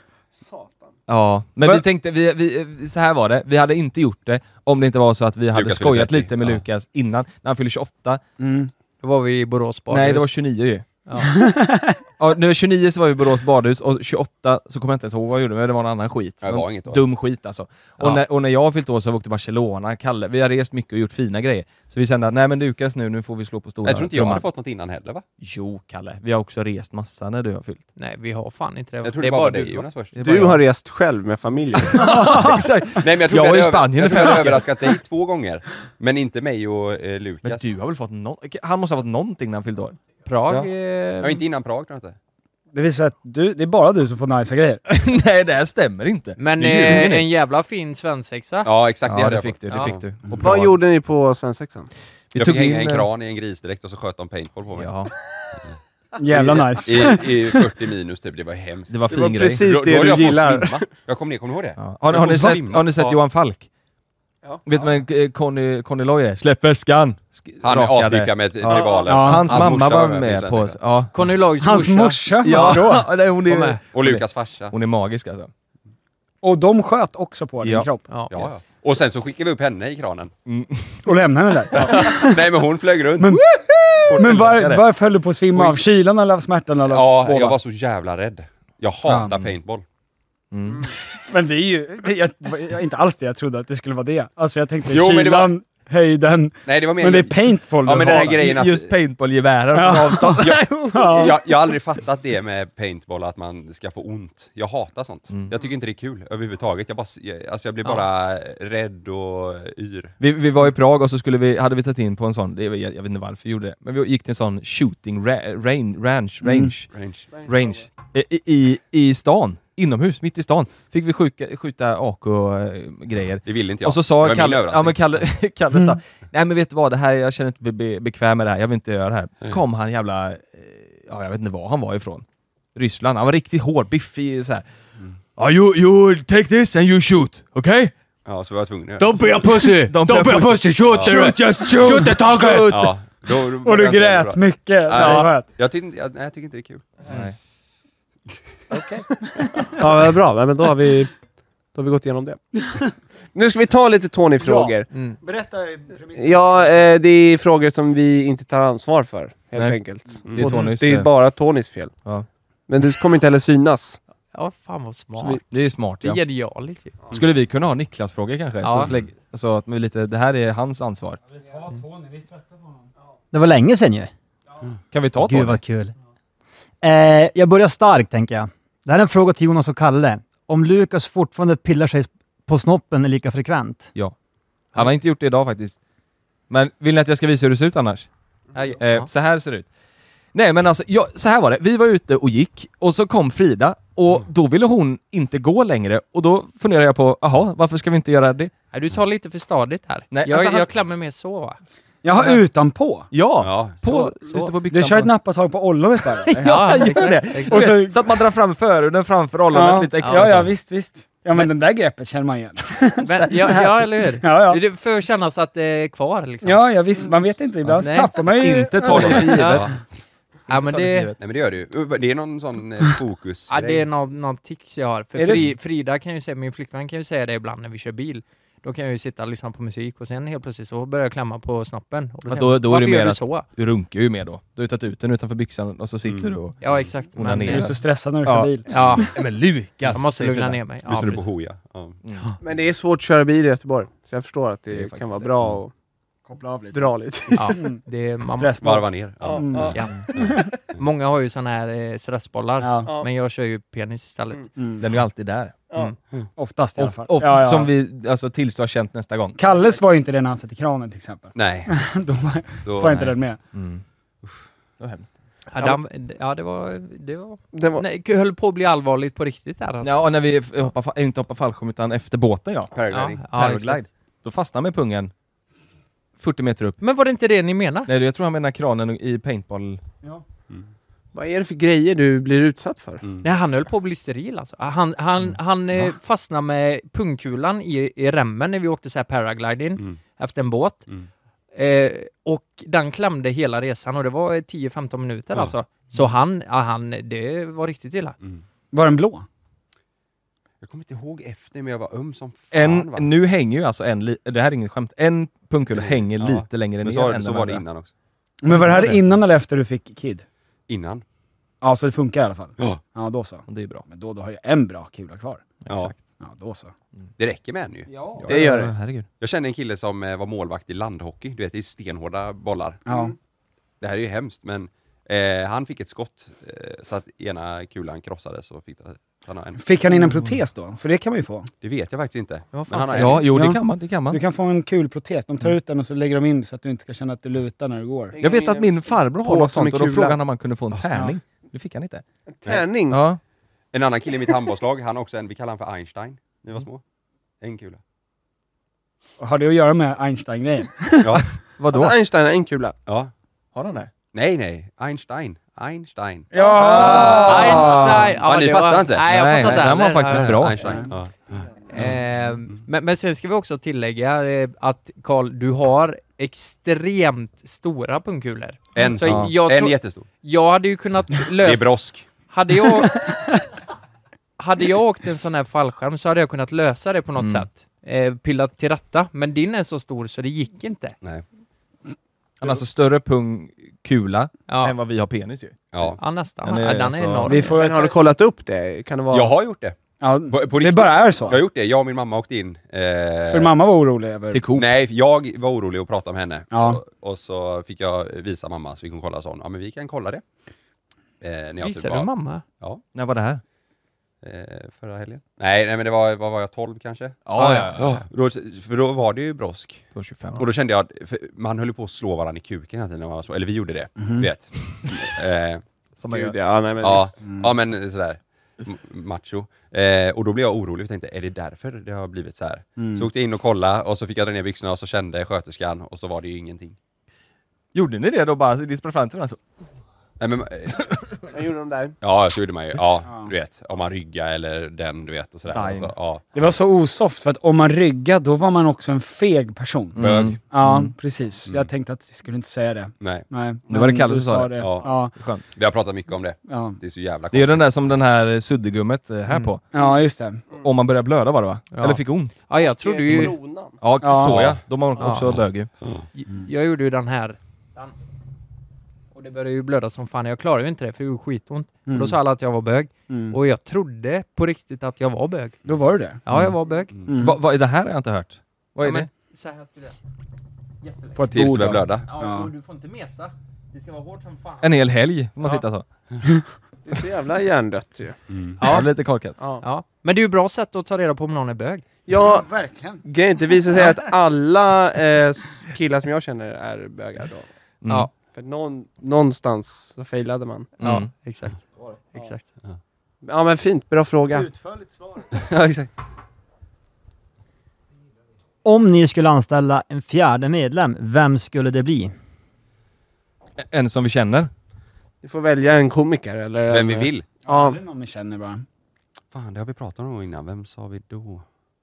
Speaker 10: Ja, men
Speaker 6: Va?
Speaker 10: vi tänkte, vi, vi, så här var det, vi hade inte gjort det om det inte var så att vi hade
Speaker 9: Lukas fyllde
Speaker 10: skojat
Speaker 9: trettio.
Speaker 10: lite med
Speaker 9: Ja.
Speaker 10: Lukas innan, när han fyllde tjugoåtta.
Speaker 6: Mm.
Speaker 8: Då var vi i Borås badhus.
Speaker 10: Nej, det var tjugonio ju.
Speaker 8: Ja.
Speaker 10: Ja, när vi var tjugonio så var vi i Borås badhus och tjugoåtta så kommer jag inte ens ihåg vad jag gjorde, men det var en annan skit.
Speaker 9: Ja, det var inget då.
Speaker 10: Dum skit alltså. Och,
Speaker 8: Ja.
Speaker 10: när, och när jag fyllt år så har vi åkt till Barcelona, Kalle, vi har rest mycket och gjort fina grejer. Så vi kände att nej men Lukas nu, nu får vi slå på stora
Speaker 9: Jag tror inte jag
Speaker 10: trumman.
Speaker 9: hade fått något innan heller, va?
Speaker 10: Jo Kalle, vi har också rest massa när du har fyllt.
Speaker 8: Nej, vi har fan inte det.
Speaker 9: Jag tror
Speaker 8: det
Speaker 9: det
Speaker 8: är
Speaker 9: bara var
Speaker 8: du,
Speaker 9: dig, Jonas, först.
Speaker 10: Det är bara
Speaker 7: Du
Speaker 10: jag.
Speaker 7: har rest själv med familjen.
Speaker 10: Exakt.
Speaker 9: Nej, men jag tror
Speaker 10: Jag
Speaker 9: jag
Speaker 10: var i
Speaker 9: hade över-
Speaker 10: Spanien i
Speaker 9: jag tror
Speaker 10: fem
Speaker 9: jag hade
Speaker 10: veckor.
Speaker 9: överraskat dig två gånger. Men inte mig och eh,
Speaker 10: Men
Speaker 9: Lukas.
Speaker 10: du har väl fått någon... Han måste ha fått någonting när han fyllde år.
Speaker 8: Prag.
Speaker 10: Ja.
Speaker 8: Eh,
Speaker 9: Ja, inte innan Prag tror jag inte.
Speaker 6: Det visar att du, det är bara du som får nice grejer.
Speaker 10: Nej, det här stämmer inte.
Speaker 8: Men
Speaker 10: Det ljuger
Speaker 8: eh,
Speaker 10: ni.
Speaker 8: en jävla fin svensexa.
Speaker 9: Ja, exakt. Det
Speaker 10: Ja,
Speaker 9: hade
Speaker 10: det
Speaker 9: jag
Speaker 10: fick
Speaker 9: fått.
Speaker 10: du, det
Speaker 8: Ja.
Speaker 10: fick du. Och
Speaker 7: Vad
Speaker 10: Prag.
Speaker 7: gjorde ni på svensexan?
Speaker 10: Vi
Speaker 9: Jag
Speaker 10: tog
Speaker 9: fick hänga
Speaker 10: in
Speaker 9: en
Speaker 10: en-
Speaker 9: kran i en grisdräkt och så sköt de paintball på mig.
Speaker 10: Ja,
Speaker 6: Jävla nice.
Speaker 9: I, I fyrtio minus typ, det var hemskt.
Speaker 10: det var
Speaker 7: Det
Speaker 10: fin
Speaker 7: var
Speaker 10: grej.
Speaker 7: precis
Speaker 9: Då- då
Speaker 7: det
Speaker 9: höll
Speaker 7: du
Speaker 9: jag på att
Speaker 7: gillar.
Speaker 9: svimma. Jag kom ner, kommer du ihåg det?
Speaker 10: Ja. Har, har, ni
Speaker 9: Jag
Speaker 10: sett,
Speaker 9: svimma.
Speaker 10: har ni sett
Speaker 9: Ja.
Speaker 10: Johan Falk?
Speaker 7: Ja.
Speaker 10: Vet du vem eh, Conny, Conny Loy är? Släpp väskan! Sk-
Speaker 9: Han är
Speaker 10: rakade.
Speaker 9: asbiffiga med
Speaker 10: Ja.
Speaker 9: rivalen.
Speaker 6: Ja.
Speaker 10: Hans, mamma
Speaker 9: morsa
Speaker 10: var
Speaker 9: med
Speaker 10: med
Speaker 9: i
Speaker 10: på...
Speaker 9: Svensexa.
Speaker 10: Ja.
Speaker 8: Conny Logs
Speaker 6: Hans morsa?
Speaker 10: Ja,
Speaker 6: Vadå?
Speaker 10: nej, hon,
Speaker 8: Var
Speaker 10: är,
Speaker 8: med.
Speaker 9: Och Lukas farsa.
Speaker 10: hon är magisk alltså.
Speaker 6: Och de sköt också på din
Speaker 10: Ja.
Speaker 6: kropp.
Speaker 8: Ja.
Speaker 9: Ja, ja. Och sen så skickade vi upp henne i kranen.
Speaker 6: Och lämnade henne där.
Speaker 9: Nej, men hon flög runt.
Speaker 6: Men, men
Speaker 10: älskar
Speaker 6: var,
Speaker 10: det.
Speaker 6: varför höll du på att svimma av? Kylan eller av smärtan? Eller
Speaker 9: Ja,
Speaker 6: båda?
Speaker 9: jag var så jävla rädd. Jag hatar
Speaker 6: Ja.
Speaker 9: paintball.
Speaker 10: Mm.
Speaker 6: Men det är ju det, jag, jag, inte alls det jag trodde att det skulle vara det. Alltså jag tänkte
Speaker 9: Jo, men det
Speaker 6: kylan, höjden,
Speaker 9: Nej, det var mer...
Speaker 6: men det är paintball
Speaker 9: Ja,
Speaker 6: du
Speaker 9: men den här
Speaker 6: har.
Speaker 9: grejen att...
Speaker 10: Just paintballgevären
Speaker 6: Ja.
Speaker 10: från avstånd.
Speaker 6: Ja.
Speaker 9: Jag, jag har aldrig fattat det med paintball, att man ska få ont. Jag hatar sånt.
Speaker 10: Mm.
Speaker 9: Jag tycker inte det är kul överhuvudtaget. Jag, bara, jag, alltså jag blir bara rädd och yr.
Speaker 10: Vi, vi var i Prag och så skulle vi, hade vi tagit in på en sån, det, jag, jag vet inte varför vi gjorde det, men vi gick till en sån shooting ra, range, range, range,
Speaker 9: Range.
Speaker 10: range i, i, i stan, inomhus, mitt i stan. Fick vi skjuta, skjuta A K-grejer.
Speaker 9: Det ville inte jag.
Speaker 10: Och så
Speaker 9: Det
Speaker 10: sa
Speaker 9: var min
Speaker 10: Kalle, ja,
Speaker 9: överraskning.
Speaker 10: men Kalle, Kalle sa, nej men vet du vad, det här, jag känner inte be, be, bekväm med det här, jag vill inte göra det här. Kom han jävla, eh, ja jag vet inte var han var ifrån. Ryssland. Han var riktigt hård, biffig så här. Mm. Oh, you, you take this and you shoot, okay?
Speaker 9: Ja, så var jag tvungen att
Speaker 10: Don't be a pussy! Don't, Don't be a pussy! Shoot! Shoot, just shoot! Shoot the target!
Speaker 9: Ja, då, då
Speaker 6: och du grät mycket.
Speaker 9: Nej, ja. jag, tycker, jag, nej, jag tycker inte det är kul.
Speaker 10: Nej.
Speaker 7: Okej. Ja, bra. Nej, men då har vi då har vi gått igenom det. Nu ska vi ta lite Tony-frågor.
Speaker 6: Ja. Mm. Berätta premissen.
Speaker 7: Ja, eh, det är frågor som vi inte tar ansvar för, helt Nej. enkelt.
Speaker 10: Mm. Det är, Tonys,
Speaker 7: det är bara Tonys fel.
Speaker 10: Ja.
Speaker 7: Men du kommer inte heller synas.
Speaker 8: Ja, fan vad smart.
Speaker 10: Vi, det är smart, ja.
Speaker 8: Det är genialiskt.
Speaker 10: Mm. Skulle vi kunna ha Niklas-frågor kanske?
Speaker 8: Ja.
Speaker 10: Så, slägg, så att vi lite, det här är hans ansvar.
Speaker 6: Mm.
Speaker 14: Det var länge sedan ju.
Speaker 10: Mm. Kan vi ta Tony?
Speaker 14: Gud vad kul. Eh, jag börjar starkt, tänker jag. Det här är en fråga till Jonas och Kalle. Om Lukas fortfarande pillar sig på snoppen är lika frekvent.
Speaker 10: Ja. Han har inte gjort det idag faktiskt. Men vill ni att jag ska visa hur det ser ut annars?
Speaker 8: Ja.
Speaker 10: Eh, så här ser det ut. Nej men alltså, ja, så här var det. Vi var ute och gick och så kom Frida och mm. då ville hon inte gå längre och då funderade jag på, jaha, varför ska vi inte göra det?
Speaker 8: Nej, du tar lite för stadigt här.
Speaker 10: Nej,
Speaker 8: jag,
Speaker 10: alltså han...
Speaker 8: jag klämmer mer så va?
Speaker 6: Jaha, utanpå?
Speaker 10: Ja,
Speaker 9: ja
Speaker 10: på,
Speaker 8: så, så.
Speaker 10: Ute på byxan.
Speaker 6: Du kör ett nappatag på ollonet bara?
Speaker 10: Ja, jag gör det. Exakt. Och så, så att man drar fram föruden framför ollonet
Speaker 6: ja,
Speaker 10: lite extra.
Speaker 6: Ja, ja, visst, visst. Ja, men, men den där greppet känner man igen.
Speaker 8: Men, ja, ja, eller hur?
Speaker 6: Ja, ja.
Speaker 8: Det får kännas att det är kvar liksom.
Speaker 6: Ja, ja, visst. Man vet inte. Ibland alltså, tappar man ju...
Speaker 10: Inte ta det för givet.
Speaker 8: Ja. Ja, men det...
Speaker 9: Nej, men det gör du. Det är någon sån eh, fokus.
Speaker 8: Ja, det är någon, någon tics jag har. För Fri, Frida kan ju säga, min flickvän kan ju säga det ibland när vi kör bil. Då kan jag ju sitta och lyssna på musik och sen helt plötsligt så börjar jag klämma på snoppen. Och då
Speaker 10: ja, då, då
Speaker 8: varför
Speaker 10: är det
Speaker 8: gör
Speaker 10: mer
Speaker 8: du så?
Speaker 10: Du runkar ju med då. Du har tagit ut den utanför byxan och så sitter mm. du och...
Speaker 8: Ja, exakt.
Speaker 6: Men du är så stressad när du kör
Speaker 10: ja.
Speaker 6: bil.
Speaker 10: Ja, men Lukas!
Speaker 8: Jag måste lugna ner mig.
Speaker 9: Ja, du på hoja. Ja.
Speaker 7: Mm. Men det är svårt att köra bil i Göteborg. Så jag förstår att det, det kan vara bra att
Speaker 6: koppla av lite.
Speaker 7: Dra lite.
Speaker 8: Ja, det är man...
Speaker 9: Varva ner. Ja.
Speaker 8: Mm. Ja. Ja. Många har ju såna här eh, stressbollar. Ja. Men jag kör ju penis istället.
Speaker 10: Mm. Mm. Den är ju alltid där.
Speaker 6: Mm. Mm. Oftast i alla fall.
Speaker 10: Of, of, ja, ja. Som vi alltså, tills du har känt nästa gång.
Speaker 6: Kalles var ju inte den han satt i kranen till exempel.
Speaker 9: Nej.
Speaker 6: Då var, Då, får inte den med.
Speaker 10: Mm. Uff, det var hemskt.
Speaker 8: Ja, den, ja det var... Det var, det var... Nej, höll på att bli allvarligt på riktigt där alltså.
Speaker 10: Ja, och när vi hoppar, inte hoppar fallskärm utan efter båten, ja.
Speaker 9: Paragliding.
Speaker 8: Ja,
Speaker 10: Paraglide.
Speaker 8: ja,
Speaker 10: Då fastnar med pungen fyrtio meter upp.
Speaker 8: Men var det inte det ni menar?
Speaker 10: Nej, jag tror han menar kranen i paintball.
Speaker 6: Ja.
Speaker 9: Mm.
Speaker 7: Vad är det för grejer du blir utsatt för?
Speaker 8: Mm. Nej, han höll på att bli steril alltså. Han, han, mm. han eh, fastnade med pungkulan i, i remmen när vi åkte så här paragliding mm. efter en båt. Mm. Eh, och den klämde hela resan och det var tio femton minuter ja. alltså. Så han, ja, han, det var riktigt illa.
Speaker 9: Mm.
Speaker 6: Var den blå?
Speaker 9: Jag kommer inte ihåg efter, men jag var öm som fan.
Speaker 10: En,
Speaker 9: va?
Speaker 10: nu hänger ju alltså en, det här är inget skämt, en pungkula hänger ja. lite längre ner
Speaker 9: så,
Speaker 10: än
Speaker 9: så var det innan också.
Speaker 6: Men var det här innan eller efter du fick kid?
Speaker 9: Innan.
Speaker 6: Ja, så det funkar i alla fall.
Speaker 9: Ja.
Speaker 6: Ja, då så.
Speaker 10: Det är bra.
Speaker 6: Men då, då har jag en bra kula kvar.
Speaker 9: Ja.
Speaker 6: Exakt. Ja, då så.
Speaker 9: Mm. Det räcker med en ju.
Speaker 6: Ja,
Speaker 7: det gör det.
Speaker 10: Herregud.
Speaker 9: Jag kände en kille som eh, var målvakt i landhockey. Du vet, det är stenhårda bollar.
Speaker 6: Ja.
Speaker 9: Mm. Det här är ju hemskt, men eh, han fick ett skott eh, så att ena kulan krossades och fick han en.
Speaker 6: Fick han in en protes då? För det kan man ju få.
Speaker 9: Det vet jag faktiskt inte.
Speaker 8: Men
Speaker 9: han har
Speaker 10: ja,
Speaker 9: en.
Speaker 10: jo, det
Speaker 6: ja.
Speaker 10: kan man, det kan man.
Speaker 6: Du kan få en kul protes. De tar ut den och så lägger de in så att du inte ska känna att det lutar när du går.
Speaker 10: Jag vet att min farbror har något sånt och då
Speaker 7: kula.
Speaker 10: frågade han om man kunde få en tärning. Ja. Det fick han inte.
Speaker 7: En tärning?
Speaker 10: Ja.
Speaker 9: En annan kille i mitt handbollslag, han har också en, vi kallar han för Einstein. Ni var små. En kula.
Speaker 6: Har det att göra med Einstein-grejen?
Speaker 9: Ja.
Speaker 7: Vadå? Einstein är en kula.
Speaker 9: Ja.
Speaker 10: Har han det?
Speaker 9: Nej, nej. Einstein. Einstein.
Speaker 6: Ja!
Speaker 8: Ah, Einstein!
Speaker 9: Ja, ni fattar
Speaker 8: var,
Speaker 9: inte?
Speaker 8: Nej, jag
Speaker 10: nej,
Speaker 8: fattar inte.
Speaker 10: Den var faktiskt bra.
Speaker 9: Einstein. Ja.
Speaker 8: Eh, men, men sen ska vi också tillägga eh, att Carl, du har extremt stora pungkulor.
Speaker 9: En,
Speaker 8: så
Speaker 9: ja.
Speaker 8: jag
Speaker 9: en
Speaker 8: tro,
Speaker 9: jättestor.
Speaker 8: Jag hade ju kunnat lösa...
Speaker 9: Det är brosk.
Speaker 8: Hade jag, hade jag åkt en sån här fallskärm så hade jag kunnat lösa det på något mm. sätt. Eh, pillat till rätta. Men din är så stor så det gick inte.
Speaker 9: Nej.
Speaker 10: Han har alltså större pungkula
Speaker 8: ja.
Speaker 10: än vad vi har penis ju.
Speaker 9: Ja,
Speaker 8: ja nästan.
Speaker 10: Den är,
Speaker 8: ja, den är
Speaker 10: alltså,
Speaker 8: enorm.
Speaker 7: Vi får, men har du kollat upp det? Kan det vara...
Speaker 9: Jag har gjort det.
Speaker 6: Ja,
Speaker 9: på, på
Speaker 6: det bara är så.
Speaker 9: Jag har gjort det. Jag och min mamma åkte in. Eh,
Speaker 6: För mamma var orolig över...
Speaker 10: Till Coop.
Speaker 9: Nej, jag var orolig att prata med henne.
Speaker 6: Ja.
Speaker 9: Och, och så fick jag visa mamma så vi kunde kolla sån. Ja, men vi kan kolla det. Eh, när jag
Speaker 8: Visar
Speaker 9: typ
Speaker 8: du
Speaker 9: var,
Speaker 8: mamma?
Speaker 9: Ja.
Speaker 10: När var det här?
Speaker 9: Eh, förra helgen. Nej, nej men det var, vad var jag, tolv kanske?
Speaker 10: Ja, ja, ja.
Speaker 9: Då, för då var det ju brosk.
Speaker 10: Då tjugofem.
Speaker 9: Och då kände jag, för man höll ju på att slå varandra i kuken hela tiden när man var så, eller vi gjorde det,
Speaker 6: mm-hmm.
Speaker 9: vet. eh,
Speaker 10: Som man
Speaker 7: Gud,
Speaker 10: gör.
Speaker 7: ja, nej, men
Speaker 9: ja,
Speaker 7: mm.
Speaker 9: ja, men sådär. Macho. Eh, och då blev jag orolig och tänkte, är det därför det har blivit så här? Mm. Så åkte jag in och kollade och så fick jag dra ner byxorna och så kände sköterskan och så var det ju ingenting.
Speaker 10: Gjorde ni det då bara? Det sprang fram till den så?
Speaker 9: Nej, men,
Speaker 7: Jag gjorde de där.
Speaker 9: Ja, så gjorde man ju. Ja, ja, du vet. Om man ryggar eller den, du vet. Och sådär. Alltså, ja.
Speaker 6: Det var så osoft, för att om man ryggar, då var man också en feg person.
Speaker 9: Bög. Mm.
Speaker 6: Ja,
Speaker 9: Mm.
Speaker 6: precis.
Speaker 9: Mm.
Speaker 6: Jag tänkte att jag skulle inte säga det.
Speaker 9: Nej.
Speaker 6: Nej.
Speaker 10: Det var det Kalle som sa det.
Speaker 9: Ja.
Speaker 6: Ja.
Speaker 10: Skönt.
Speaker 9: Vi har pratat mycket om det.
Speaker 6: Ja.
Speaker 9: Det är så jävla
Speaker 10: Det är ju den där som den här suddgummet här
Speaker 6: Mm.
Speaker 10: på.
Speaker 6: Ja, just det.
Speaker 10: Om man börjar blöda var det va?
Speaker 8: Ja.
Speaker 10: Eller fick ont.
Speaker 8: Ja, jag trodde ju...
Speaker 10: Ja,
Speaker 6: Ja.
Speaker 10: så ja. De har
Speaker 8: Ja.
Speaker 10: också bög ju.
Speaker 8: Jag gjorde ju den här. Och det började ju blöda som fan. Jag klarade ju inte det, för det var skitont.
Speaker 6: Mm.
Speaker 8: Och då sa alla att jag var bög.
Speaker 6: Mm.
Speaker 8: Och jag trodde på riktigt att jag var bög.
Speaker 6: Då var du det?
Speaker 8: Ja, jag var bög.
Speaker 6: Mm.
Speaker 10: Va, vad är det här har jag inte hört? Vad är
Speaker 8: Ja,
Speaker 10: det?
Speaker 8: men så här skulle jag... Jättelätt.
Speaker 6: På ett
Speaker 9: Tills
Speaker 6: bord
Speaker 9: det
Speaker 6: då.
Speaker 9: börjar blöda.
Speaker 8: Ja,
Speaker 6: Ja.
Speaker 8: och du får inte mesa. Det ska vara hårt som fan.
Speaker 10: En hel helg får man
Speaker 8: Ja.
Speaker 10: sitta så.
Speaker 7: Det är så jävla hjärndött ju.
Speaker 9: Mm.
Speaker 10: Ja, lite korkat.
Speaker 7: Ja.
Speaker 8: Ja. Men det är ju bra sätt att ta reda på om någon är bög.
Speaker 7: Ja,
Speaker 6: verkligen.
Speaker 7: grejen, det visar sig att alla eh, killar som jag känner är bögar då.
Speaker 10: Mm.
Speaker 8: Ja.
Speaker 7: För någon, någonstans så failade man.
Speaker 10: Mm.
Speaker 8: Ja, exakt. Exakt.
Speaker 7: Ja men fint, bra fråga.
Speaker 6: Utförligt svar.
Speaker 7: Ja, exakt.
Speaker 14: Om ni skulle anställa en fjärde medlem, vem skulle det bli?
Speaker 10: En som vi känner.
Speaker 7: Du får välja en komiker eller...
Speaker 9: Vem vi
Speaker 7: en-
Speaker 9: vill.
Speaker 6: Ja.
Speaker 7: Ja,
Speaker 6: Det är någon vi känner bara.
Speaker 9: Fan, det har vi pratat om innan. Vem sa vi då?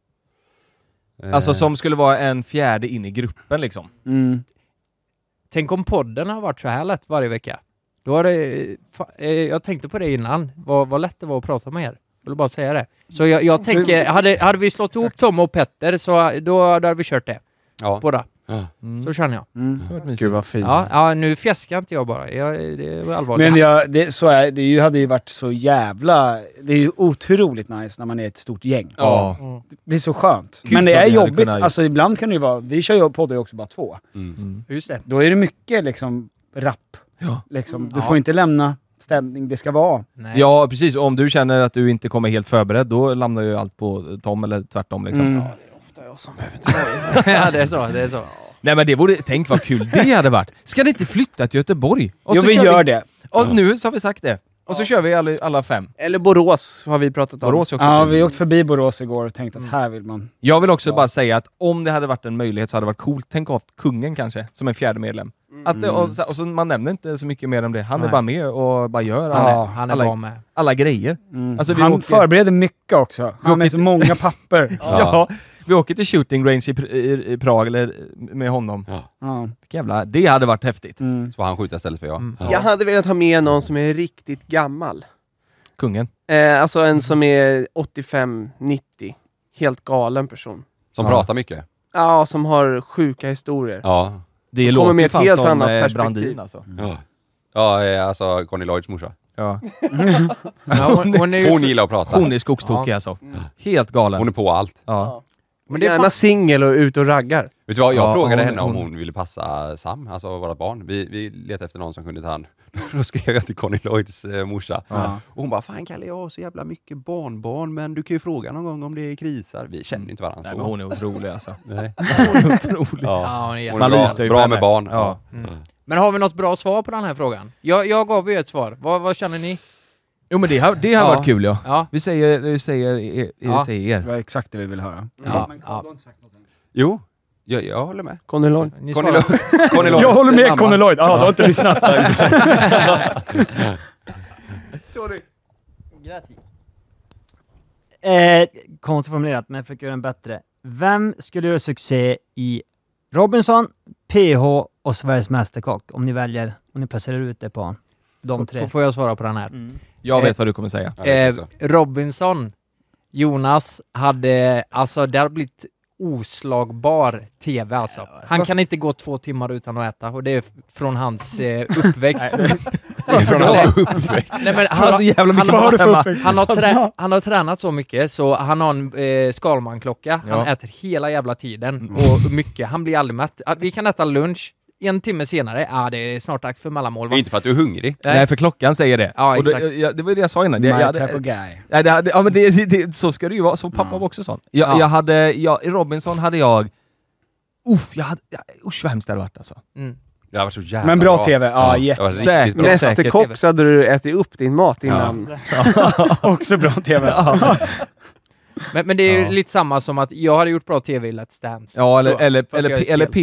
Speaker 10: Alltså
Speaker 9: Eh,
Speaker 10: som skulle vara en fjärde in i gruppen liksom.
Speaker 6: Mm.
Speaker 8: Tänk om podden har varit så här lätt varje vecka. Då har det, fa- eh, jag tänkte på det innan, vad, vad lätt det var att prata med er. Jag vill bara säga det. Så jag, jag tänker, hade, hade vi slått ihop Tom och Petter så då, då hade vi kört det.
Speaker 9: Ja.
Speaker 8: Båda.
Speaker 9: Ja.
Speaker 10: Mm.
Speaker 8: Så känner jag.
Speaker 6: Mm.
Speaker 7: Gud vad fint.
Speaker 8: Ja, ja, nu fjäskar inte jag bara. Jag, det var allvarligt.
Speaker 6: Men jag, det, så är, det ju- hade ju varit så jävla... Det är ju otroligt nice när man är ett stort gäng.
Speaker 10: Ja.
Speaker 8: Mm.
Speaker 6: Det är så skönt.
Speaker 10: Gud,
Speaker 6: Men det
Speaker 10: vad
Speaker 6: är
Speaker 10: vi hade
Speaker 6: jobbigt.
Speaker 10: kunnat-
Speaker 6: Alltså ibland kan det ju vara... Vi kör ju poddar ju också bara två.
Speaker 9: Mm.
Speaker 8: Just det.
Speaker 6: Då är det mycket liksom rapp.
Speaker 10: Ja.
Speaker 6: Liksom. Du
Speaker 8: Ja.
Speaker 6: får inte lämna stämning det ska vara.
Speaker 8: Nej.
Speaker 10: Ja, precis. Om du känner att du inte kommer helt förberedd, då lämnar ju allt på Tom eller tvärtom liksom.
Speaker 6: Mm.
Speaker 7: Ofta jag som behöver ta
Speaker 8: Ja, det är så. Det är så.
Speaker 10: Nej men det vore, tänk vad kul det hade varit. Ska det inte flytta till Göteborg? Och
Speaker 6: Jo,
Speaker 10: så
Speaker 6: vi
Speaker 10: kör
Speaker 6: gör det.
Speaker 10: Och nu så har vi sagt det. Och så kör vi alla, alla fem.
Speaker 7: Eller Borås har vi pratat om.
Speaker 10: Borås är också
Speaker 6: Ja,
Speaker 10: kul.
Speaker 6: vi åkte förbi Borås igår och tänkte att här vill man...
Speaker 10: Jag vill också bara säga att om det hade varit en möjlighet så hade det varit coolt. Tänk att ha haft kungen kanske, som en fjärde medlem. Att det, och, så, och så man nämner inte så mycket mer om det. Han
Speaker 8: Nej.
Speaker 10: är bara med och bara gör
Speaker 6: Ja,
Speaker 10: alla,
Speaker 8: Han är
Speaker 10: alla,
Speaker 8: bra med.
Speaker 10: alla grejer.
Speaker 6: Mm.
Speaker 10: Alltså, vi
Speaker 6: han
Speaker 10: åker-
Speaker 6: förbereder mycket också. Han har med
Speaker 10: åker
Speaker 6: så
Speaker 10: till-
Speaker 6: många papper.
Speaker 10: Ja. Vi åker till shooting range i, Pr- i, i Prag eller med honom.
Speaker 9: Ja.
Speaker 6: Ja.
Speaker 10: Vilken Jävla, det hade varit häftigt.
Speaker 6: Mm.
Speaker 9: Så får han skjuta istället för jag.
Speaker 8: Mm.
Speaker 9: Ja.
Speaker 7: Jag hade velat ha med någon som är riktigt gammal.
Speaker 10: Kungen.
Speaker 7: Eh, alltså en som är åttiofem nittio. Helt galen person.
Speaker 9: Som
Speaker 10: Ja.
Speaker 9: pratar mycket.
Speaker 7: Ja, som har sjuka historier.
Speaker 9: Ja.
Speaker 10: Det
Speaker 7: kommer
Speaker 10: låter
Speaker 7: med
Speaker 10: ju
Speaker 7: ett
Speaker 10: fan
Speaker 7: helt
Speaker 10: som
Speaker 7: annat
Speaker 10: eh,
Speaker 7: perspektiv.
Speaker 10: Brandin alltså.
Speaker 9: Ja. Ja, eh, alltså Conny Lloyds morsa.
Speaker 10: Ja.
Speaker 8: Ja, hon, hon är ju...
Speaker 9: Hon gillar att prata.
Speaker 10: Hon är skogstokig
Speaker 8: Ja.
Speaker 10: alltså. Helt galen.
Speaker 9: Hon är på allt.
Speaker 10: Ja.
Speaker 8: Men det är
Speaker 7: Gärna
Speaker 8: fan...
Speaker 7: singel och ut och raggar.
Speaker 9: Vet du vad, jag
Speaker 10: Ja,
Speaker 9: frågade
Speaker 10: hon-
Speaker 9: henne om
Speaker 10: hon-
Speaker 9: hon ville passa Sam, alltså våra barn. Vi, vi letade efter någon som kunde ta hand. Då skrev jag till Conny Lloyds eh, morsa.
Speaker 6: Ja.
Speaker 9: Och hon bara, fan Kalle, jag har så jävla mycket barnbarn, men du kan ju fråga någon gång om det är krisar. Vi känner ju inte varandra
Speaker 10: Nej,
Speaker 9: så.
Speaker 10: men hon är otrolig alltså.
Speaker 9: Nej.
Speaker 10: Hon är otrolig.
Speaker 9: Ja.
Speaker 8: Ja, hon är jätte-
Speaker 9: Hon är
Speaker 10: Man
Speaker 9: bra,
Speaker 10: litar ju
Speaker 9: bra
Speaker 10: på
Speaker 9: med
Speaker 10: henne.
Speaker 9: barn.
Speaker 10: Ja.
Speaker 8: Mm. Men har vi något bra svar på den här frågan? Jag, jag gav ju ett svar. Vad, vad känner ni?
Speaker 10: Jo men det har, det har
Speaker 8: Ja.
Speaker 10: varit kul ja.
Speaker 8: Ja.
Speaker 10: Vi säger, vi säger, er,
Speaker 8: Ja.
Speaker 10: säger
Speaker 6: Det
Speaker 10: er.
Speaker 6: var exakt det vi ville höra.
Speaker 8: Ja,
Speaker 6: Men
Speaker 8: ja.
Speaker 6: du har inte sagt något än.
Speaker 9: Jo, jag, jag håller med.
Speaker 7: Conny Lloyd.
Speaker 8: Ni
Speaker 9: Conny
Speaker 8: svarar.
Speaker 9: Lloyd- Conny Lloyds
Speaker 6: Jag håller med
Speaker 9: mamma.
Speaker 6: Conny Lloyd. Ja, du har inte lyssnat.
Speaker 14: Eh, konstigt formulerat, men jag försöker göra den bättre. Vem skulle göra succé i Robinson, P H och Sveriges Mästerkock? Om ni väljer, om ni placerar ut det på de
Speaker 8: Får,
Speaker 14: tre.
Speaker 8: får jag svara på den här?
Speaker 14: Mm.
Speaker 10: Jag vet vad du kommer säga.
Speaker 9: Ja, det är
Speaker 8: Eh,
Speaker 9: också.
Speaker 8: Robinson, Jonas hade, alltså det har blivit oslagbar tv alltså. Han kan inte gå två timmar utan att äta och det är f- från hans eh, uppväxt.
Speaker 10: Det är från hans uppväxt.
Speaker 8: Nej, men
Speaker 10: Han
Speaker 8: han,
Speaker 10: har så jävla mycket
Speaker 8: han,
Speaker 10: mat
Speaker 8: har,
Speaker 10: hemma.
Speaker 8: han, har trä, han har tränat så mycket så han har en eh, Skalman-klocka. Han
Speaker 10: Ja.
Speaker 8: äter hela jävla tiden och mycket. Han blir aldrig mätt. Ah, Vi kan äta lunch en timme senare. Ja, ah, det är snart dags för mellanmål. Va?
Speaker 9: Inte för att du är hungrig.
Speaker 10: Nej, för klockan säger det.
Speaker 8: Ja,
Speaker 10: Och det,
Speaker 8: exakt.
Speaker 10: jag, det var det jag sa innan. Det,
Speaker 6: My
Speaker 10: jag hade,
Speaker 6: type of guy.
Speaker 10: nej, det, hade- ja, men det, det, det, så ska det ju vara. Så pappa var också sån. Jag,
Speaker 8: Ja.
Speaker 10: jag hade, jag, i Robinson hade jag... Uff, jag hade... Ja, usch vad hemskt det hade varit alltså.
Speaker 8: Mm.
Speaker 9: Det har varit så jävla
Speaker 6: Men bra TV, ja,
Speaker 9: Det var
Speaker 6: jätte-
Speaker 9: riktigt
Speaker 10: Säkert.
Speaker 9: bra.
Speaker 10: Nästa-
Speaker 7: Mästerkock så hade du ätit upp din mat innan.
Speaker 6: Också bra T V.
Speaker 8: Men, men det är ju
Speaker 10: Ja.
Speaker 8: lite samma som att jag hade gjort bra tv i Let's Dance.
Speaker 10: Ja, eller,
Speaker 8: Så,
Speaker 10: eller,
Speaker 8: för att
Speaker 10: eller,
Speaker 8: jag är
Speaker 10: P- eller
Speaker 8: stel.
Speaker 10: P H.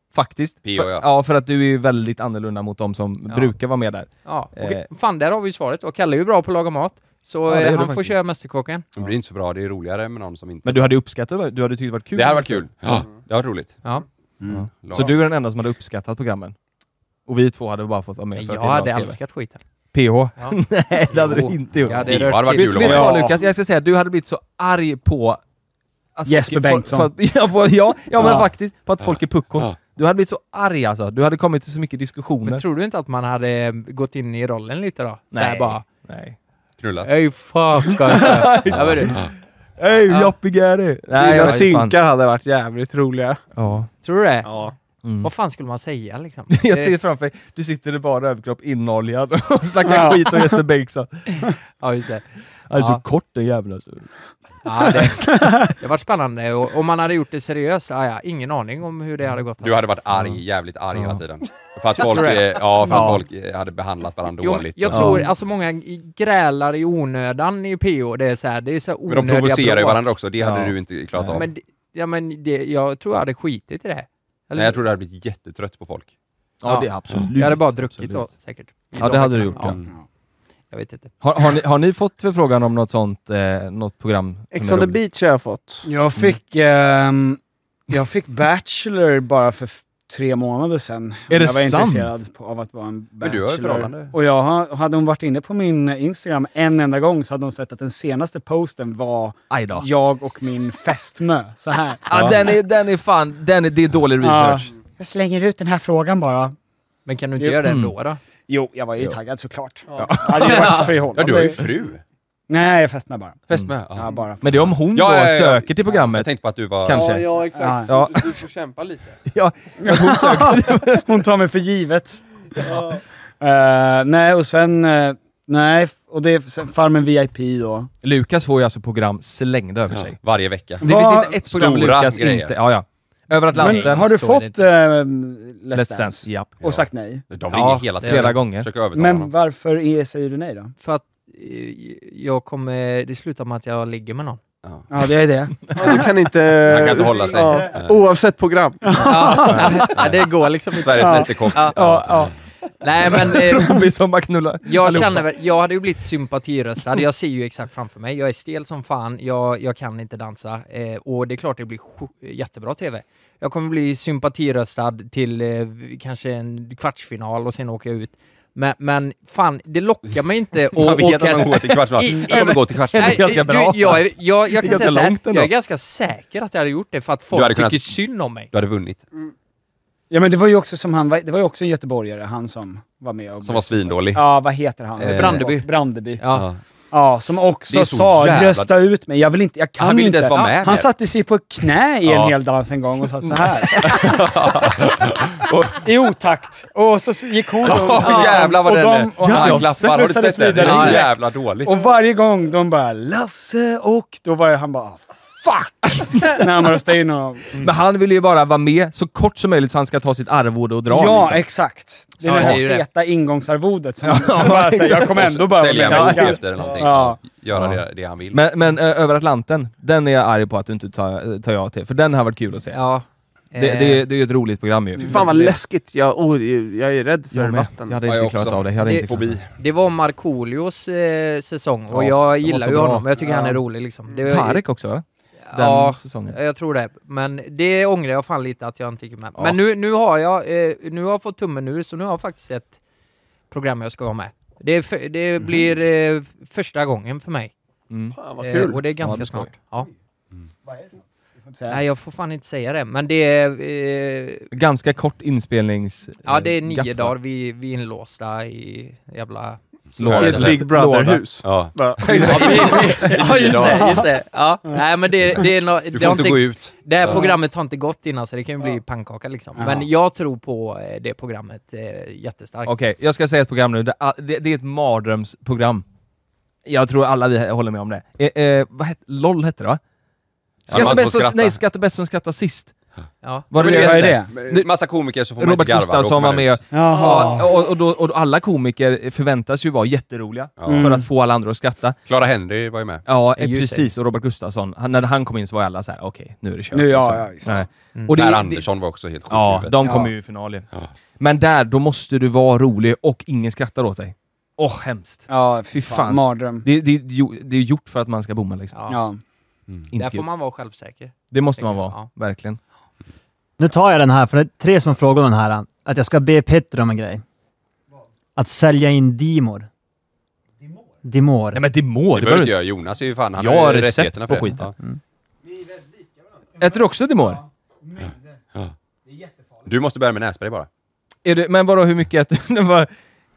Speaker 10: Faktiskt.
Speaker 9: P O,
Speaker 10: för,
Speaker 9: ja.
Speaker 10: ja, för att du är ju väldigt annorlunda mot de som
Speaker 8: Ja.
Speaker 10: brukar vara med där.
Speaker 8: Ja,
Speaker 10: Eh,
Speaker 8: okej. Fan, där har vi ju svaret. Och Kalle är ju bra på att laga mat. Så
Speaker 10: Ja, det är
Speaker 8: eh,
Speaker 10: det
Speaker 8: han får
Speaker 10: faktiskt.
Speaker 8: köra Mästerkocken.
Speaker 9: Men det är inte så bra, det är roligare med någon som inte...
Speaker 10: Men du hade uppskattat det, du hade tyckt det varit kul.
Speaker 9: Det hade varit kul. Ja, det var roligt.
Speaker 8: Ja.
Speaker 9: Mm.
Speaker 10: Ja. Så du är den enda som hade uppskattat programmen? Och vi två hade bara fått vara med för
Speaker 8: Jag
Speaker 10: att det är
Speaker 8: hade
Speaker 10: bra T V.
Speaker 8: älskat skiten.
Speaker 10: P H?
Speaker 8: Ja.
Speaker 10: Nej, det hade
Speaker 8: Jo.
Speaker 10: du inte gjort.
Speaker 8: Ja, det
Speaker 9: Det
Speaker 8: rört
Speaker 9: hade varit
Speaker 8: till.
Speaker 9: kul att
Speaker 10: Vet du
Speaker 9: vara
Speaker 10: vad
Speaker 9: med.
Speaker 10: Lukas, jag ska säga, du hade blivit så arg på... Alltså,
Speaker 6: Jesper
Speaker 10: folk-
Speaker 6: Bengtsson.
Speaker 10: för att- ja, på, ja, ja, men
Speaker 6: Ja.
Speaker 10: faktiskt, på att folk är puckon.
Speaker 9: Ja.
Speaker 10: Du hade blivit så arg alltså. Du hade kommit till så mycket diskussioner.
Speaker 8: Men tror du inte att man hade gått in i rollen lite då? Så här
Speaker 10: Nej.
Speaker 8: bara,
Speaker 10: Nej.
Speaker 9: Knulla.
Speaker 8: ey fuck alltså. Ja, men du,
Speaker 10: Hej,
Speaker 8: Ja.
Speaker 10: Joppe Gary! Nej,
Speaker 7: Dina
Speaker 10: jag
Speaker 7: synkar hade varit jävligt roliga.
Speaker 10: Ja.
Speaker 8: tror du det?
Speaker 7: Ja.
Speaker 10: Mm.
Speaker 8: Vad fan skulle man säga liksom?
Speaker 10: Jag
Speaker 8: Det-
Speaker 10: ser framför dig, du sitter i bara överkropp inoljad och snackar
Speaker 6: Ja.
Speaker 10: skit om Jesper Bengtsson.
Speaker 8: Ja, just det.
Speaker 10: Han är så
Speaker 8: Ja.
Speaker 10: kort den jävla. Alltså.
Speaker 8: Ja, det, det var spännande. Och om man hade gjort det seriöst, ja, ja, ingen aning om hur det hade gått.
Speaker 9: Du hade varit arg, jävligt arg
Speaker 10: Ja.
Speaker 9: hela tiden. För att
Speaker 8: Jag
Speaker 9: folk,
Speaker 8: tror det.
Speaker 9: eh, ja, för att
Speaker 10: Ja.
Speaker 9: folk eh, hade behandlat varandra
Speaker 8: Jo,
Speaker 9: dåligt.
Speaker 8: jag
Speaker 9: och-
Speaker 8: tror,
Speaker 10: Ja.
Speaker 8: alltså många i- grälar i onödan i P O, det är så här, det är så här
Speaker 9: Men de
Speaker 8: onödiga
Speaker 9: provocerar ju
Speaker 8: bråk.
Speaker 9: varandra också, det hade
Speaker 10: Ja.
Speaker 9: du inte klarat
Speaker 10: Nej.
Speaker 9: av.
Speaker 8: Men, det- ja, men det, jag tror jag hade skitit i det. Eller?
Speaker 9: Nej, jag tror du hade blivit jättetrött på folk.
Speaker 10: Ja,
Speaker 8: Ja.
Speaker 10: det är absolut.
Speaker 8: Jag hade bara druckit
Speaker 10: Absolut.
Speaker 8: då, säkert.
Speaker 10: Ja, det hade du gjort, ja.
Speaker 9: Mm.
Speaker 8: Jag vet inte.
Speaker 10: Har, har, ni, har ni fått förfrågan om något sånt, eh, något program? som
Speaker 7: Ex
Speaker 10: är
Speaker 7: on the
Speaker 10: roligt?
Speaker 7: beach har jag fått.
Speaker 6: Jag fick, ehm, jag fick Bachelor bara för f- tre månader sedan.
Speaker 10: Är det
Speaker 6: jag var
Speaker 10: sant?
Speaker 6: intresserad på, av att vara en
Speaker 9: Men du har ju
Speaker 6: Bachelor.
Speaker 9: förhållande.
Speaker 6: Och jag har, hade hon varit inne på min Instagram en enda gång så hade hon sett att den senaste posten var
Speaker 10: Aj då.
Speaker 6: jag och min fästmö. Så här.
Speaker 10: Ja, den är, den är fan, den är, det är dålig research.
Speaker 6: Jag slänger ut den här frågan bara.
Speaker 8: Men kan du inte
Speaker 6: Jo.
Speaker 8: göra det
Speaker 10: Mm.
Speaker 8: ändå då?
Speaker 6: Jo, jag var ju
Speaker 10: Jo.
Speaker 6: taggad såklart. Ja. Jag hade ju varit förhållande.
Speaker 9: Ja, du har ju fru.
Speaker 6: Nej, jag är fästmö bara.
Speaker 9: Fästmö.
Speaker 6: Ja,
Speaker 9: Ja.
Speaker 6: bara för-
Speaker 10: Men det är om hon
Speaker 9: Ja,
Speaker 10: då
Speaker 9: ja, ja, ja.
Speaker 10: söker till
Speaker 9: Jag
Speaker 10: programmet.
Speaker 9: tänkte på att du var...
Speaker 10: Kanske.
Speaker 7: Ja, ja exakt.
Speaker 10: Ja.
Speaker 7: Du, du får kämpa lite.
Speaker 10: Ja, att hon söker.
Speaker 6: Hon tar mig för givet. Eh, nej, och sen... eh, nej, f- och det är sen Farmen V I P då.
Speaker 10: Lukas får ju alltså program slängda över
Speaker 9: Ja,
Speaker 10: sig.
Speaker 9: varje vecka.
Speaker 10: Det
Speaker 6: Vad-
Speaker 10: finns inte ett program
Speaker 9: Stora
Speaker 10: Lukas
Speaker 9: grejer.
Speaker 10: inte... Ja, ja. Över Atlanten.
Speaker 6: Men har du
Speaker 8: så är
Speaker 6: fått
Speaker 8: det
Speaker 6: uh, Let's,
Speaker 10: Let's
Speaker 6: Dance?
Speaker 10: Dance, japp.
Speaker 6: Och sagt nej?
Speaker 9: De
Speaker 8: Ja,
Speaker 9: ringer hela tiden.
Speaker 10: flera gånger.
Speaker 9: Försöker övertala
Speaker 6: Men
Speaker 9: honom.
Speaker 6: varför är, säger du nej då?
Speaker 8: För att eh, jag kommer, det slutar med att jag ligger med någon.
Speaker 9: Ja.
Speaker 6: Ja, det är det.
Speaker 7: Ja, du kan inte...
Speaker 9: Han kan inte hålla sig.
Speaker 7: Ja,
Speaker 9: Eh.
Speaker 7: oavsett program.
Speaker 8: Ja, ja, det går liksom inte.
Speaker 9: Sveriges
Speaker 6: Ja.
Speaker 9: Mästerkock.
Speaker 8: Ja.
Speaker 6: Ja, ja.
Speaker 8: Nej men eh,
Speaker 10: Robin som bara knullar.
Speaker 8: jag
Speaker 10: allihopa.
Speaker 8: känner väl, jag hade ju blivit sympatiröstad. Jag ser ju exakt framför mig. Jag är stel som fan, jag, jag kan inte dansa. Eh, och det är klart det blir sj- jättebra tv. Jag kommer bli sympatiröstad till eh, kanske en kvartsfinal och sen åka ut. Men, men fan, det lockar mig inte att
Speaker 9: Jag vet
Speaker 8: åka...
Speaker 9: att de går till kvartsfinal.
Speaker 8: I-
Speaker 9: Jag kommer gå till kvartsfinal.
Speaker 8: Nej,
Speaker 10: ganska bra.
Speaker 8: Du, jag, är- jag, jag,
Speaker 10: Det är
Speaker 8: kan
Speaker 10: ganska
Speaker 8: säga så här,
Speaker 10: långt ändå.
Speaker 8: jag är ganska säker att jag hade gjort det för att
Speaker 9: Du
Speaker 8: folk
Speaker 9: hade kunnat-
Speaker 8: tycker synd om mig.
Speaker 9: Du hade vunnit.
Speaker 6: Ja, men det var ju också som han, var- det var ju också en göteborgare, han som var med och...
Speaker 9: Som var svindålig.
Speaker 6: Ja, vad heter han?
Speaker 9: Eh,
Speaker 8: Brandeby.
Speaker 6: Brandeby.
Speaker 8: Ja.
Speaker 9: Ja.
Speaker 6: Ja, som
Speaker 9: Det
Speaker 6: också
Speaker 9: är så
Speaker 6: sa
Speaker 9: jävla-
Speaker 6: rösta ut mig, jag vill inte, jag kan
Speaker 9: Han vill inte
Speaker 6: inte.
Speaker 9: ens vara med
Speaker 6: Han
Speaker 9: mer.
Speaker 6: satte sig på knä i en
Speaker 9: Ja.
Speaker 6: hel dans en gång och satt så här. och, I otakt. Och så gick hon då.
Speaker 9: Åh, jävlar vad
Speaker 6: och
Speaker 9: den
Speaker 6: de-
Speaker 9: är.
Speaker 6: och
Speaker 9: Han
Speaker 6: han
Speaker 9: klappar. Har du
Speaker 6: slussades
Speaker 9: sett det? Det
Speaker 6: vidare.
Speaker 9: är så
Speaker 6: Nej.
Speaker 9: jävla dåligt.
Speaker 6: Och varje gång de bara Lasse och då var han bara fuck! När han röstade in och...
Speaker 10: Men han vill ju bara vara med så kort som möjligt så han ska ta sitt arvode och dra.
Speaker 6: Ja,
Speaker 10: liksom.
Speaker 6: exakt. Det är
Speaker 8: Ja,
Speaker 6: det
Speaker 8: det
Speaker 6: här
Speaker 8: är ju det.
Speaker 6: feta ingångsarvodet som som bara säger, jag kommer ändå bara
Speaker 9: Sälja
Speaker 6: med
Speaker 9: mig
Speaker 6: pengar.
Speaker 9: efter eller någonting.
Speaker 6: Ja.
Speaker 9: Göra
Speaker 10: Ja.
Speaker 9: det, det han vill.
Speaker 10: Men, men ö, över Atlanten, den är jag arg på att du inte tar, tar jag till. För den har varit kul att se.
Speaker 8: Ja.
Speaker 10: Det, det, är- det är ju ett roligt program ju.
Speaker 7: Fy fan vad läskigt. Jag, oh, jag är rädd för
Speaker 10: Jag, med.
Speaker 7: vatten.
Speaker 10: jag hade
Speaker 9: Ja,
Speaker 10: inte
Speaker 9: jag
Speaker 10: klarat
Speaker 9: också.
Speaker 10: av det. Jag hade
Speaker 8: Det-
Speaker 10: inte klarat
Speaker 9: Fobi.
Speaker 10: det.
Speaker 8: Det var Markoolios eh, säsong och
Speaker 10: Ja,
Speaker 8: jag
Speaker 10: den var
Speaker 8: gillar
Speaker 10: så
Speaker 8: ju
Speaker 10: bra.
Speaker 8: honom. Jag tycker
Speaker 6: Ja.
Speaker 8: han är rolig liksom. Det,
Speaker 10: Tarek också va? Den
Speaker 8: ja,
Speaker 10: säsongen.
Speaker 8: jag tror det. Men det ångrar jag fan lite att jag inte gick med.
Speaker 9: Ja.
Speaker 8: Men nu, nu har jag eh, nu har jag fått tummen ur, så nu har jag faktiskt ett program jag ska vara med. Det, är för, det blir eh, första gången för mig.
Speaker 10: Mm.
Speaker 7: Fan vad
Speaker 8: Eh,
Speaker 7: kul.
Speaker 8: och det är ganska
Speaker 10: Ja, det ska
Speaker 8: snart. Ja.
Speaker 6: säga.
Speaker 8: Nej, jag får fan inte säga det. Men det är... Eh,
Speaker 10: Ganska kort inspelnings...
Speaker 8: ja, det är
Speaker 10: eh,
Speaker 8: nio
Speaker 10: gap, va?
Speaker 8: dagar vi, vi är inlåsta i jävla...
Speaker 9: Låda.
Speaker 7: I ett Big Brother-hus.
Speaker 9: Ja.
Speaker 8: ja, just det, just det. Ja. Nej, men det, det är no,
Speaker 9: Du
Speaker 8: det
Speaker 9: får
Speaker 8: har
Speaker 9: inte gå ut.
Speaker 8: Det här
Speaker 9: Ja.
Speaker 8: programmet har inte gått innan, så det kan ju bli pannkaka liksom.
Speaker 6: Ja.
Speaker 8: Men jag tror på eh, det programmet eh, jättestarkt.
Speaker 10: Okej, jag ska säga ett program nu. Det, det, det är ett mardrömsprogram. Jag tror alla vi håller med om det. Eh, eh, vad het, LOL hette det va?
Speaker 9: Ja, man
Speaker 10: Skattebäst
Speaker 9: får
Speaker 10: som,
Speaker 9: skratta.
Speaker 10: nej, Skattebäst som skrattar sist.
Speaker 8: Ja.
Speaker 10: Var
Speaker 6: Men
Speaker 10: det,
Speaker 6: det- vad är
Speaker 10: det?
Speaker 6: det?
Speaker 9: Massa komiker så får man
Speaker 10: Robert
Speaker 9: inte garva.
Speaker 10: Gustafsson var med.
Speaker 6: Jaha.
Speaker 10: Ja, och, och, då, och alla komiker förväntas ju vara jätteroliga
Speaker 9: Mm.
Speaker 10: för att få alla andra att skratta.
Speaker 9: Clara Henry var ju med.
Speaker 10: Ja,
Speaker 8: Ja, just
Speaker 10: precis. Och Robert Gustafsson, han, när han kom in så var alla så här: okej, nu är det kört.
Speaker 6: Nu, ja,
Speaker 10: liksom.
Speaker 6: ja, visst.
Speaker 10: Nej.
Speaker 8: Mm.
Speaker 10: Och det,
Speaker 9: Per
Speaker 10: det,
Speaker 9: Andersson var också helt sjuk i
Speaker 10: ja,
Speaker 9: huvudet.
Speaker 10: de kom
Speaker 6: Ja.
Speaker 10: ju i finalen.
Speaker 9: Ja.
Speaker 10: Men där, då måste du vara rolig och ingen skrattar åt dig. Åh, hemskt.
Speaker 6: Ja, fy
Speaker 10: Fy
Speaker 6: fan.
Speaker 10: fan.
Speaker 6: Mardröm.
Speaker 10: Det, det, det är gjort för att man ska bomma liksom.
Speaker 8: Ja.
Speaker 6: Ja.
Speaker 9: Mm.
Speaker 10: Inte
Speaker 8: Där
Speaker 10: kul.
Speaker 8: får man vara självsäker.
Speaker 10: Det måste man vara,
Speaker 8: Ja.
Speaker 10: verkligen.
Speaker 14: Nu tar jag den här, för det är tre som frågar den här. Att jag ska be Petter om en grej. Att sälja in Dimor. Dimor?
Speaker 10: Nej men det må,
Speaker 9: Det
Speaker 10: det
Speaker 9: behöver
Speaker 10: behöver
Speaker 9: inte göra. Jonas är ju fan, han
Speaker 10: Jag
Speaker 9: har
Speaker 10: har
Speaker 9: ju
Speaker 10: recept
Speaker 9: rättigheterna
Speaker 10: på
Speaker 9: för det.
Speaker 10: skiten.
Speaker 9: Ja.
Speaker 10: Mm. Äter du också Dimor?
Speaker 9: Ja. Du måste börja med nässpray bara.
Speaker 10: Är det, men vadå, hur mycket äter du? Bara,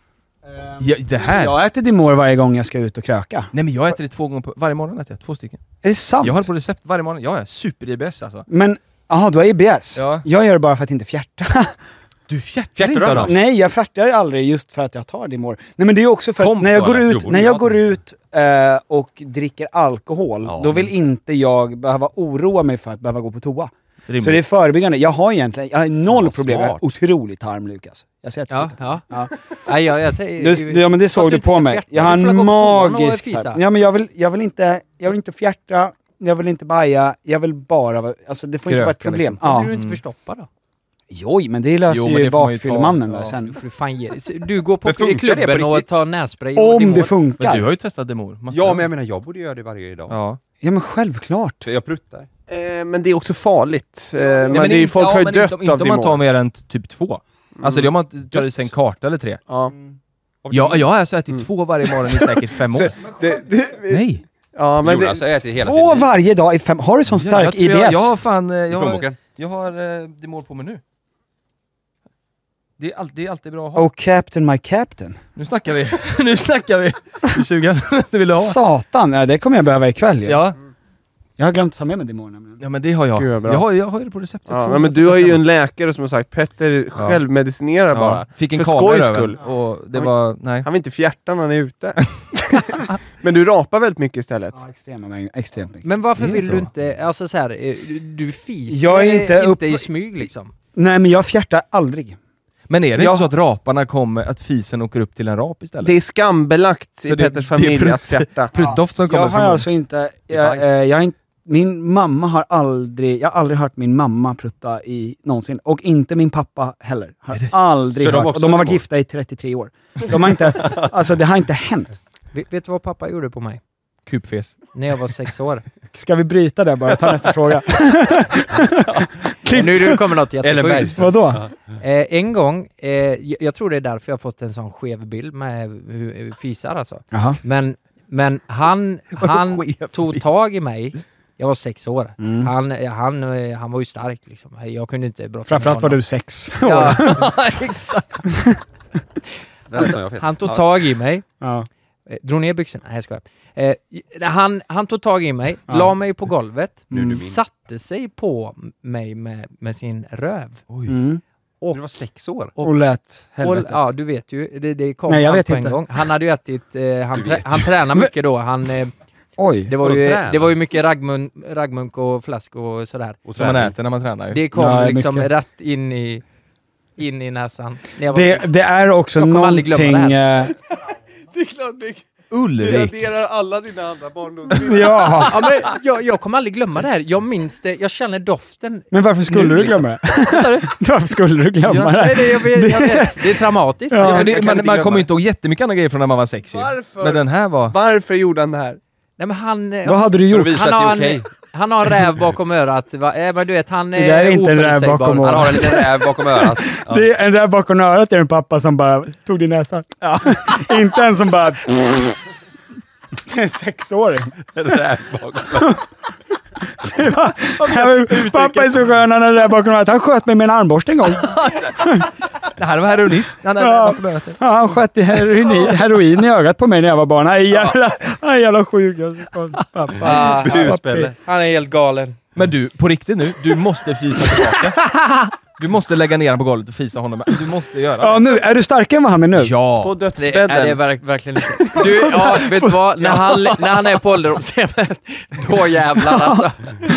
Speaker 10: ja, det här?
Speaker 6: Jag äter Dimor varje gång jag ska ut och kröka.
Speaker 10: Nej men jag äter det två gånger på, varje morgon äter jag två stycken.
Speaker 6: Är det sant?
Speaker 10: Jag har på recept varje morgon. Jag är super-I B S alltså.
Speaker 6: Men, jaha, du har I B S?
Speaker 10: Ja.
Speaker 6: Jag gör det bara för att inte fjärta.
Speaker 10: Du fjärtar
Speaker 9: Fjärtar
Speaker 10: inte
Speaker 9: du
Speaker 10: då?
Speaker 9: då?
Speaker 6: Nej, jag fjärtar aldrig just för att jag tar Dimor. Nej men det är också för att
Speaker 10: Kom
Speaker 6: när jag
Speaker 10: då,
Speaker 6: går
Speaker 10: eller?
Speaker 6: ut,
Speaker 9: Jo,
Speaker 6: när
Speaker 9: det
Speaker 6: jag
Speaker 9: är
Speaker 6: går
Speaker 9: det.
Speaker 6: ut eh, och dricker alkohol,
Speaker 9: Ja.
Speaker 6: då vill inte jag behöva oroa mig för att behöva gå på toa.
Speaker 10: Rimligt.
Speaker 6: Så det är förebyggande. Jag har egentligen, jag har noll
Speaker 9: vad
Speaker 6: problem. Jag har
Speaker 9: smart.
Speaker 6: otrolig tarm, Lukas. Jag ser att du
Speaker 8: Ja,
Speaker 6: tittar.
Speaker 8: ja.
Speaker 6: Ja.
Speaker 8: Nej, jag, jag,
Speaker 6: Du, du, ja men det
Speaker 8: För att
Speaker 6: såg
Speaker 8: du
Speaker 6: du
Speaker 8: inte
Speaker 6: på
Speaker 8: ska
Speaker 6: mig.
Speaker 8: fjärta.
Speaker 6: Jag har
Speaker 8: Du får
Speaker 6: en
Speaker 8: gå på toan och
Speaker 6: magisk
Speaker 8: fisa.
Speaker 6: tarm. Ja men jag vill, jag vill inte, jag vill inte fjärta, jag vill inte baja, jag vill bara, vara- alltså det får inte vara ett
Speaker 10: Kröka,
Speaker 6: problem.
Speaker 10: liksom.
Speaker 6: Ja.
Speaker 8: Borde du inte förstoppa då?
Speaker 6: Joj, men det löser
Speaker 10: Jo, men
Speaker 6: ju
Speaker 10: det får man ju ta.
Speaker 6: bakfyllemannen
Speaker 10: Ja.
Speaker 6: där
Speaker 8: Du
Speaker 6: sen.
Speaker 8: får fan ge Du går på
Speaker 9: Men funkar det på
Speaker 8: klubben och
Speaker 9: riktigt?
Speaker 8: tar nässpray och
Speaker 6: Om
Speaker 8: Dimor.
Speaker 6: det funkar.
Speaker 10: Men du har ju testat Dimor. Massa
Speaker 9: Ja,
Speaker 10: gånger.
Speaker 9: men jag menar, jag borde göra det varje dag.
Speaker 10: Ja.
Speaker 6: Ja men självklart.
Speaker 9: Så jag pruttar.
Speaker 7: Eh, men det är också farligt. Eh,
Speaker 10: Nej,
Speaker 7: men det är ju
Speaker 10: inte-
Speaker 7: folk
Speaker 10: ja,
Speaker 7: har ju
Speaker 10: men
Speaker 7: dött
Speaker 10: inte, inte
Speaker 7: av
Speaker 10: om man tar
Speaker 7: Dimor.
Speaker 10: mer än typ två. Alltså det är om man tar i sig en karta eller tre.
Speaker 7: Ja.
Speaker 10: Ja, jag har alltså ätit två varje morgon i säkert fem år.
Speaker 7: Så, det, det,
Speaker 10: Nej.
Speaker 7: ja, men
Speaker 9: Jonas
Speaker 7: det,
Speaker 9: har ätit hela
Speaker 6: Två
Speaker 9: sin liv.
Speaker 6: varje dag i fem, har du sån
Speaker 10: Ja,
Speaker 6: stark
Speaker 10: jag, tror
Speaker 6: I B S?
Speaker 10: jag, jag har fan... eh, Jag har,
Speaker 9: Plånboken.
Speaker 10: jag har eh, Dimor på mig nu. Det är, all, det är alltid bra att ha.
Speaker 6: Oh Captain my Captain.
Speaker 10: Nu snackar vi. Nu snackar vi. Du sugen? Det vill du ha?
Speaker 6: Satan, ja, det kommer jag behöva ikväll ju.
Speaker 10: Ja.
Speaker 6: Jag har glömt att ta med mig Dimor nämligen.
Speaker 10: Ja men det har jag.
Speaker 7: Gud, vad bra.
Speaker 10: Jag har, jag har ju det på recept. Jag
Speaker 7: ja,
Speaker 10: tror
Speaker 7: men
Speaker 10: att
Speaker 7: du
Speaker 10: jag
Speaker 7: har ju
Speaker 10: kan-
Speaker 7: en läkare som har sagt Petter
Speaker 10: Ja.
Speaker 7: självmedicinerar
Speaker 10: Ja.
Speaker 7: bara.
Speaker 10: Fick en
Speaker 7: För
Speaker 10: kamera
Speaker 7: skojs
Speaker 10: över.
Speaker 7: skull.
Speaker 10: Och det var... Nej.
Speaker 7: Han vill inte fjärta när han är ute. Men du rapar väldigt mycket istället.
Speaker 6: Ja, extremt, mängd- extremt mycket.
Speaker 8: Men varför
Speaker 10: Det är
Speaker 8: vill
Speaker 10: så.
Speaker 8: du inte, alltså så här, eh, du, du fiser
Speaker 6: Jag är inte upp-
Speaker 8: i smyg liksom?
Speaker 6: Nej men jag fjärtar aldrig.
Speaker 10: Men är det
Speaker 6: Jag-
Speaker 10: inte så att raparna kommer, att fisen åker upp till en rap istället?
Speaker 7: Det är skambelagt
Speaker 10: Så
Speaker 7: i
Speaker 10: det-
Speaker 7: Petters
Speaker 10: det är
Speaker 7: familj
Speaker 10: prutt-
Speaker 7: att fjärta.
Speaker 10: Pruttdoft som kommer
Speaker 6: Jag har
Speaker 10: från
Speaker 6: alltså inte, jag, eh, jag har inte, min mamma har aldrig, jag har aldrig hört min mamma prutta i någonsin. Och inte min pappa heller. Har
Speaker 10: Är det
Speaker 6: aldrig
Speaker 9: så? De
Speaker 6: hört.
Speaker 9: också
Speaker 6: Och de har varit
Speaker 9: Dimor?
Speaker 6: gifta i trettiotre år. De har inte, alltså det har inte hänt.
Speaker 8: Vet, vet du vad pappa gjorde på mig?
Speaker 10: Kupfes.
Speaker 8: När jag var sex år.
Speaker 6: Ska vi bryta det bara? Ta nästa fråga.
Speaker 8: nu nu kommer något
Speaker 9: Eller
Speaker 8: jättesjukt.
Speaker 9: Bergström.
Speaker 6: Vadå?
Speaker 8: Eh, en gång, eh, jag, jag tror det är därför jag har fått en sån skev bild med hur, hur fisar alltså.
Speaker 6: Jaha.
Speaker 8: Men, men han, han
Speaker 10: skev
Speaker 8: tog
Speaker 10: bild?
Speaker 8: tag i mig. Jag var sex år.
Speaker 6: Mm.
Speaker 8: Han, han, eh, han var ju stark liksom. Jag kunde inte brottas med
Speaker 6: Framförallt var
Speaker 8: honom.
Speaker 6: du sex.
Speaker 8: Ja,
Speaker 10: Exakt.
Speaker 9: Det lät som jag vet.
Speaker 8: han tog
Speaker 9: Ja.
Speaker 8: tag i mig.
Speaker 6: Ja.
Speaker 8: Eh, drog ner byxorna. Nej, jag skojar. Eh, han, han tog tag i mig,
Speaker 6: Ja.
Speaker 8: la mig på golvet,
Speaker 9: Nu är du min.
Speaker 8: satte sig på mig med, med sin röv.
Speaker 6: Mm.
Speaker 8: Och,
Speaker 9: Du var sex år.
Speaker 6: Och lät
Speaker 8: och,
Speaker 6: helvetet.
Speaker 8: ja, du vet ju, det, det kom
Speaker 6: Nej, jag
Speaker 8: allt
Speaker 6: vet
Speaker 8: på
Speaker 6: inte.
Speaker 8: en gång. Han hade ju ätit, eh, han,
Speaker 9: Du
Speaker 8: trä,
Speaker 9: vet
Speaker 8: han tränade mycket då. Han, eh,
Speaker 6: Oj.
Speaker 8: det, var
Speaker 9: Vadå
Speaker 8: ju,
Speaker 9: träna?
Speaker 8: det var ju mycket raggmun, raggmunk och flask och sådär.
Speaker 9: Och
Speaker 10: Som man
Speaker 9: träning.
Speaker 10: äter när man tränar ju.
Speaker 8: Det kom
Speaker 6: Ja,
Speaker 8: liksom
Speaker 6: mycket.
Speaker 8: rätt in i, in i näsan. När jag var
Speaker 6: Det, det är också
Speaker 8: Jag kommer aldrig glömma
Speaker 6: någonting...
Speaker 8: det
Speaker 6: eh,
Speaker 7: Det är klart det
Speaker 10: Ulrik.
Speaker 7: raderar alla dina andra barndomsminnen.
Speaker 6: ja.
Speaker 8: Ja, men jag, jag kommer aldrig glömma det här. Jag minns det, jag känner doften.
Speaker 6: Men varför skulle
Speaker 8: Nu,
Speaker 6: du
Speaker 8: liksom.
Speaker 6: glömma det?
Speaker 8: Fattar du?
Speaker 6: Varför skulle du glömma
Speaker 10: Ja,
Speaker 6: det?
Speaker 8: Nej, det, jag vet, jag vet. Det är traumatiskt.
Speaker 6: Ja.
Speaker 10: Ja, för det,
Speaker 9: Jag kan
Speaker 10: man
Speaker 9: inte
Speaker 10: man
Speaker 9: glömma
Speaker 10: kommer
Speaker 9: det.
Speaker 10: inte ihåg jättemycket andra grejer från när man var sex ju.
Speaker 7: Varför?
Speaker 10: Men den här var...
Speaker 7: Varför gjorde han det här?
Speaker 8: Nej, men han, eh,
Speaker 6: Vad hade du
Speaker 9: För att
Speaker 6: gjort?
Speaker 9: visa
Speaker 8: han,
Speaker 9: att
Speaker 8: har
Speaker 9: det är
Speaker 8: en,
Speaker 9: okej.
Speaker 8: han har en räv bakom örat. Va? Eh, men du vet, han
Speaker 6: Det där är
Speaker 8: är
Speaker 6: inte en räv
Speaker 8: oförutsägbar.
Speaker 6: bakom
Speaker 9: Han
Speaker 6: örat.
Speaker 9: har en liten räv bakom örat. Ja.
Speaker 6: Det är en där bakom örat är en pappa som bara tog din näsa. Inte en som bara... Det är en sexåring.
Speaker 9: En räv bakom.
Speaker 6: Det var, pappa är så skön, han är där bakom örat. Han sköt mig med en armborste en gång.
Speaker 10: Det här var heroinist. Han är
Speaker 6: Ja.
Speaker 10: bakom örat.
Speaker 6: Ja, han sköt i heroin, heroin i ögat på mig när jag var barn. Han är jävla, han är jävla sjuk. Pappa.
Speaker 8: Ah,
Speaker 9: Buspelle.
Speaker 8: han är helt galen.
Speaker 10: Men du, på riktigt nu, du måste fisa tillbaka. Du måste lägga ner honom på golvet och fisa honom. Du måste göra
Speaker 6: Ja,
Speaker 10: det.
Speaker 6: nu, är du starkare än vad han är nu?
Speaker 10: Ja.
Speaker 7: På
Speaker 8: Det,
Speaker 7: dödsbädden.
Speaker 8: är, det är verk, verkligen inte. Du, ja, vet du vad? När han, när han är på ålderdomshemmet, då jävlar alltså.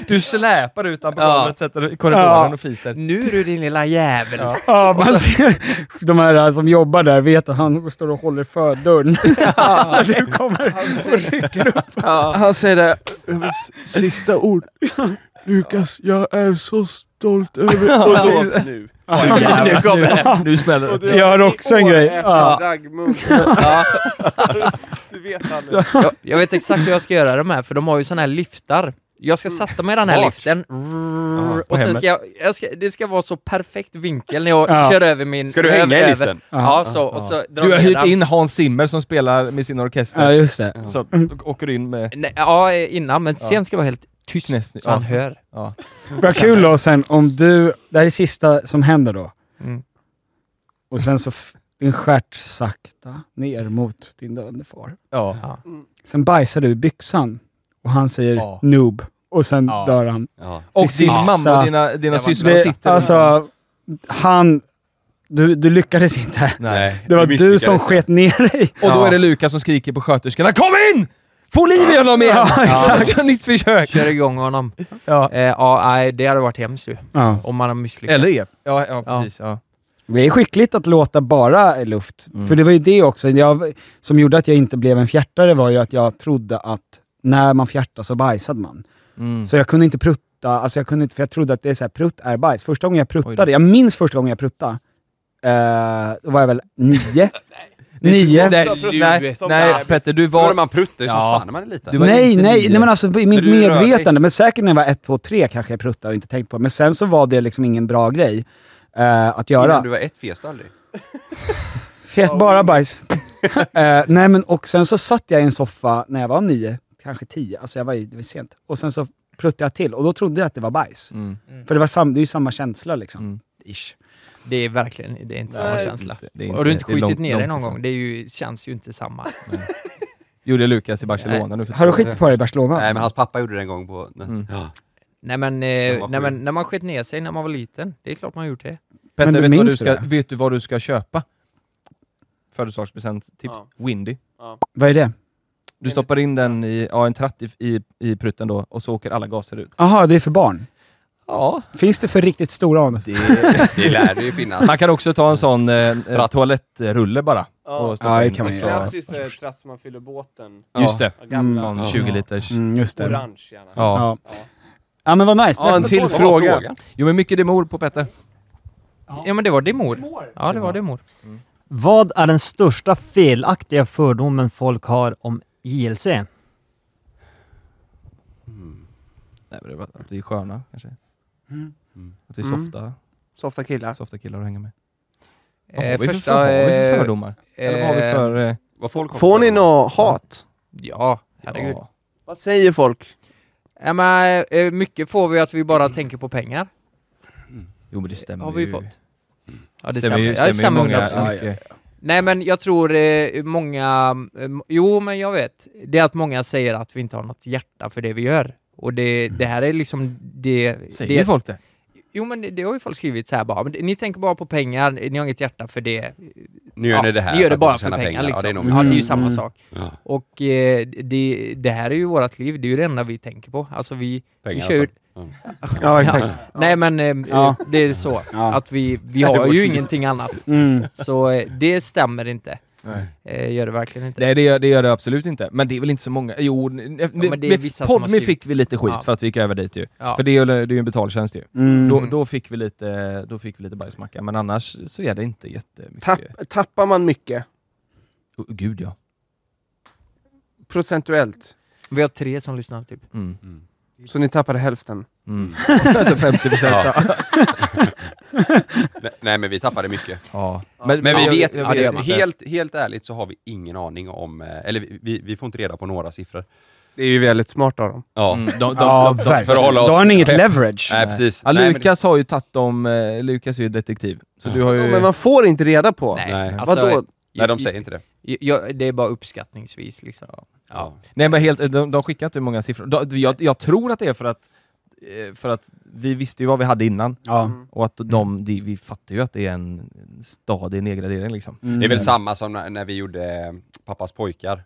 Speaker 10: Du släpar utan på
Speaker 8: Ja.
Speaker 10: golvet, sätter i korridoren
Speaker 6: Ja.
Speaker 10: och fiser.
Speaker 8: Nu är du din lilla jävel.
Speaker 10: Ja.
Speaker 6: Ja, man ser, de här som jobbar där vet att han står och håller för dörren. När du kommer och rycker upp.
Speaker 7: Ja. Han säger det, sista ord. Lukas, jag är så stolt över... Och då, nu.
Speaker 6: Ja,
Speaker 8: nu kommer det.
Speaker 10: Nu smäller det.
Speaker 6: Jag har också en grej. Ja.
Speaker 8: Ja.
Speaker 7: Du vet aldrig.
Speaker 8: jag, jag vet exakt hur jag ska göra de här, för de har ju såna här lyftar. Jag ska sätta mig i den här
Speaker 10: Vart?
Speaker 8: liften.
Speaker 10: på
Speaker 8: Och sen
Speaker 10: hemmet.
Speaker 8: ska jag, jag ska, det ska vara så perfekt vinkel när jag
Speaker 6: Ja.
Speaker 8: kör över min...
Speaker 9: Ska du hänga i
Speaker 8: över-
Speaker 9: liften?
Speaker 8: Ja, så, och så drar
Speaker 10: Du har
Speaker 8: ner
Speaker 10: hyrt
Speaker 8: den.
Speaker 10: in Hans Zimmer som spelar med sin orkester.
Speaker 6: Ja, just det.
Speaker 10: Så åker du in med...
Speaker 8: Nej, ja, innan, men
Speaker 10: Ja.
Speaker 8: sen ska det vara helt tyst
Speaker 10: Näst-
Speaker 8: så han
Speaker 10: ja.
Speaker 8: hör.
Speaker 10: Ja.
Speaker 6: Vad kul då sen om du, det här är det sista som händer då.
Speaker 8: Mm.
Speaker 6: Och sen så f- din stjärt sakta ner mot din döende far.
Speaker 10: Ja.
Speaker 8: Ja.
Speaker 6: Sen bajsar du i byxan och han säger
Speaker 10: Ja.
Speaker 6: noob. Och sen
Speaker 10: Ja.
Speaker 6: dör han.
Speaker 9: Ja.
Speaker 10: Och din
Speaker 6: sista-
Speaker 10: mamma och dina, dina
Speaker 8: Det var-
Speaker 10: syskon
Speaker 6: Det,
Speaker 10: sitter...
Speaker 6: alltså, han... Du, du lyckades inte.
Speaker 10: Nej.
Speaker 6: Det var
Speaker 9: vi
Speaker 6: du
Speaker 9: misslyckades.
Speaker 6: som sket ner dig.
Speaker 10: Och då
Speaker 8: Ja.
Speaker 10: är det Lukas som skriker på sköterskorna. Kom in! Få liv i honom igen!
Speaker 6: Ja, exakt.
Speaker 10: Så nytt försök.
Speaker 8: Kör igång honom.
Speaker 10: Ja.
Speaker 8: Eh, ja, nej, det hade varit hemskt ju.
Speaker 6: Ja.
Speaker 8: Om man har misslyckats.
Speaker 10: Eller är. Ja, ja precis. Ja.
Speaker 6: Det är skickligt att låta bara luft.
Speaker 10: Mm.
Speaker 6: För det var ju det också. Jag, som gjorde att jag inte blev en fjärtare var ju att jag trodde att när man fjärtar så bajsade man.
Speaker 10: Mm.
Speaker 6: Så jag kunde inte prutta, alltså jag kunde inte, för jag trodde att det är så här, prutt är bajs. Första gången jag
Speaker 10: Oj
Speaker 6: pruttade,
Speaker 10: då.
Speaker 6: jag minns första gången jag pruttade, eh, då var jag väl nio.
Speaker 10: Nej,
Speaker 6: nio.
Speaker 10: nej, nej Petter, du
Speaker 9: Var...
Speaker 10: var...
Speaker 9: Man pruttar ju som
Speaker 10: Ja.
Speaker 9: fan när man är liten.
Speaker 10: Du var
Speaker 6: Nej,
Speaker 10: inte
Speaker 6: nej,
Speaker 10: nio.
Speaker 6: nej, men alltså i mitt
Speaker 9: Men du rör
Speaker 6: medvetande, men säkert när jag var ett, två, tre kanske jag pruttade och inte tänkt på det. Men sen så var det liksom ingen bra grej eh, att göra.
Speaker 9: Innan du var ett fes du aldrig.
Speaker 6: Fest bara bajs. eh, nej men och sen så satt jag i en soffa när jag var nio, kanske tio, alltså jag var ju, det var sent. Och sen så pruttade jag till och då trodde jag att det var bajs.
Speaker 10: Mm.
Speaker 6: För det, var sam, det är ju samma känsla liksom.
Speaker 10: Mm.
Speaker 6: Ish.
Speaker 8: Det är verkligen, det är inte samma
Speaker 10: Nej,
Speaker 8: känsla.
Speaker 10: det är inte-
Speaker 8: Har du inte
Speaker 10: det är
Speaker 8: skitit
Speaker 10: långt-
Speaker 8: ner dig
Speaker 10: långt
Speaker 8: någon
Speaker 10: ifrån.
Speaker 8: gång? Det är ju, känns ju inte samma.
Speaker 10: Gjorde Lukas i Barcelona nu för
Speaker 6: Har du
Speaker 10: två
Speaker 6: skitit
Speaker 10: år.
Speaker 6: på dig i Barcelona?
Speaker 9: Nej, men hans pappa gjorde det en gång på...
Speaker 10: Mm.
Speaker 9: Ja.
Speaker 8: Nej men,
Speaker 9: var
Speaker 8: eh,
Speaker 9: sju.
Speaker 8: nej, men när man skett ner sig när man var liten, det är klart man har gjort det.
Speaker 10: Petter,
Speaker 6: Men du
Speaker 10: vet, du vad du
Speaker 6: minns
Speaker 10: ska,
Speaker 6: det?
Speaker 10: vet du vad du ska köpa? Födelsedagspresent, tips.
Speaker 7: Ja.
Speaker 10: Windy.
Speaker 6: Vad är det?
Speaker 10: Du stoppar in den i ja, en tratt i, i, i prutten då och så åker alla gaser ut.
Speaker 6: Jaha, det är för barn.
Speaker 10: Ja.
Speaker 6: Finns det för riktigt stora anus?
Speaker 10: Det,
Speaker 9: Det lär det ju finnas.
Speaker 10: man kan också ta en sån eh,
Speaker 9: Tratt.
Speaker 10: toalettrulle bara.
Speaker 7: Ja.
Speaker 10: Och stoppa
Speaker 6: Ja, det
Speaker 10: in
Speaker 6: kan man
Speaker 10: och
Speaker 6: göra.
Speaker 10: så-
Speaker 7: Klassiskt eh, tratt som man fyller båten.
Speaker 10: Just det.
Speaker 7: Ja, gamla.
Speaker 10: Sån
Speaker 6: Mm.
Speaker 10: tjugo liters.
Speaker 6: Mm, just det.
Speaker 7: Orange gärna.
Speaker 10: Ja.
Speaker 6: Ja. Ja men vad nice.
Speaker 7: Ja, en
Speaker 6: Nästa
Speaker 7: till
Speaker 6: fråga.
Speaker 7: fråga.
Speaker 9: fråga.
Speaker 10: Jo men mycket demor på Petter.
Speaker 8: Ja men det var det mor. Ja det var det mor.
Speaker 14: Vad är den största felaktiga fördomen folk har om J L C?
Speaker 10: Nej, men det var att vi är sköna kanske.
Speaker 6: Mm.
Speaker 10: Att vi är
Speaker 6: Mm.
Speaker 10: softa,
Speaker 7: Softa killar.
Speaker 10: softa killar att hänga med. Vad har
Speaker 8: Eh,
Speaker 10: vi för,
Speaker 8: första,
Speaker 10: vad har vi för
Speaker 8: eh,
Speaker 10: fördomar? Eller vad har vi för... Eh,
Speaker 9: Vad folk har
Speaker 7: Får
Speaker 9: för
Speaker 7: ni
Speaker 9: fördomar.
Speaker 7: något hat?
Speaker 8: Ja, herregud.
Speaker 10: ja.
Speaker 7: Vad säger folk?
Speaker 8: Ja, men, eh, mycket får vi att vi bara tänker på pengar.
Speaker 10: Jo men det stämmer
Speaker 8: Har vi
Speaker 10: ju.
Speaker 8: fått. Ja det
Speaker 10: Stämmer
Speaker 8: stämmer.
Speaker 10: ju,
Speaker 8: Ja, det
Speaker 10: stämmer ju
Speaker 8: stämmer hundra
Speaker 10: många,
Speaker 8: procent.
Speaker 10: mycket.
Speaker 8: Nej men jag tror eh, många, eh, jo men jag vet, det är att många säger att vi inte har något hjärta för det vi gör. Och det, det här är liksom det...
Speaker 10: Säger
Speaker 8: det,
Speaker 10: folk det?
Speaker 8: Jo men det, det har ju folk skrivit så här bara, men ni tänker bara på pengar, ni har inget hjärta för det.
Speaker 9: Nu gör ni det här
Speaker 8: Ni gör
Speaker 9: för
Speaker 8: det
Speaker 9: att
Speaker 8: bara
Speaker 9: ni
Speaker 8: för
Speaker 9: tjänar
Speaker 8: pengar,
Speaker 9: pengar.
Speaker 8: liksom.
Speaker 9: Ja, det är nog
Speaker 8: Ja, det är ju
Speaker 6: Mm,
Speaker 8: samma
Speaker 6: mm.
Speaker 8: sak.
Speaker 9: Ja.
Speaker 8: Och eh, det, det här är ju vårt liv, det är ju det enda vi tänker på. Alltså vi,
Speaker 9: Pengar
Speaker 8: vi kör ju...
Speaker 9: alltså.
Speaker 6: Ja exakt.
Speaker 8: Nej men eh,
Speaker 6: Ja.
Speaker 8: det är så,
Speaker 6: Ja.
Speaker 8: att vi, vi
Speaker 9: Det är
Speaker 8: har
Speaker 9: vårt
Speaker 8: ju
Speaker 9: liv.
Speaker 8: ingenting annat.
Speaker 6: Mm.
Speaker 8: Så eh, det stämmer inte.
Speaker 10: Nej.
Speaker 8: Eh, gör det verkligen inte.
Speaker 10: Nej det gör, det gör det absolut inte. Men det är väl inte så många. Jo, n- n-
Speaker 8: men det är vissa som har
Speaker 10: Podme
Speaker 8: skrivit.
Speaker 10: fick vi lite skit
Speaker 8: Ja.
Speaker 10: för att vi gick över dit ju.
Speaker 8: Ja.
Speaker 10: För det är ju det är ju en betaltjänst ju.
Speaker 6: Mm.
Speaker 10: Då, då fick vi lite då fick vi lite bajsmacka. Men annars så är det inte jättemycket.
Speaker 7: Tapp, tappar man mycket?
Speaker 10: Oh, gud ja.
Speaker 7: Procentuellt?
Speaker 8: Vi har tre som lyssnar typ.
Speaker 10: Mm.
Speaker 7: Så ni tappade hälften?
Speaker 10: Mm. Alltså femtio procent.
Speaker 9: Ja. Nej, Nej men vi tappade mycket.
Speaker 10: Ja.
Speaker 9: Men, men vi
Speaker 10: ja,
Speaker 9: vet,
Speaker 10: jag
Speaker 9: vi
Speaker 10: vet
Speaker 9: vet
Speaker 10: inte.
Speaker 9: helt, helt ärligt så har vi ingen aning om, eh, eller vi- vi, vi får inte reda på några siffror.
Speaker 7: Det är ju väldigt smart av dem.
Speaker 9: Ja,
Speaker 10: Mm, de, de,
Speaker 6: Ja,
Speaker 10: de, de,
Speaker 6: verkligen.
Speaker 9: för att hålla oss-
Speaker 6: Då har ni inget leverage.
Speaker 9: nej precis.
Speaker 10: ja,
Speaker 9: Nej, men-
Speaker 10: Lukas har ju tagit dem, eh, Lukas är ju detektiv. Så du har ju...
Speaker 7: Men man får inte reda på.
Speaker 8: Nej,
Speaker 9: Nej.
Speaker 8: alltså,
Speaker 7: Vadå?
Speaker 9: Nej de säger inte det.
Speaker 8: Jag, det är bara uppskattningsvis liksom.
Speaker 9: Ja.
Speaker 10: Nej men helt, de, de skickar inte hur många siffror. De, jag, jag tror att det är för att eh, för att vi visste ju vad vi hade innan.
Speaker 6: Ja.
Speaker 10: Och att de, de, vi fattar ju att det är en stadig nedgradering liksom.
Speaker 6: Mm.
Speaker 9: Det är väl samma som när, när vi gjorde eh, Pappas pojkar.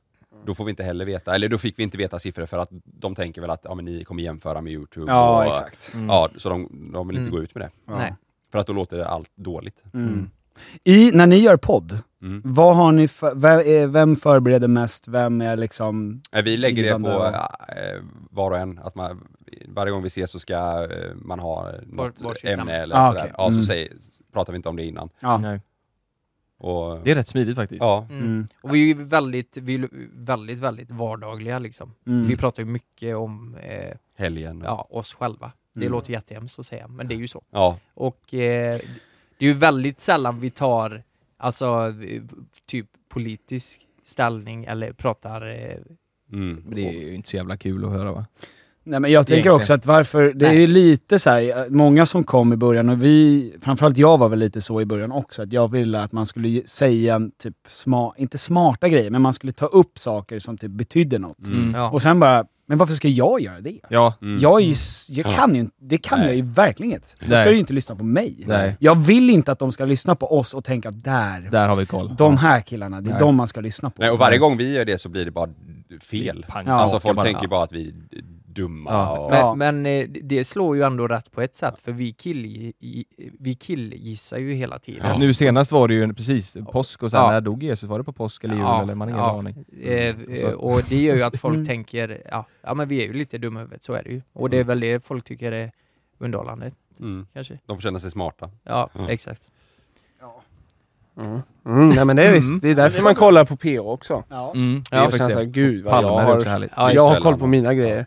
Speaker 9: då får vi inte heller veta, eller då fick vi inte veta siffror för att de tänker väl att ja, men ni kommer jämföra med YouTube.
Speaker 6: Ja,
Speaker 9: och,
Speaker 6: exakt.
Speaker 9: Mm. Ja, så de, de vill inte
Speaker 8: Mm.
Speaker 9: gå ut med det.
Speaker 8: Ja. Nej.
Speaker 9: För att då låter det allt dåligt.
Speaker 6: Mm. I, när ni gör podd,
Speaker 9: Mm.
Speaker 6: vad har ni för, vem, är, vem förbereder mest? Vem är liksom...
Speaker 9: Vi lägger det
Speaker 6: drivande
Speaker 9: på
Speaker 6: och-
Speaker 9: äh, var och en. Att man, varje gång vi ses så ska äh, man ha något
Speaker 8: varsitt
Speaker 9: ämne
Speaker 8: ämne.
Speaker 9: eller
Speaker 6: Ah,
Speaker 9: sådär.
Speaker 6: okej.
Speaker 9: Ja, så
Speaker 6: Mm.
Speaker 9: säger, pratar vi inte om det innan.
Speaker 6: Ja.
Speaker 10: Nej.
Speaker 9: Och,
Speaker 10: Det är rätt smidigt faktiskt.
Speaker 9: ja.
Speaker 8: Mm.
Speaker 6: Mm.
Speaker 8: Och vi är ju väldigt, vi är väldigt, väldigt vardagliga liksom.
Speaker 6: Mm.
Speaker 8: Vi pratar ju mycket om eh,
Speaker 9: Helgen.
Speaker 8: ja, oss själva. Det
Speaker 6: Mm.
Speaker 8: låter jättehemskt att säga, men det är ju så.
Speaker 9: Ja.
Speaker 8: Och eh, det är ju väldigt sällan vi tar, alltså, eh, typ politisk ställning eller pratar... Eh,
Speaker 9: Mm.
Speaker 10: Men det är ju inte så jävla kul att höra va?
Speaker 6: Nej, men jag tänker
Speaker 10: Egentligen.
Speaker 6: också att varför, det är
Speaker 8: Nej.
Speaker 6: ju lite så här, många som kom i början och vi, framförallt jag var väl lite så i början också, att jag ville att man skulle ge- säga en typ, sma, inte smarta grejer, men man skulle ta upp saker som typ betydde något.
Speaker 9: Mm.
Speaker 8: ja.
Speaker 6: Och sen bara, men varför ska jag göra det?
Speaker 10: Ja.
Speaker 9: Mm.
Speaker 6: Jag, är ju, s- jag kan ju inte, det kan
Speaker 9: Nej.
Speaker 6: jag ju verkligen inte. Då ska
Speaker 10: Nej.
Speaker 6: du ju inte lyssna på mig.
Speaker 10: Nej.
Speaker 6: Jag vill inte att de ska lyssna på oss och tänka, där,
Speaker 10: Där har vi koll.
Speaker 6: de här killarna, det är
Speaker 10: Nej.
Speaker 6: de man ska lyssna på.
Speaker 9: Nej, och varje gång vi gör det så blir det bara fel.
Speaker 10: Pang.
Speaker 6: Ja.
Speaker 9: Alltså folk
Speaker 10: bara.
Speaker 9: tänker ju bara att vi är dumma.
Speaker 10: Ja.
Speaker 9: Och,
Speaker 8: Men,
Speaker 6: Ja.
Speaker 8: men eh, det slår ju ändå rätt på ett sätt, för vi, kill, i- vi killgissar ju hela tiden.
Speaker 9: Ja.
Speaker 10: Nu senast var det ju precis påsk och sen
Speaker 8: Ja.
Speaker 10: när dog Jesus? Var det på påsk eller jul
Speaker 8: Ja,
Speaker 10: eller man har ingen
Speaker 8: ja.
Speaker 10: aning?
Speaker 8: Eh,
Speaker 10: Så-
Speaker 8: eh, och det gör ju att folk
Speaker 6: Mm.
Speaker 8: tänker, ja, ja men vi är ju lite dumma i huvudet, så är det ju. Och det är väl det folk tycker är underhållande,
Speaker 9: mm.
Speaker 8: kanske.
Speaker 9: De får känna sig smarta.
Speaker 8: Ja,
Speaker 9: Ja.
Speaker 8: exakt.
Speaker 7: Mm. Mm, nej men det är visst, det är därför man kollar på P O också.
Speaker 6: Ja.
Speaker 10: Mm, det
Speaker 7: Ja,
Speaker 10: är
Speaker 7: och känns
Speaker 10: faktiskt
Speaker 7: såhär,
Speaker 10: det.
Speaker 7: gud vad
Speaker 10: Palmer
Speaker 7: jag
Speaker 10: är
Speaker 7: har,
Speaker 10: också härligt.
Speaker 8: Ja,
Speaker 7: jag har
Speaker 9: sällan.
Speaker 7: koll på mina grejer.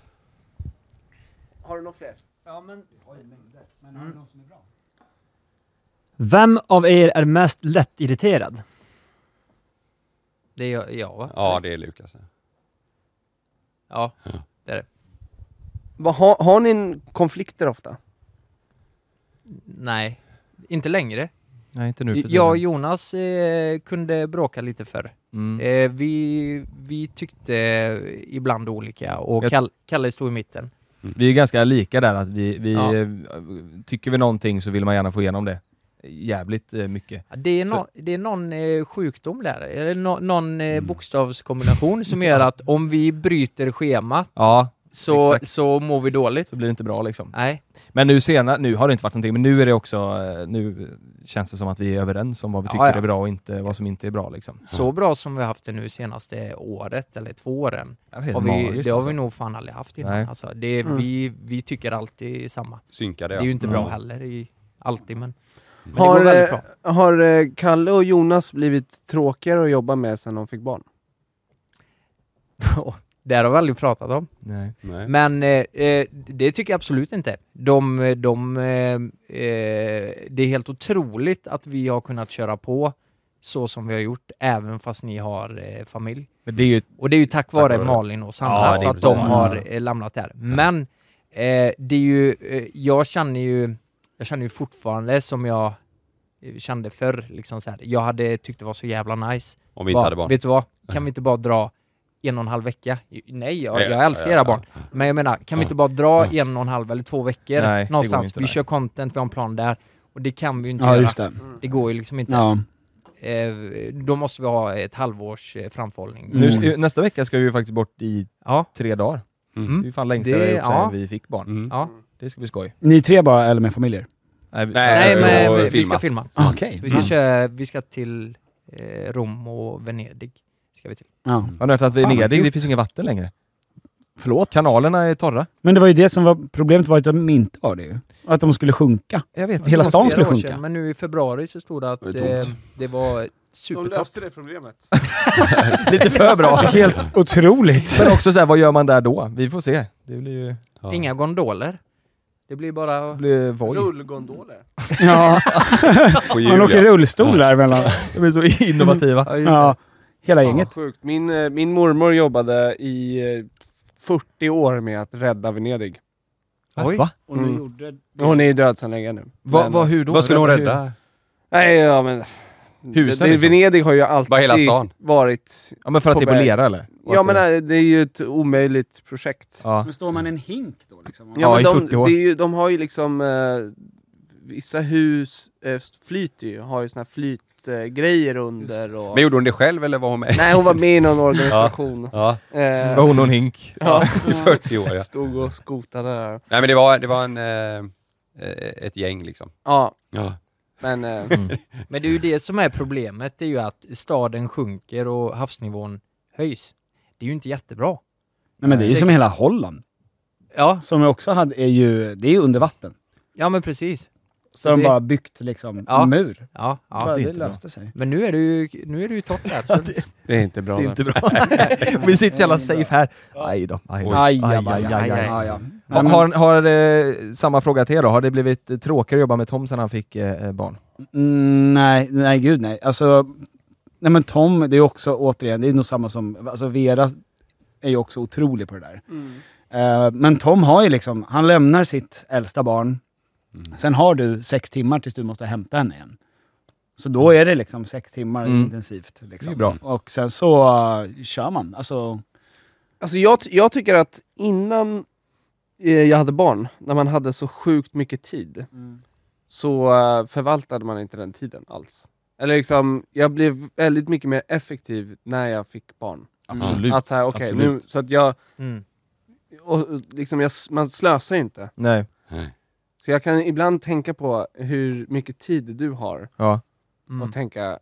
Speaker 6: Har du något fler?
Speaker 14: Vem av er är mest lättirriterad?
Speaker 8: Det är jag, jag va?
Speaker 9: Ja, det är Lukas.
Speaker 8: Ja, det är det.
Speaker 7: Vad, har, har ni konflikter ofta?
Speaker 8: Nej, inte längre.
Speaker 10: Nej, inte nu för
Speaker 8: Jag och
Speaker 10: tiden.
Speaker 8: Jonas eh, kunde bråka lite förr.
Speaker 10: Mm.
Speaker 8: Eh, vi, vi tyckte ibland olika och
Speaker 10: Jag-
Speaker 8: Kall, Kalle stod i mitten.
Speaker 10: Vi är ganska lika där, att vi, vi
Speaker 8: Ja.
Speaker 10: eh, tycker vi någonting så vill man gärna få igenom det. Jävligt eh, mycket.
Speaker 8: Ja, Det är,
Speaker 10: Så-
Speaker 8: no, det är någon eh, sjukdom där, eller no, någon eh,
Speaker 10: Mm.
Speaker 8: bokstavskombination som gör att om vi bryter schemat
Speaker 10: Ja,
Speaker 8: så,
Speaker 10: exakt.
Speaker 8: så mår vi dåligt.
Speaker 10: så blir det inte bra liksom.
Speaker 8: Nej,
Speaker 10: Men nu senare, nu har det inte varit någonting, men nu är det också, eh, nu känns det som att vi är överens om vad vi
Speaker 8: Ja,
Speaker 10: tycker
Speaker 8: ja.
Speaker 10: är bra och inte, vad som inte är bra liksom.
Speaker 8: så bra som vi har haft det nu senaste året eller två åren.
Speaker 10: Ja, det är
Speaker 8: Har vi,
Speaker 10: magiskt,
Speaker 8: det har
Speaker 10: alltså.
Speaker 8: vi nog fan aldrig haft innan.
Speaker 10: Nej.
Speaker 8: Alltså, det,
Speaker 7: Mm.
Speaker 8: vi, vi tycker alltid samma.
Speaker 9: Synkade
Speaker 8: Det
Speaker 9: ja.
Speaker 8: är ju inte bra
Speaker 10: Mm.
Speaker 8: heller, i, alltid, men, men det
Speaker 7: Har,
Speaker 8: går väldigt bra.
Speaker 7: eh, har eh, Kalle och Jonas blivit tråkigare att jobba med sen de fick barn?
Speaker 8: Det har vi aldrig pratat om.
Speaker 10: Nej.
Speaker 9: Nej.
Speaker 8: Men eh, eh, det tycker jag absolut inte. De, de, eh, eh, det är helt otroligt att vi har kunnat köra på så som vi har gjort, även fast ni har eh, familj.
Speaker 10: Men det är ju,
Speaker 8: Och det är ju tack vare
Speaker 9: vare-
Speaker 8: Malin och Sanna
Speaker 10: Ja, det är
Speaker 8: för att
Speaker 10: bra.
Speaker 8: de har eh, lämnat där. Men eh, det är ju, eh, jag känner ju, jag känner ju fortfarande som jag eh, kände förr, liksom så här. Jag hade tyckt det var så jävla nice.
Speaker 9: Om vi inte
Speaker 8: Bara,
Speaker 9: hade barn.
Speaker 8: Vet du vad? Kan vi inte bara dra en och en halv vecka? Nej, jag,
Speaker 9: Nej,
Speaker 8: jag älskar
Speaker 9: ja,
Speaker 8: era
Speaker 9: ja,
Speaker 8: barn.
Speaker 9: ja.
Speaker 8: Men jag menar, kan vi
Speaker 9: Ja.
Speaker 8: inte bara dra
Speaker 9: Ja.
Speaker 8: en och en halv eller två veckor
Speaker 10: Nej, det går
Speaker 8: någonstans?
Speaker 10: inte,
Speaker 8: Vi
Speaker 10: nej.
Speaker 8: kör content, vi har en plan där. Och det kan vi ju inte
Speaker 6: Ja,
Speaker 8: göra.
Speaker 6: just det.
Speaker 8: Det går ju liksom inte.
Speaker 6: Ja.
Speaker 8: Eh, då måste vi ha ett halvårs eh, framförhållning.
Speaker 6: Mm.
Speaker 10: nu, nästa vecka ska vi ju faktiskt bort i
Speaker 8: Ja.
Speaker 10: tre dagar.
Speaker 9: Mm.
Speaker 10: Det är ju fan längst
Speaker 8: Det-
Speaker 10: det, också
Speaker 8: ja.
Speaker 10: än vi fick barn.
Speaker 9: Mm.
Speaker 8: Ja.
Speaker 10: Det ska bli skoj.
Speaker 6: Ni tre bara, eller med familjer?
Speaker 10: Nej, vi,
Speaker 9: Nej,
Speaker 8: Nej,
Speaker 9: för
Speaker 8: men
Speaker 9: att
Speaker 8: vi, vi
Speaker 9: filma.
Speaker 8: ska filma.
Speaker 6: Okej.
Speaker 8: Så vi, ska
Speaker 6: Nice.
Speaker 8: köra, vi ska till eh, Rom och Venedig. Ska vi till.
Speaker 6: Ja.
Speaker 10: Har ni hört att
Speaker 6: Fan, vad
Speaker 10: Venedig,
Speaker 6: gött.
Speaker 10: det finns inget vatten längre?
Speaker 6: Förlåt?
Speaker 10: Kanalerna är torra.
Speaker 6: Men det var ju det som var problemet, var att de inte var det ju. Att de skulle sjunka.
Speaker 10: Jag vet.
Speaker 6: Hela
Speaker 8: Det var
Speaker 6: stan skulle
Speaker 8: flera år
Speaker 6: sjunka.
Speaker 8: sedan, men nu i februari så stod det att
Speaker 9: Det är
Speaker 8: eh,
Speaker 9: tomt.
Speaker 8: det var
Speaker 7: De
Speaker 8: supertopp.
Speaker 7: löste det problemet.
Speaker 10: Lite för bra.
Speaker 6: Helt otroligt.
Speaker 10: Men också så här, vad gör man där då? Vi får se. Det blir ju...
Speaker 9: Ja.
Speaker 8: Inga gondoler. Det blir bara...
Speaker 10: Det blir voj.
Speaker 7: Rullgondoler.
Speaker 6: Ja.
Speaker 9: På jul,
Speaker 6: Man åker i
Speaker 9: ja.
Speaker 6: rullstol där mellan.
Speaker 10: De är så innovativa.
Speaker 8: Ja, just det.
Speaker 6: Ja. Hela
Speaker 7: Ja,
Speaker 6: gänget.
Speaker 7: sjukt. Min, eh, min mormor jobbade i eh, fyrtio år med att rädda Venedig.
Speaker 8: Oj.
Speaker 10: Va?
Speaker 6: Och
Speaker 7: Mm.
Speaker 6: gjorde
Speaker 7: Hon är död sedan länge nu.
Speaker 10: Va,
Speaker 7: Men-
Speaker 10: va, hur då?
Speaker 9: Vad skulle hon
Speaker 10: Hur?
Speaker 9: rädda?
Speaker 7: Nej, ja men...
Speaker 10: Husen,
Speaker 7: det,
Speaker 10: liksom.
Speaker 7: Venedig har ju alltid
Speaker 9: Bara hela stan.
Speaker 7: varit...
Speaker 10: Ja men för att
Speaker 7: På
Speaker 10: det är på
Speaker 7: väg.
Speaker 10: lera eller? Och
Speaker 7: Ja
Speaker 10: att
Speaker 7: men
Speaker 10: det...
Speaker 7: nej, det är ju ett omöjligt projekt.
Speaker 10: Ja.
Speaker 6: Men står man en hink då liksom?
Speaker 7: Ja,
Speaker 10: Ja,
Speaker 7: men
Speaker 10: i
Speaker 7: de,
Speaker 10: fyrtio år.
Speaker 7: det är ju, de har ju liksom... Eh, vissa hus eh, flyter ju, har ju såna här flyt... skjutgrejer under. Och...
Speaker 9: Men gjorde hon det själv eller var hon med?
Speaker 7: Nej, hon var med i någon organisation.
Speaker 9: Ja.
Speaker 10: Ja. Eh, var hon någon hink?
Speaker 7: Ja.
Speaker 9: fyrtio år, ja.
Speaker 7: Stod och skotade där.
Speaker 9: Nej, men det var, det var en, eh, ett gäng liksom.
Speaker 7: Ja.
Speaker 9: Ja.
Speaker 7: Men, eh,
Speaker 8: mm. men det är ju det som är problemet, det är ju att staden sjunker och havsnivån höjs. Det är ju inte jättebra.
Speaker 6: Nej, men det är ju som hela Holland.
Speaker 8: Ja.
Speaker 6: Som jag också hade, är ju, det är ju under vatten.
Speaker 8: Ja, men precis.
Speaker 6: Så,
Speaker 8: Så
Speaker 6: de
Speaker 8: det...
Speaker 6: bara byggt liksom
Speaker 8: ja.
Speaker 6: en mur.
Speaker 8: Ja, ja.
Speaker 6: Bara,
Speaker 10: det,
Speaker 6: det,
Speaker 10: det
Speaker 6: löste sig.
Speaker 8: Men nu är det ju, nu är det ju torrt där.
Speaker 10: Ja, det,
Speaker 7: det är inte bra.
Speaker 10: Det är inte bra. Vi sitter så jävla safe här. Aj då. Aj,
Speaker 6: aj, aj, aj, aj, aj, aj, aj.
Speaker 10: Har, har, har eh, samma fråga till er då? Har det blivit eh, tråkigare att jobba med Tom sen han fick eh, barn?
Speaker 6: Mm, nej, nej gud nej. Alltså, nej men Tom, det är också återigen, det är nog samma som, alltså Vera är ju också otrolig på det där.
Speaker 7: Mm.
Speaker 6: Uh, men Tom har ju liksom, han lämnar sitt äldsta barn, mm. sen har du sex timmar tills du måste hämta henne igen. Så då är det liksom sex timmar
Speaker 10: mm.
Speaker 6: intensivt. Liksom.
Speaker 10: Det är bra.
Speaker 6: Och sen så uh, kör man. Alltså,
Speaker 7: alltså jag, jag tycker att innan eh, jag hade barn, när man hade så sjukt mycket tid, mm. så uh, förvaltade man inte den tiden alls. Eller liksom, jag blev väldigt mycket mer effektiv när jag fick barn.
Speaker 10: Absolut.
Speaker 7: Att så här, okay, nu, så att jag... Mm. Och liksom jag, man slösar ju inte.
Speaker 10: Nej.
Speaker 7: Så jag kan ibland tänka på hur mycket tid du har.
Speaker 10: Ja.
Speaker 7: Mm. Och tänka,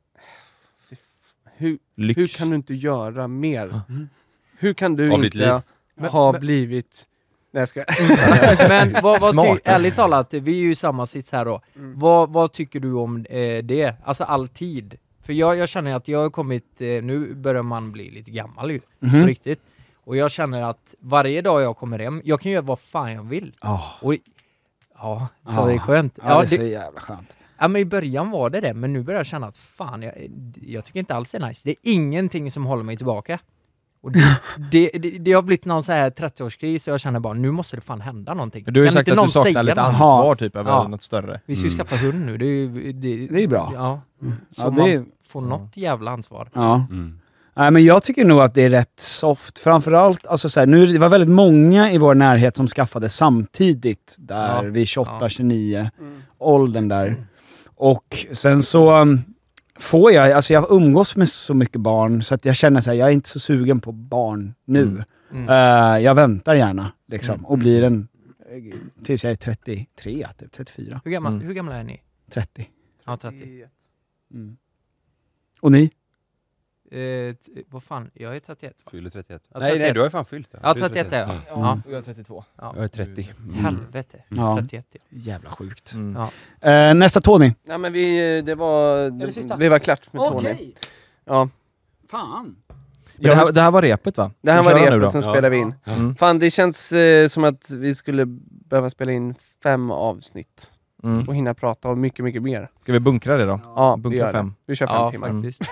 Speaker 7: hur, hur kan du inte göra mer? Mm. Hur kan du
Speaker 9: Av
Speaker 7: inte ha men, blivit... Nej, jag ska...
Speaker 8: Men vad, vad ty- ärligt talat, vi är ju i samma sits här då. Mm. Vad, vad tycker du om eh, det? Alltså all tid. För jag, jag känner att jag har kommit, eh, nu börjar man bli lite gammal ju. Mm. På riktigt. Och jag känner att varje dag jag kommer hem, jag kan göra vad fan jag vill.
Speaker 6: Oh.
Speaker 8: Och, ja, så oh. det är skönt.
Speaker 6: Ja, ja det är så jävla skönt.
Speaker 8: Ja, men i början var det det, men nu börjar jag känna att fan, jag, jag tycker inte alls det är nice. Det är ingenting som håller mig tillbaka. Och det, det, det, det har blivit någon så här trettio-årskris och jag känner bara, nu måste det fan hända någonting.
Speaker 10: Du har ju
Speaker 8: kan
Speaker 10: sagt att du saknar lite ansvar Aha. typ, över ja. något större.
Speaker 8: Vi ska ju mm. skaffa hund nu, det är ju det,
Speaker 6: det är bra.
Speaker 8: Ja, så
Speaker 6: ja,
Speaker 8: man
Speaker 6: det är...
Speaker 8: får något jävla ansvar.
Speaker 6: Ja. Mm. Nej, men jag tycker nog att det är rätt soft. Framförallt, alltså så här, nu, det var väldigt många i vår närhet som skaffade samtidigt där ja. vid tjugoåtta tjugonio mm. åldern där. Mm. Och sen så um, får jag, alltså jag umgås med så mycket barn så att jag känner så här, jag är inte så sugen på barn nu. Mm. Mm. Uh, jag väntar gärna liksom mm. och blir en tills jag är trettiotre, typ trettiofyra.
Speaker 8: Hur gammal, mm. hur gammal är ni?
Speaker 6: trettio.
Speaker 8: Ja, trettio.
Speaker 6: Mm. Och ni?
Speaker 8: Eh, t- vad fan, jag är trettioett.
Speaker 9: Fyller trettioett.
Speaker 8: Ja,
Speaker 9: nej, nej, du har ju fan fyllt det.
Speaker 8: Ja, trettioett är jag. Ja.
Speaker 10: Ja. Jag är trettiotvå.
Speaker 8: Ja.
Speaker 9: Jag är trettio.
Speaker 8: Mm. Helvete.
Speaker 6: Ja.
Speaker 8: trettioett. Ja.
Speaker 6: Jävla sjukt.
Speaker 8: Mm.
Speaker 6: Ja. Eh, nästa Tony.
Speaker 7: Ja, men vi, det var, det vi var klart med Tony.
Speaker 6: Okay.
Speaker 7: Ja.
Speaker 6: Fan.
Speaker 10: Det här, det här var repet va?
Speaker 7: Det här var repet, sen
Speaker 9: ja.
Speaker 7: spelade vi in.
Speaker 10: Mm.
Speaker 7: Fan, det känns eh, som att vi skulle behöva spela in fem avsnitt. Mm. Och hinna prata om mycket, mycket mer.
Speaker 10: Ska vi bunkra det då?
Speaker 7: Ja,
Speaker 10: bunkra
Speaker 7: vi gör
Speaker 10: fem.
Speaker 7: Det. Vi kör fem
Speaker 8: ja,
Speaker 7: timmar.
Speaker 8: Faktiskt.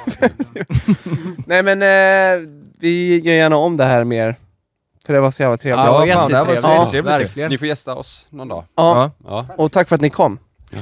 Speaker 7: Nej men, eh, vi gör gärna om det här mer. För det var så jävla trevligt.
Speaker 8: Ja,
Speaker 10: ja, fan, det var
Speaker 8: ja,
Speaker 10: ja,
Speaker 8: verkligen.
Speaker 9: Ni får gästa oss någon dag.
Speaker 7: Ja,
Speaker 9: ja.
Speaker 7: Och tack för att ni kom.
Speaker 9: Ja,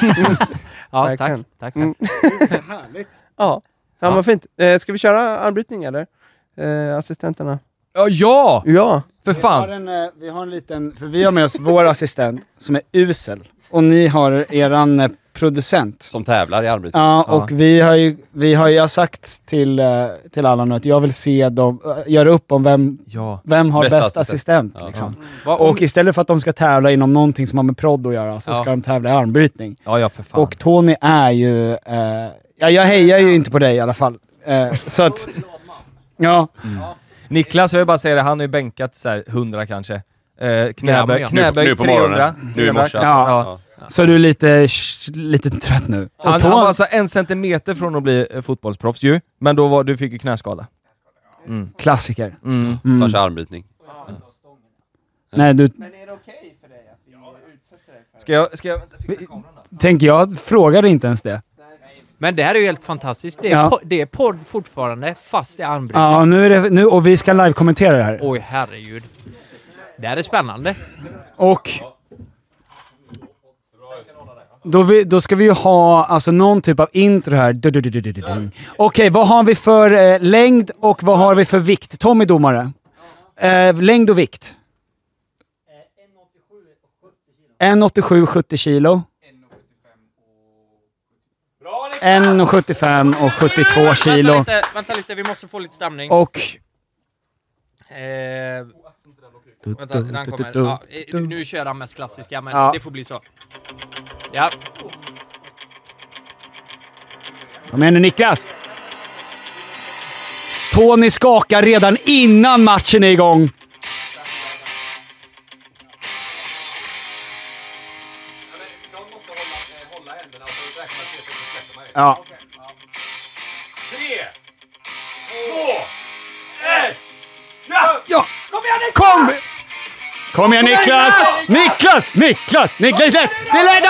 Speaker 8: ja tack. Tack, tack.
Speaker 6: Mm. Härligt.
Speaker 7: Ja, ja, ja. Vad fint. Eh, ska vi köra armbrytning eller? Eh, assistenterna.
Speaker 10: Ja, ja!
Speaker 7: Ja!
Speaker 10: För fan.
Speaker 6: Vi har, en, eh, vi har en liten, för vi har med oss vår assistent som är usel. Och ni har eran eh, producent.
Speaker 9: Som tävlar i armbrytning.
Speaker 6: Ja, och ja. vi har ju, vi har ju sagt till, eh, till alla nu att jag vill se dem, äh, göra upp om vem,
Speaker 10: ja.
Speaker 6: vem har
Speaker 9: bäst
Speaker 6: bäst assistent. assistent
Speaker 9: ja.
Speaker 6: liksom.
Speaker 8: Ja.
Speaker 6: Och istället för att de ska tävla inom någonting som har med prodd att göra så
Speaker 8: ja.
Speaker 6: ska de tävla i armbrytning.
Speaker 10: Ja, ja, för fan.
Speaker 6: Och Tony är ju, eh, ja, jag hejar ju inte på dig i alla fall. Eh, så att, ja.
Speaker 10: Mm. Niklas, jag vill bara säga det, han har ju bänkat så här hundra kanske. Eh, knäböj, knäböj
Speaker 9: nu, nu på
Speaker 10: trehundra.
Speaker 9: Nu i morse.
Speaker 6: Ja. Ja. Ja. Så du är lite, lite trött nu.
Speaker 10: Han, han var alltså en centimeter från att bli eh, fotbollsproffs ju, men då var, du fick ju knäskada. Mm.
Speaker 6: Klassiker.
Speaker 10: Mm.
Speaker 6: Mm.
Speaker 9: Kanske armbrytning.
Speaker 6: Ja. Nej, du...
Speaker 7: Men är det okej för dig att vi utsätter dig för...
Speaker 10: Ska jag, ska jag fixa kameran då?
Speaker 6: Tänk, jag frågade inte ens det.
Speaker 8: Men det här är ju helt fantastiskt. Det är,
Speaker 6: ja.
Speaker 8: po- det är podd fortfarande, fast det är armbrytning.
Speaker 6: Ja, nu är det, nu, och vi ska live-kommentera det här.
Speaker 8: Oj, herregud. Det här är spännande.
Speaker 6: Och... Då, vi, då ska vi ju ha alltså, någon typ av intro här. Okej, okay, vad har vi för eh, längd och vad har vi för vikt? Tom är domare. Eh, längd och vikt. en åttiosju sjuttio kilo.
Speaker 10: Bra
Speaker 6: en sjuttiofem och sjuttiotvå kilo.
Speaker 8: Vänta lite, vänta lite, vi måste få lite stämning.
Speaker 6: Och...
Speaker 8: Eh, vänta, den kommer. Ja, nu kör han mest klassiska, men
Speaker 6: ja.
Speaker 8: det får bli så. Ja.
Speaker 6: Kom igen nu, Niklas. Tony skakar redan innan matchen är igång. Ja.
Speaker 15: Tre, två, ett,
Speaker 6: ja! Ja! Kom igen, Niklas! Kom! Kom igen, Niklas! Niklas! Niklas! Niklas! Det är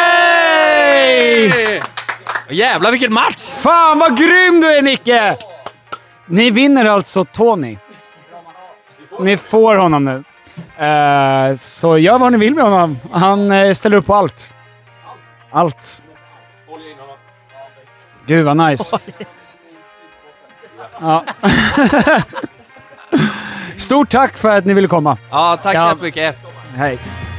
Speaker 6: lätt!
Speaker 8: Jävlar vilken match!
Speaker 6: Fan vad grym du är, Nicke! Ni vinner alltså Tony. Ni får honom nu. Uh, så gör vad ni vill med honom. Han uh, ställer upp på allt. Allt. Gud vad nice. Ja. Stort tack för att ni ville komma.
Speaker 8: Ja, tack ja. så mycket.
Speaker 6: Hej.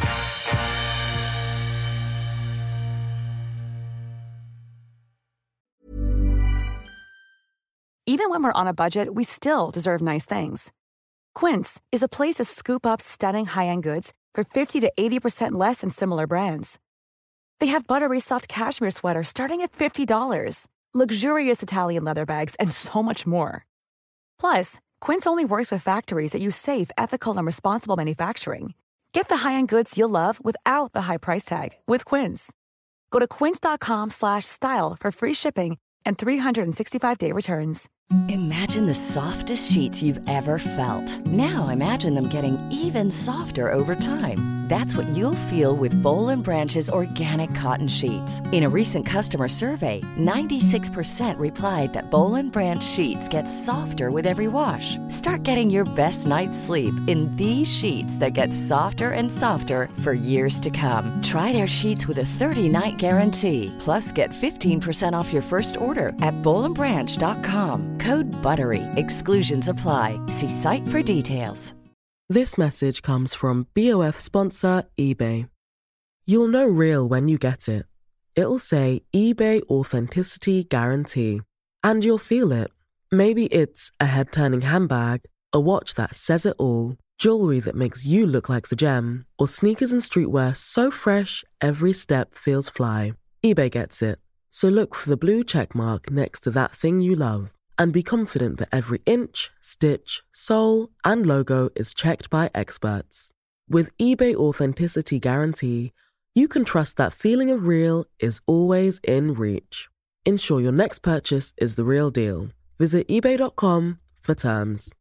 Speaker 16: Even when we're on a budget, we still deserve nice things. Quince is a place to scoop up stunning high-end goods for fifty to eighty percent less than similar brands. They have buttery soft cashmere sweaters starting at fifty dollars, luxurious Italian leather bags, and so much more. Plus, Quince only works with factories that use safe, ethical, and responsible manufacturing. Get the high-end goods you'll love without the high price tag with Quince. Go to quince.com slash style for free shipping and three sixty-five day returns.
Speaker 17: Imagine the softest sheets you've ever felt. Now imagine them getting even softer over time. That's what you'll feel with Boll and Branch's organic cotton sheets. In a recent customer survey, ninety-six percent replied that Boll and Branch sheets get softer with every wash. Start getting your best night's sleep in these sheets that get softer and softer for years to come. Try their sheets with a thirty night guarantee. Plus, get fifteen percent off your first order at boll and branch dot com. Code BUTTERY. Exclusions apply. See site for details.
Speaker 18: This message comes from B O F sponsor eBay. You'll know real when you get it. It'll say eBay Authenticity Guarantee. And you'll feel it. Maybe it's a head-turning handbag, a watch that says it all, jewelry that makes you look like the gem, or sneakers and streetwear so fresh every step feels fly. eBay gets it. So look for the blue check mark next to that thing you love. And be confident that every inch, stitch, sole, and logo is checked by experts. With eBay Authenticity Guarantee, you can trust that feeling of real is always in reach. Ensure your next purchase is the real deal. Visit ebay dot com for terms.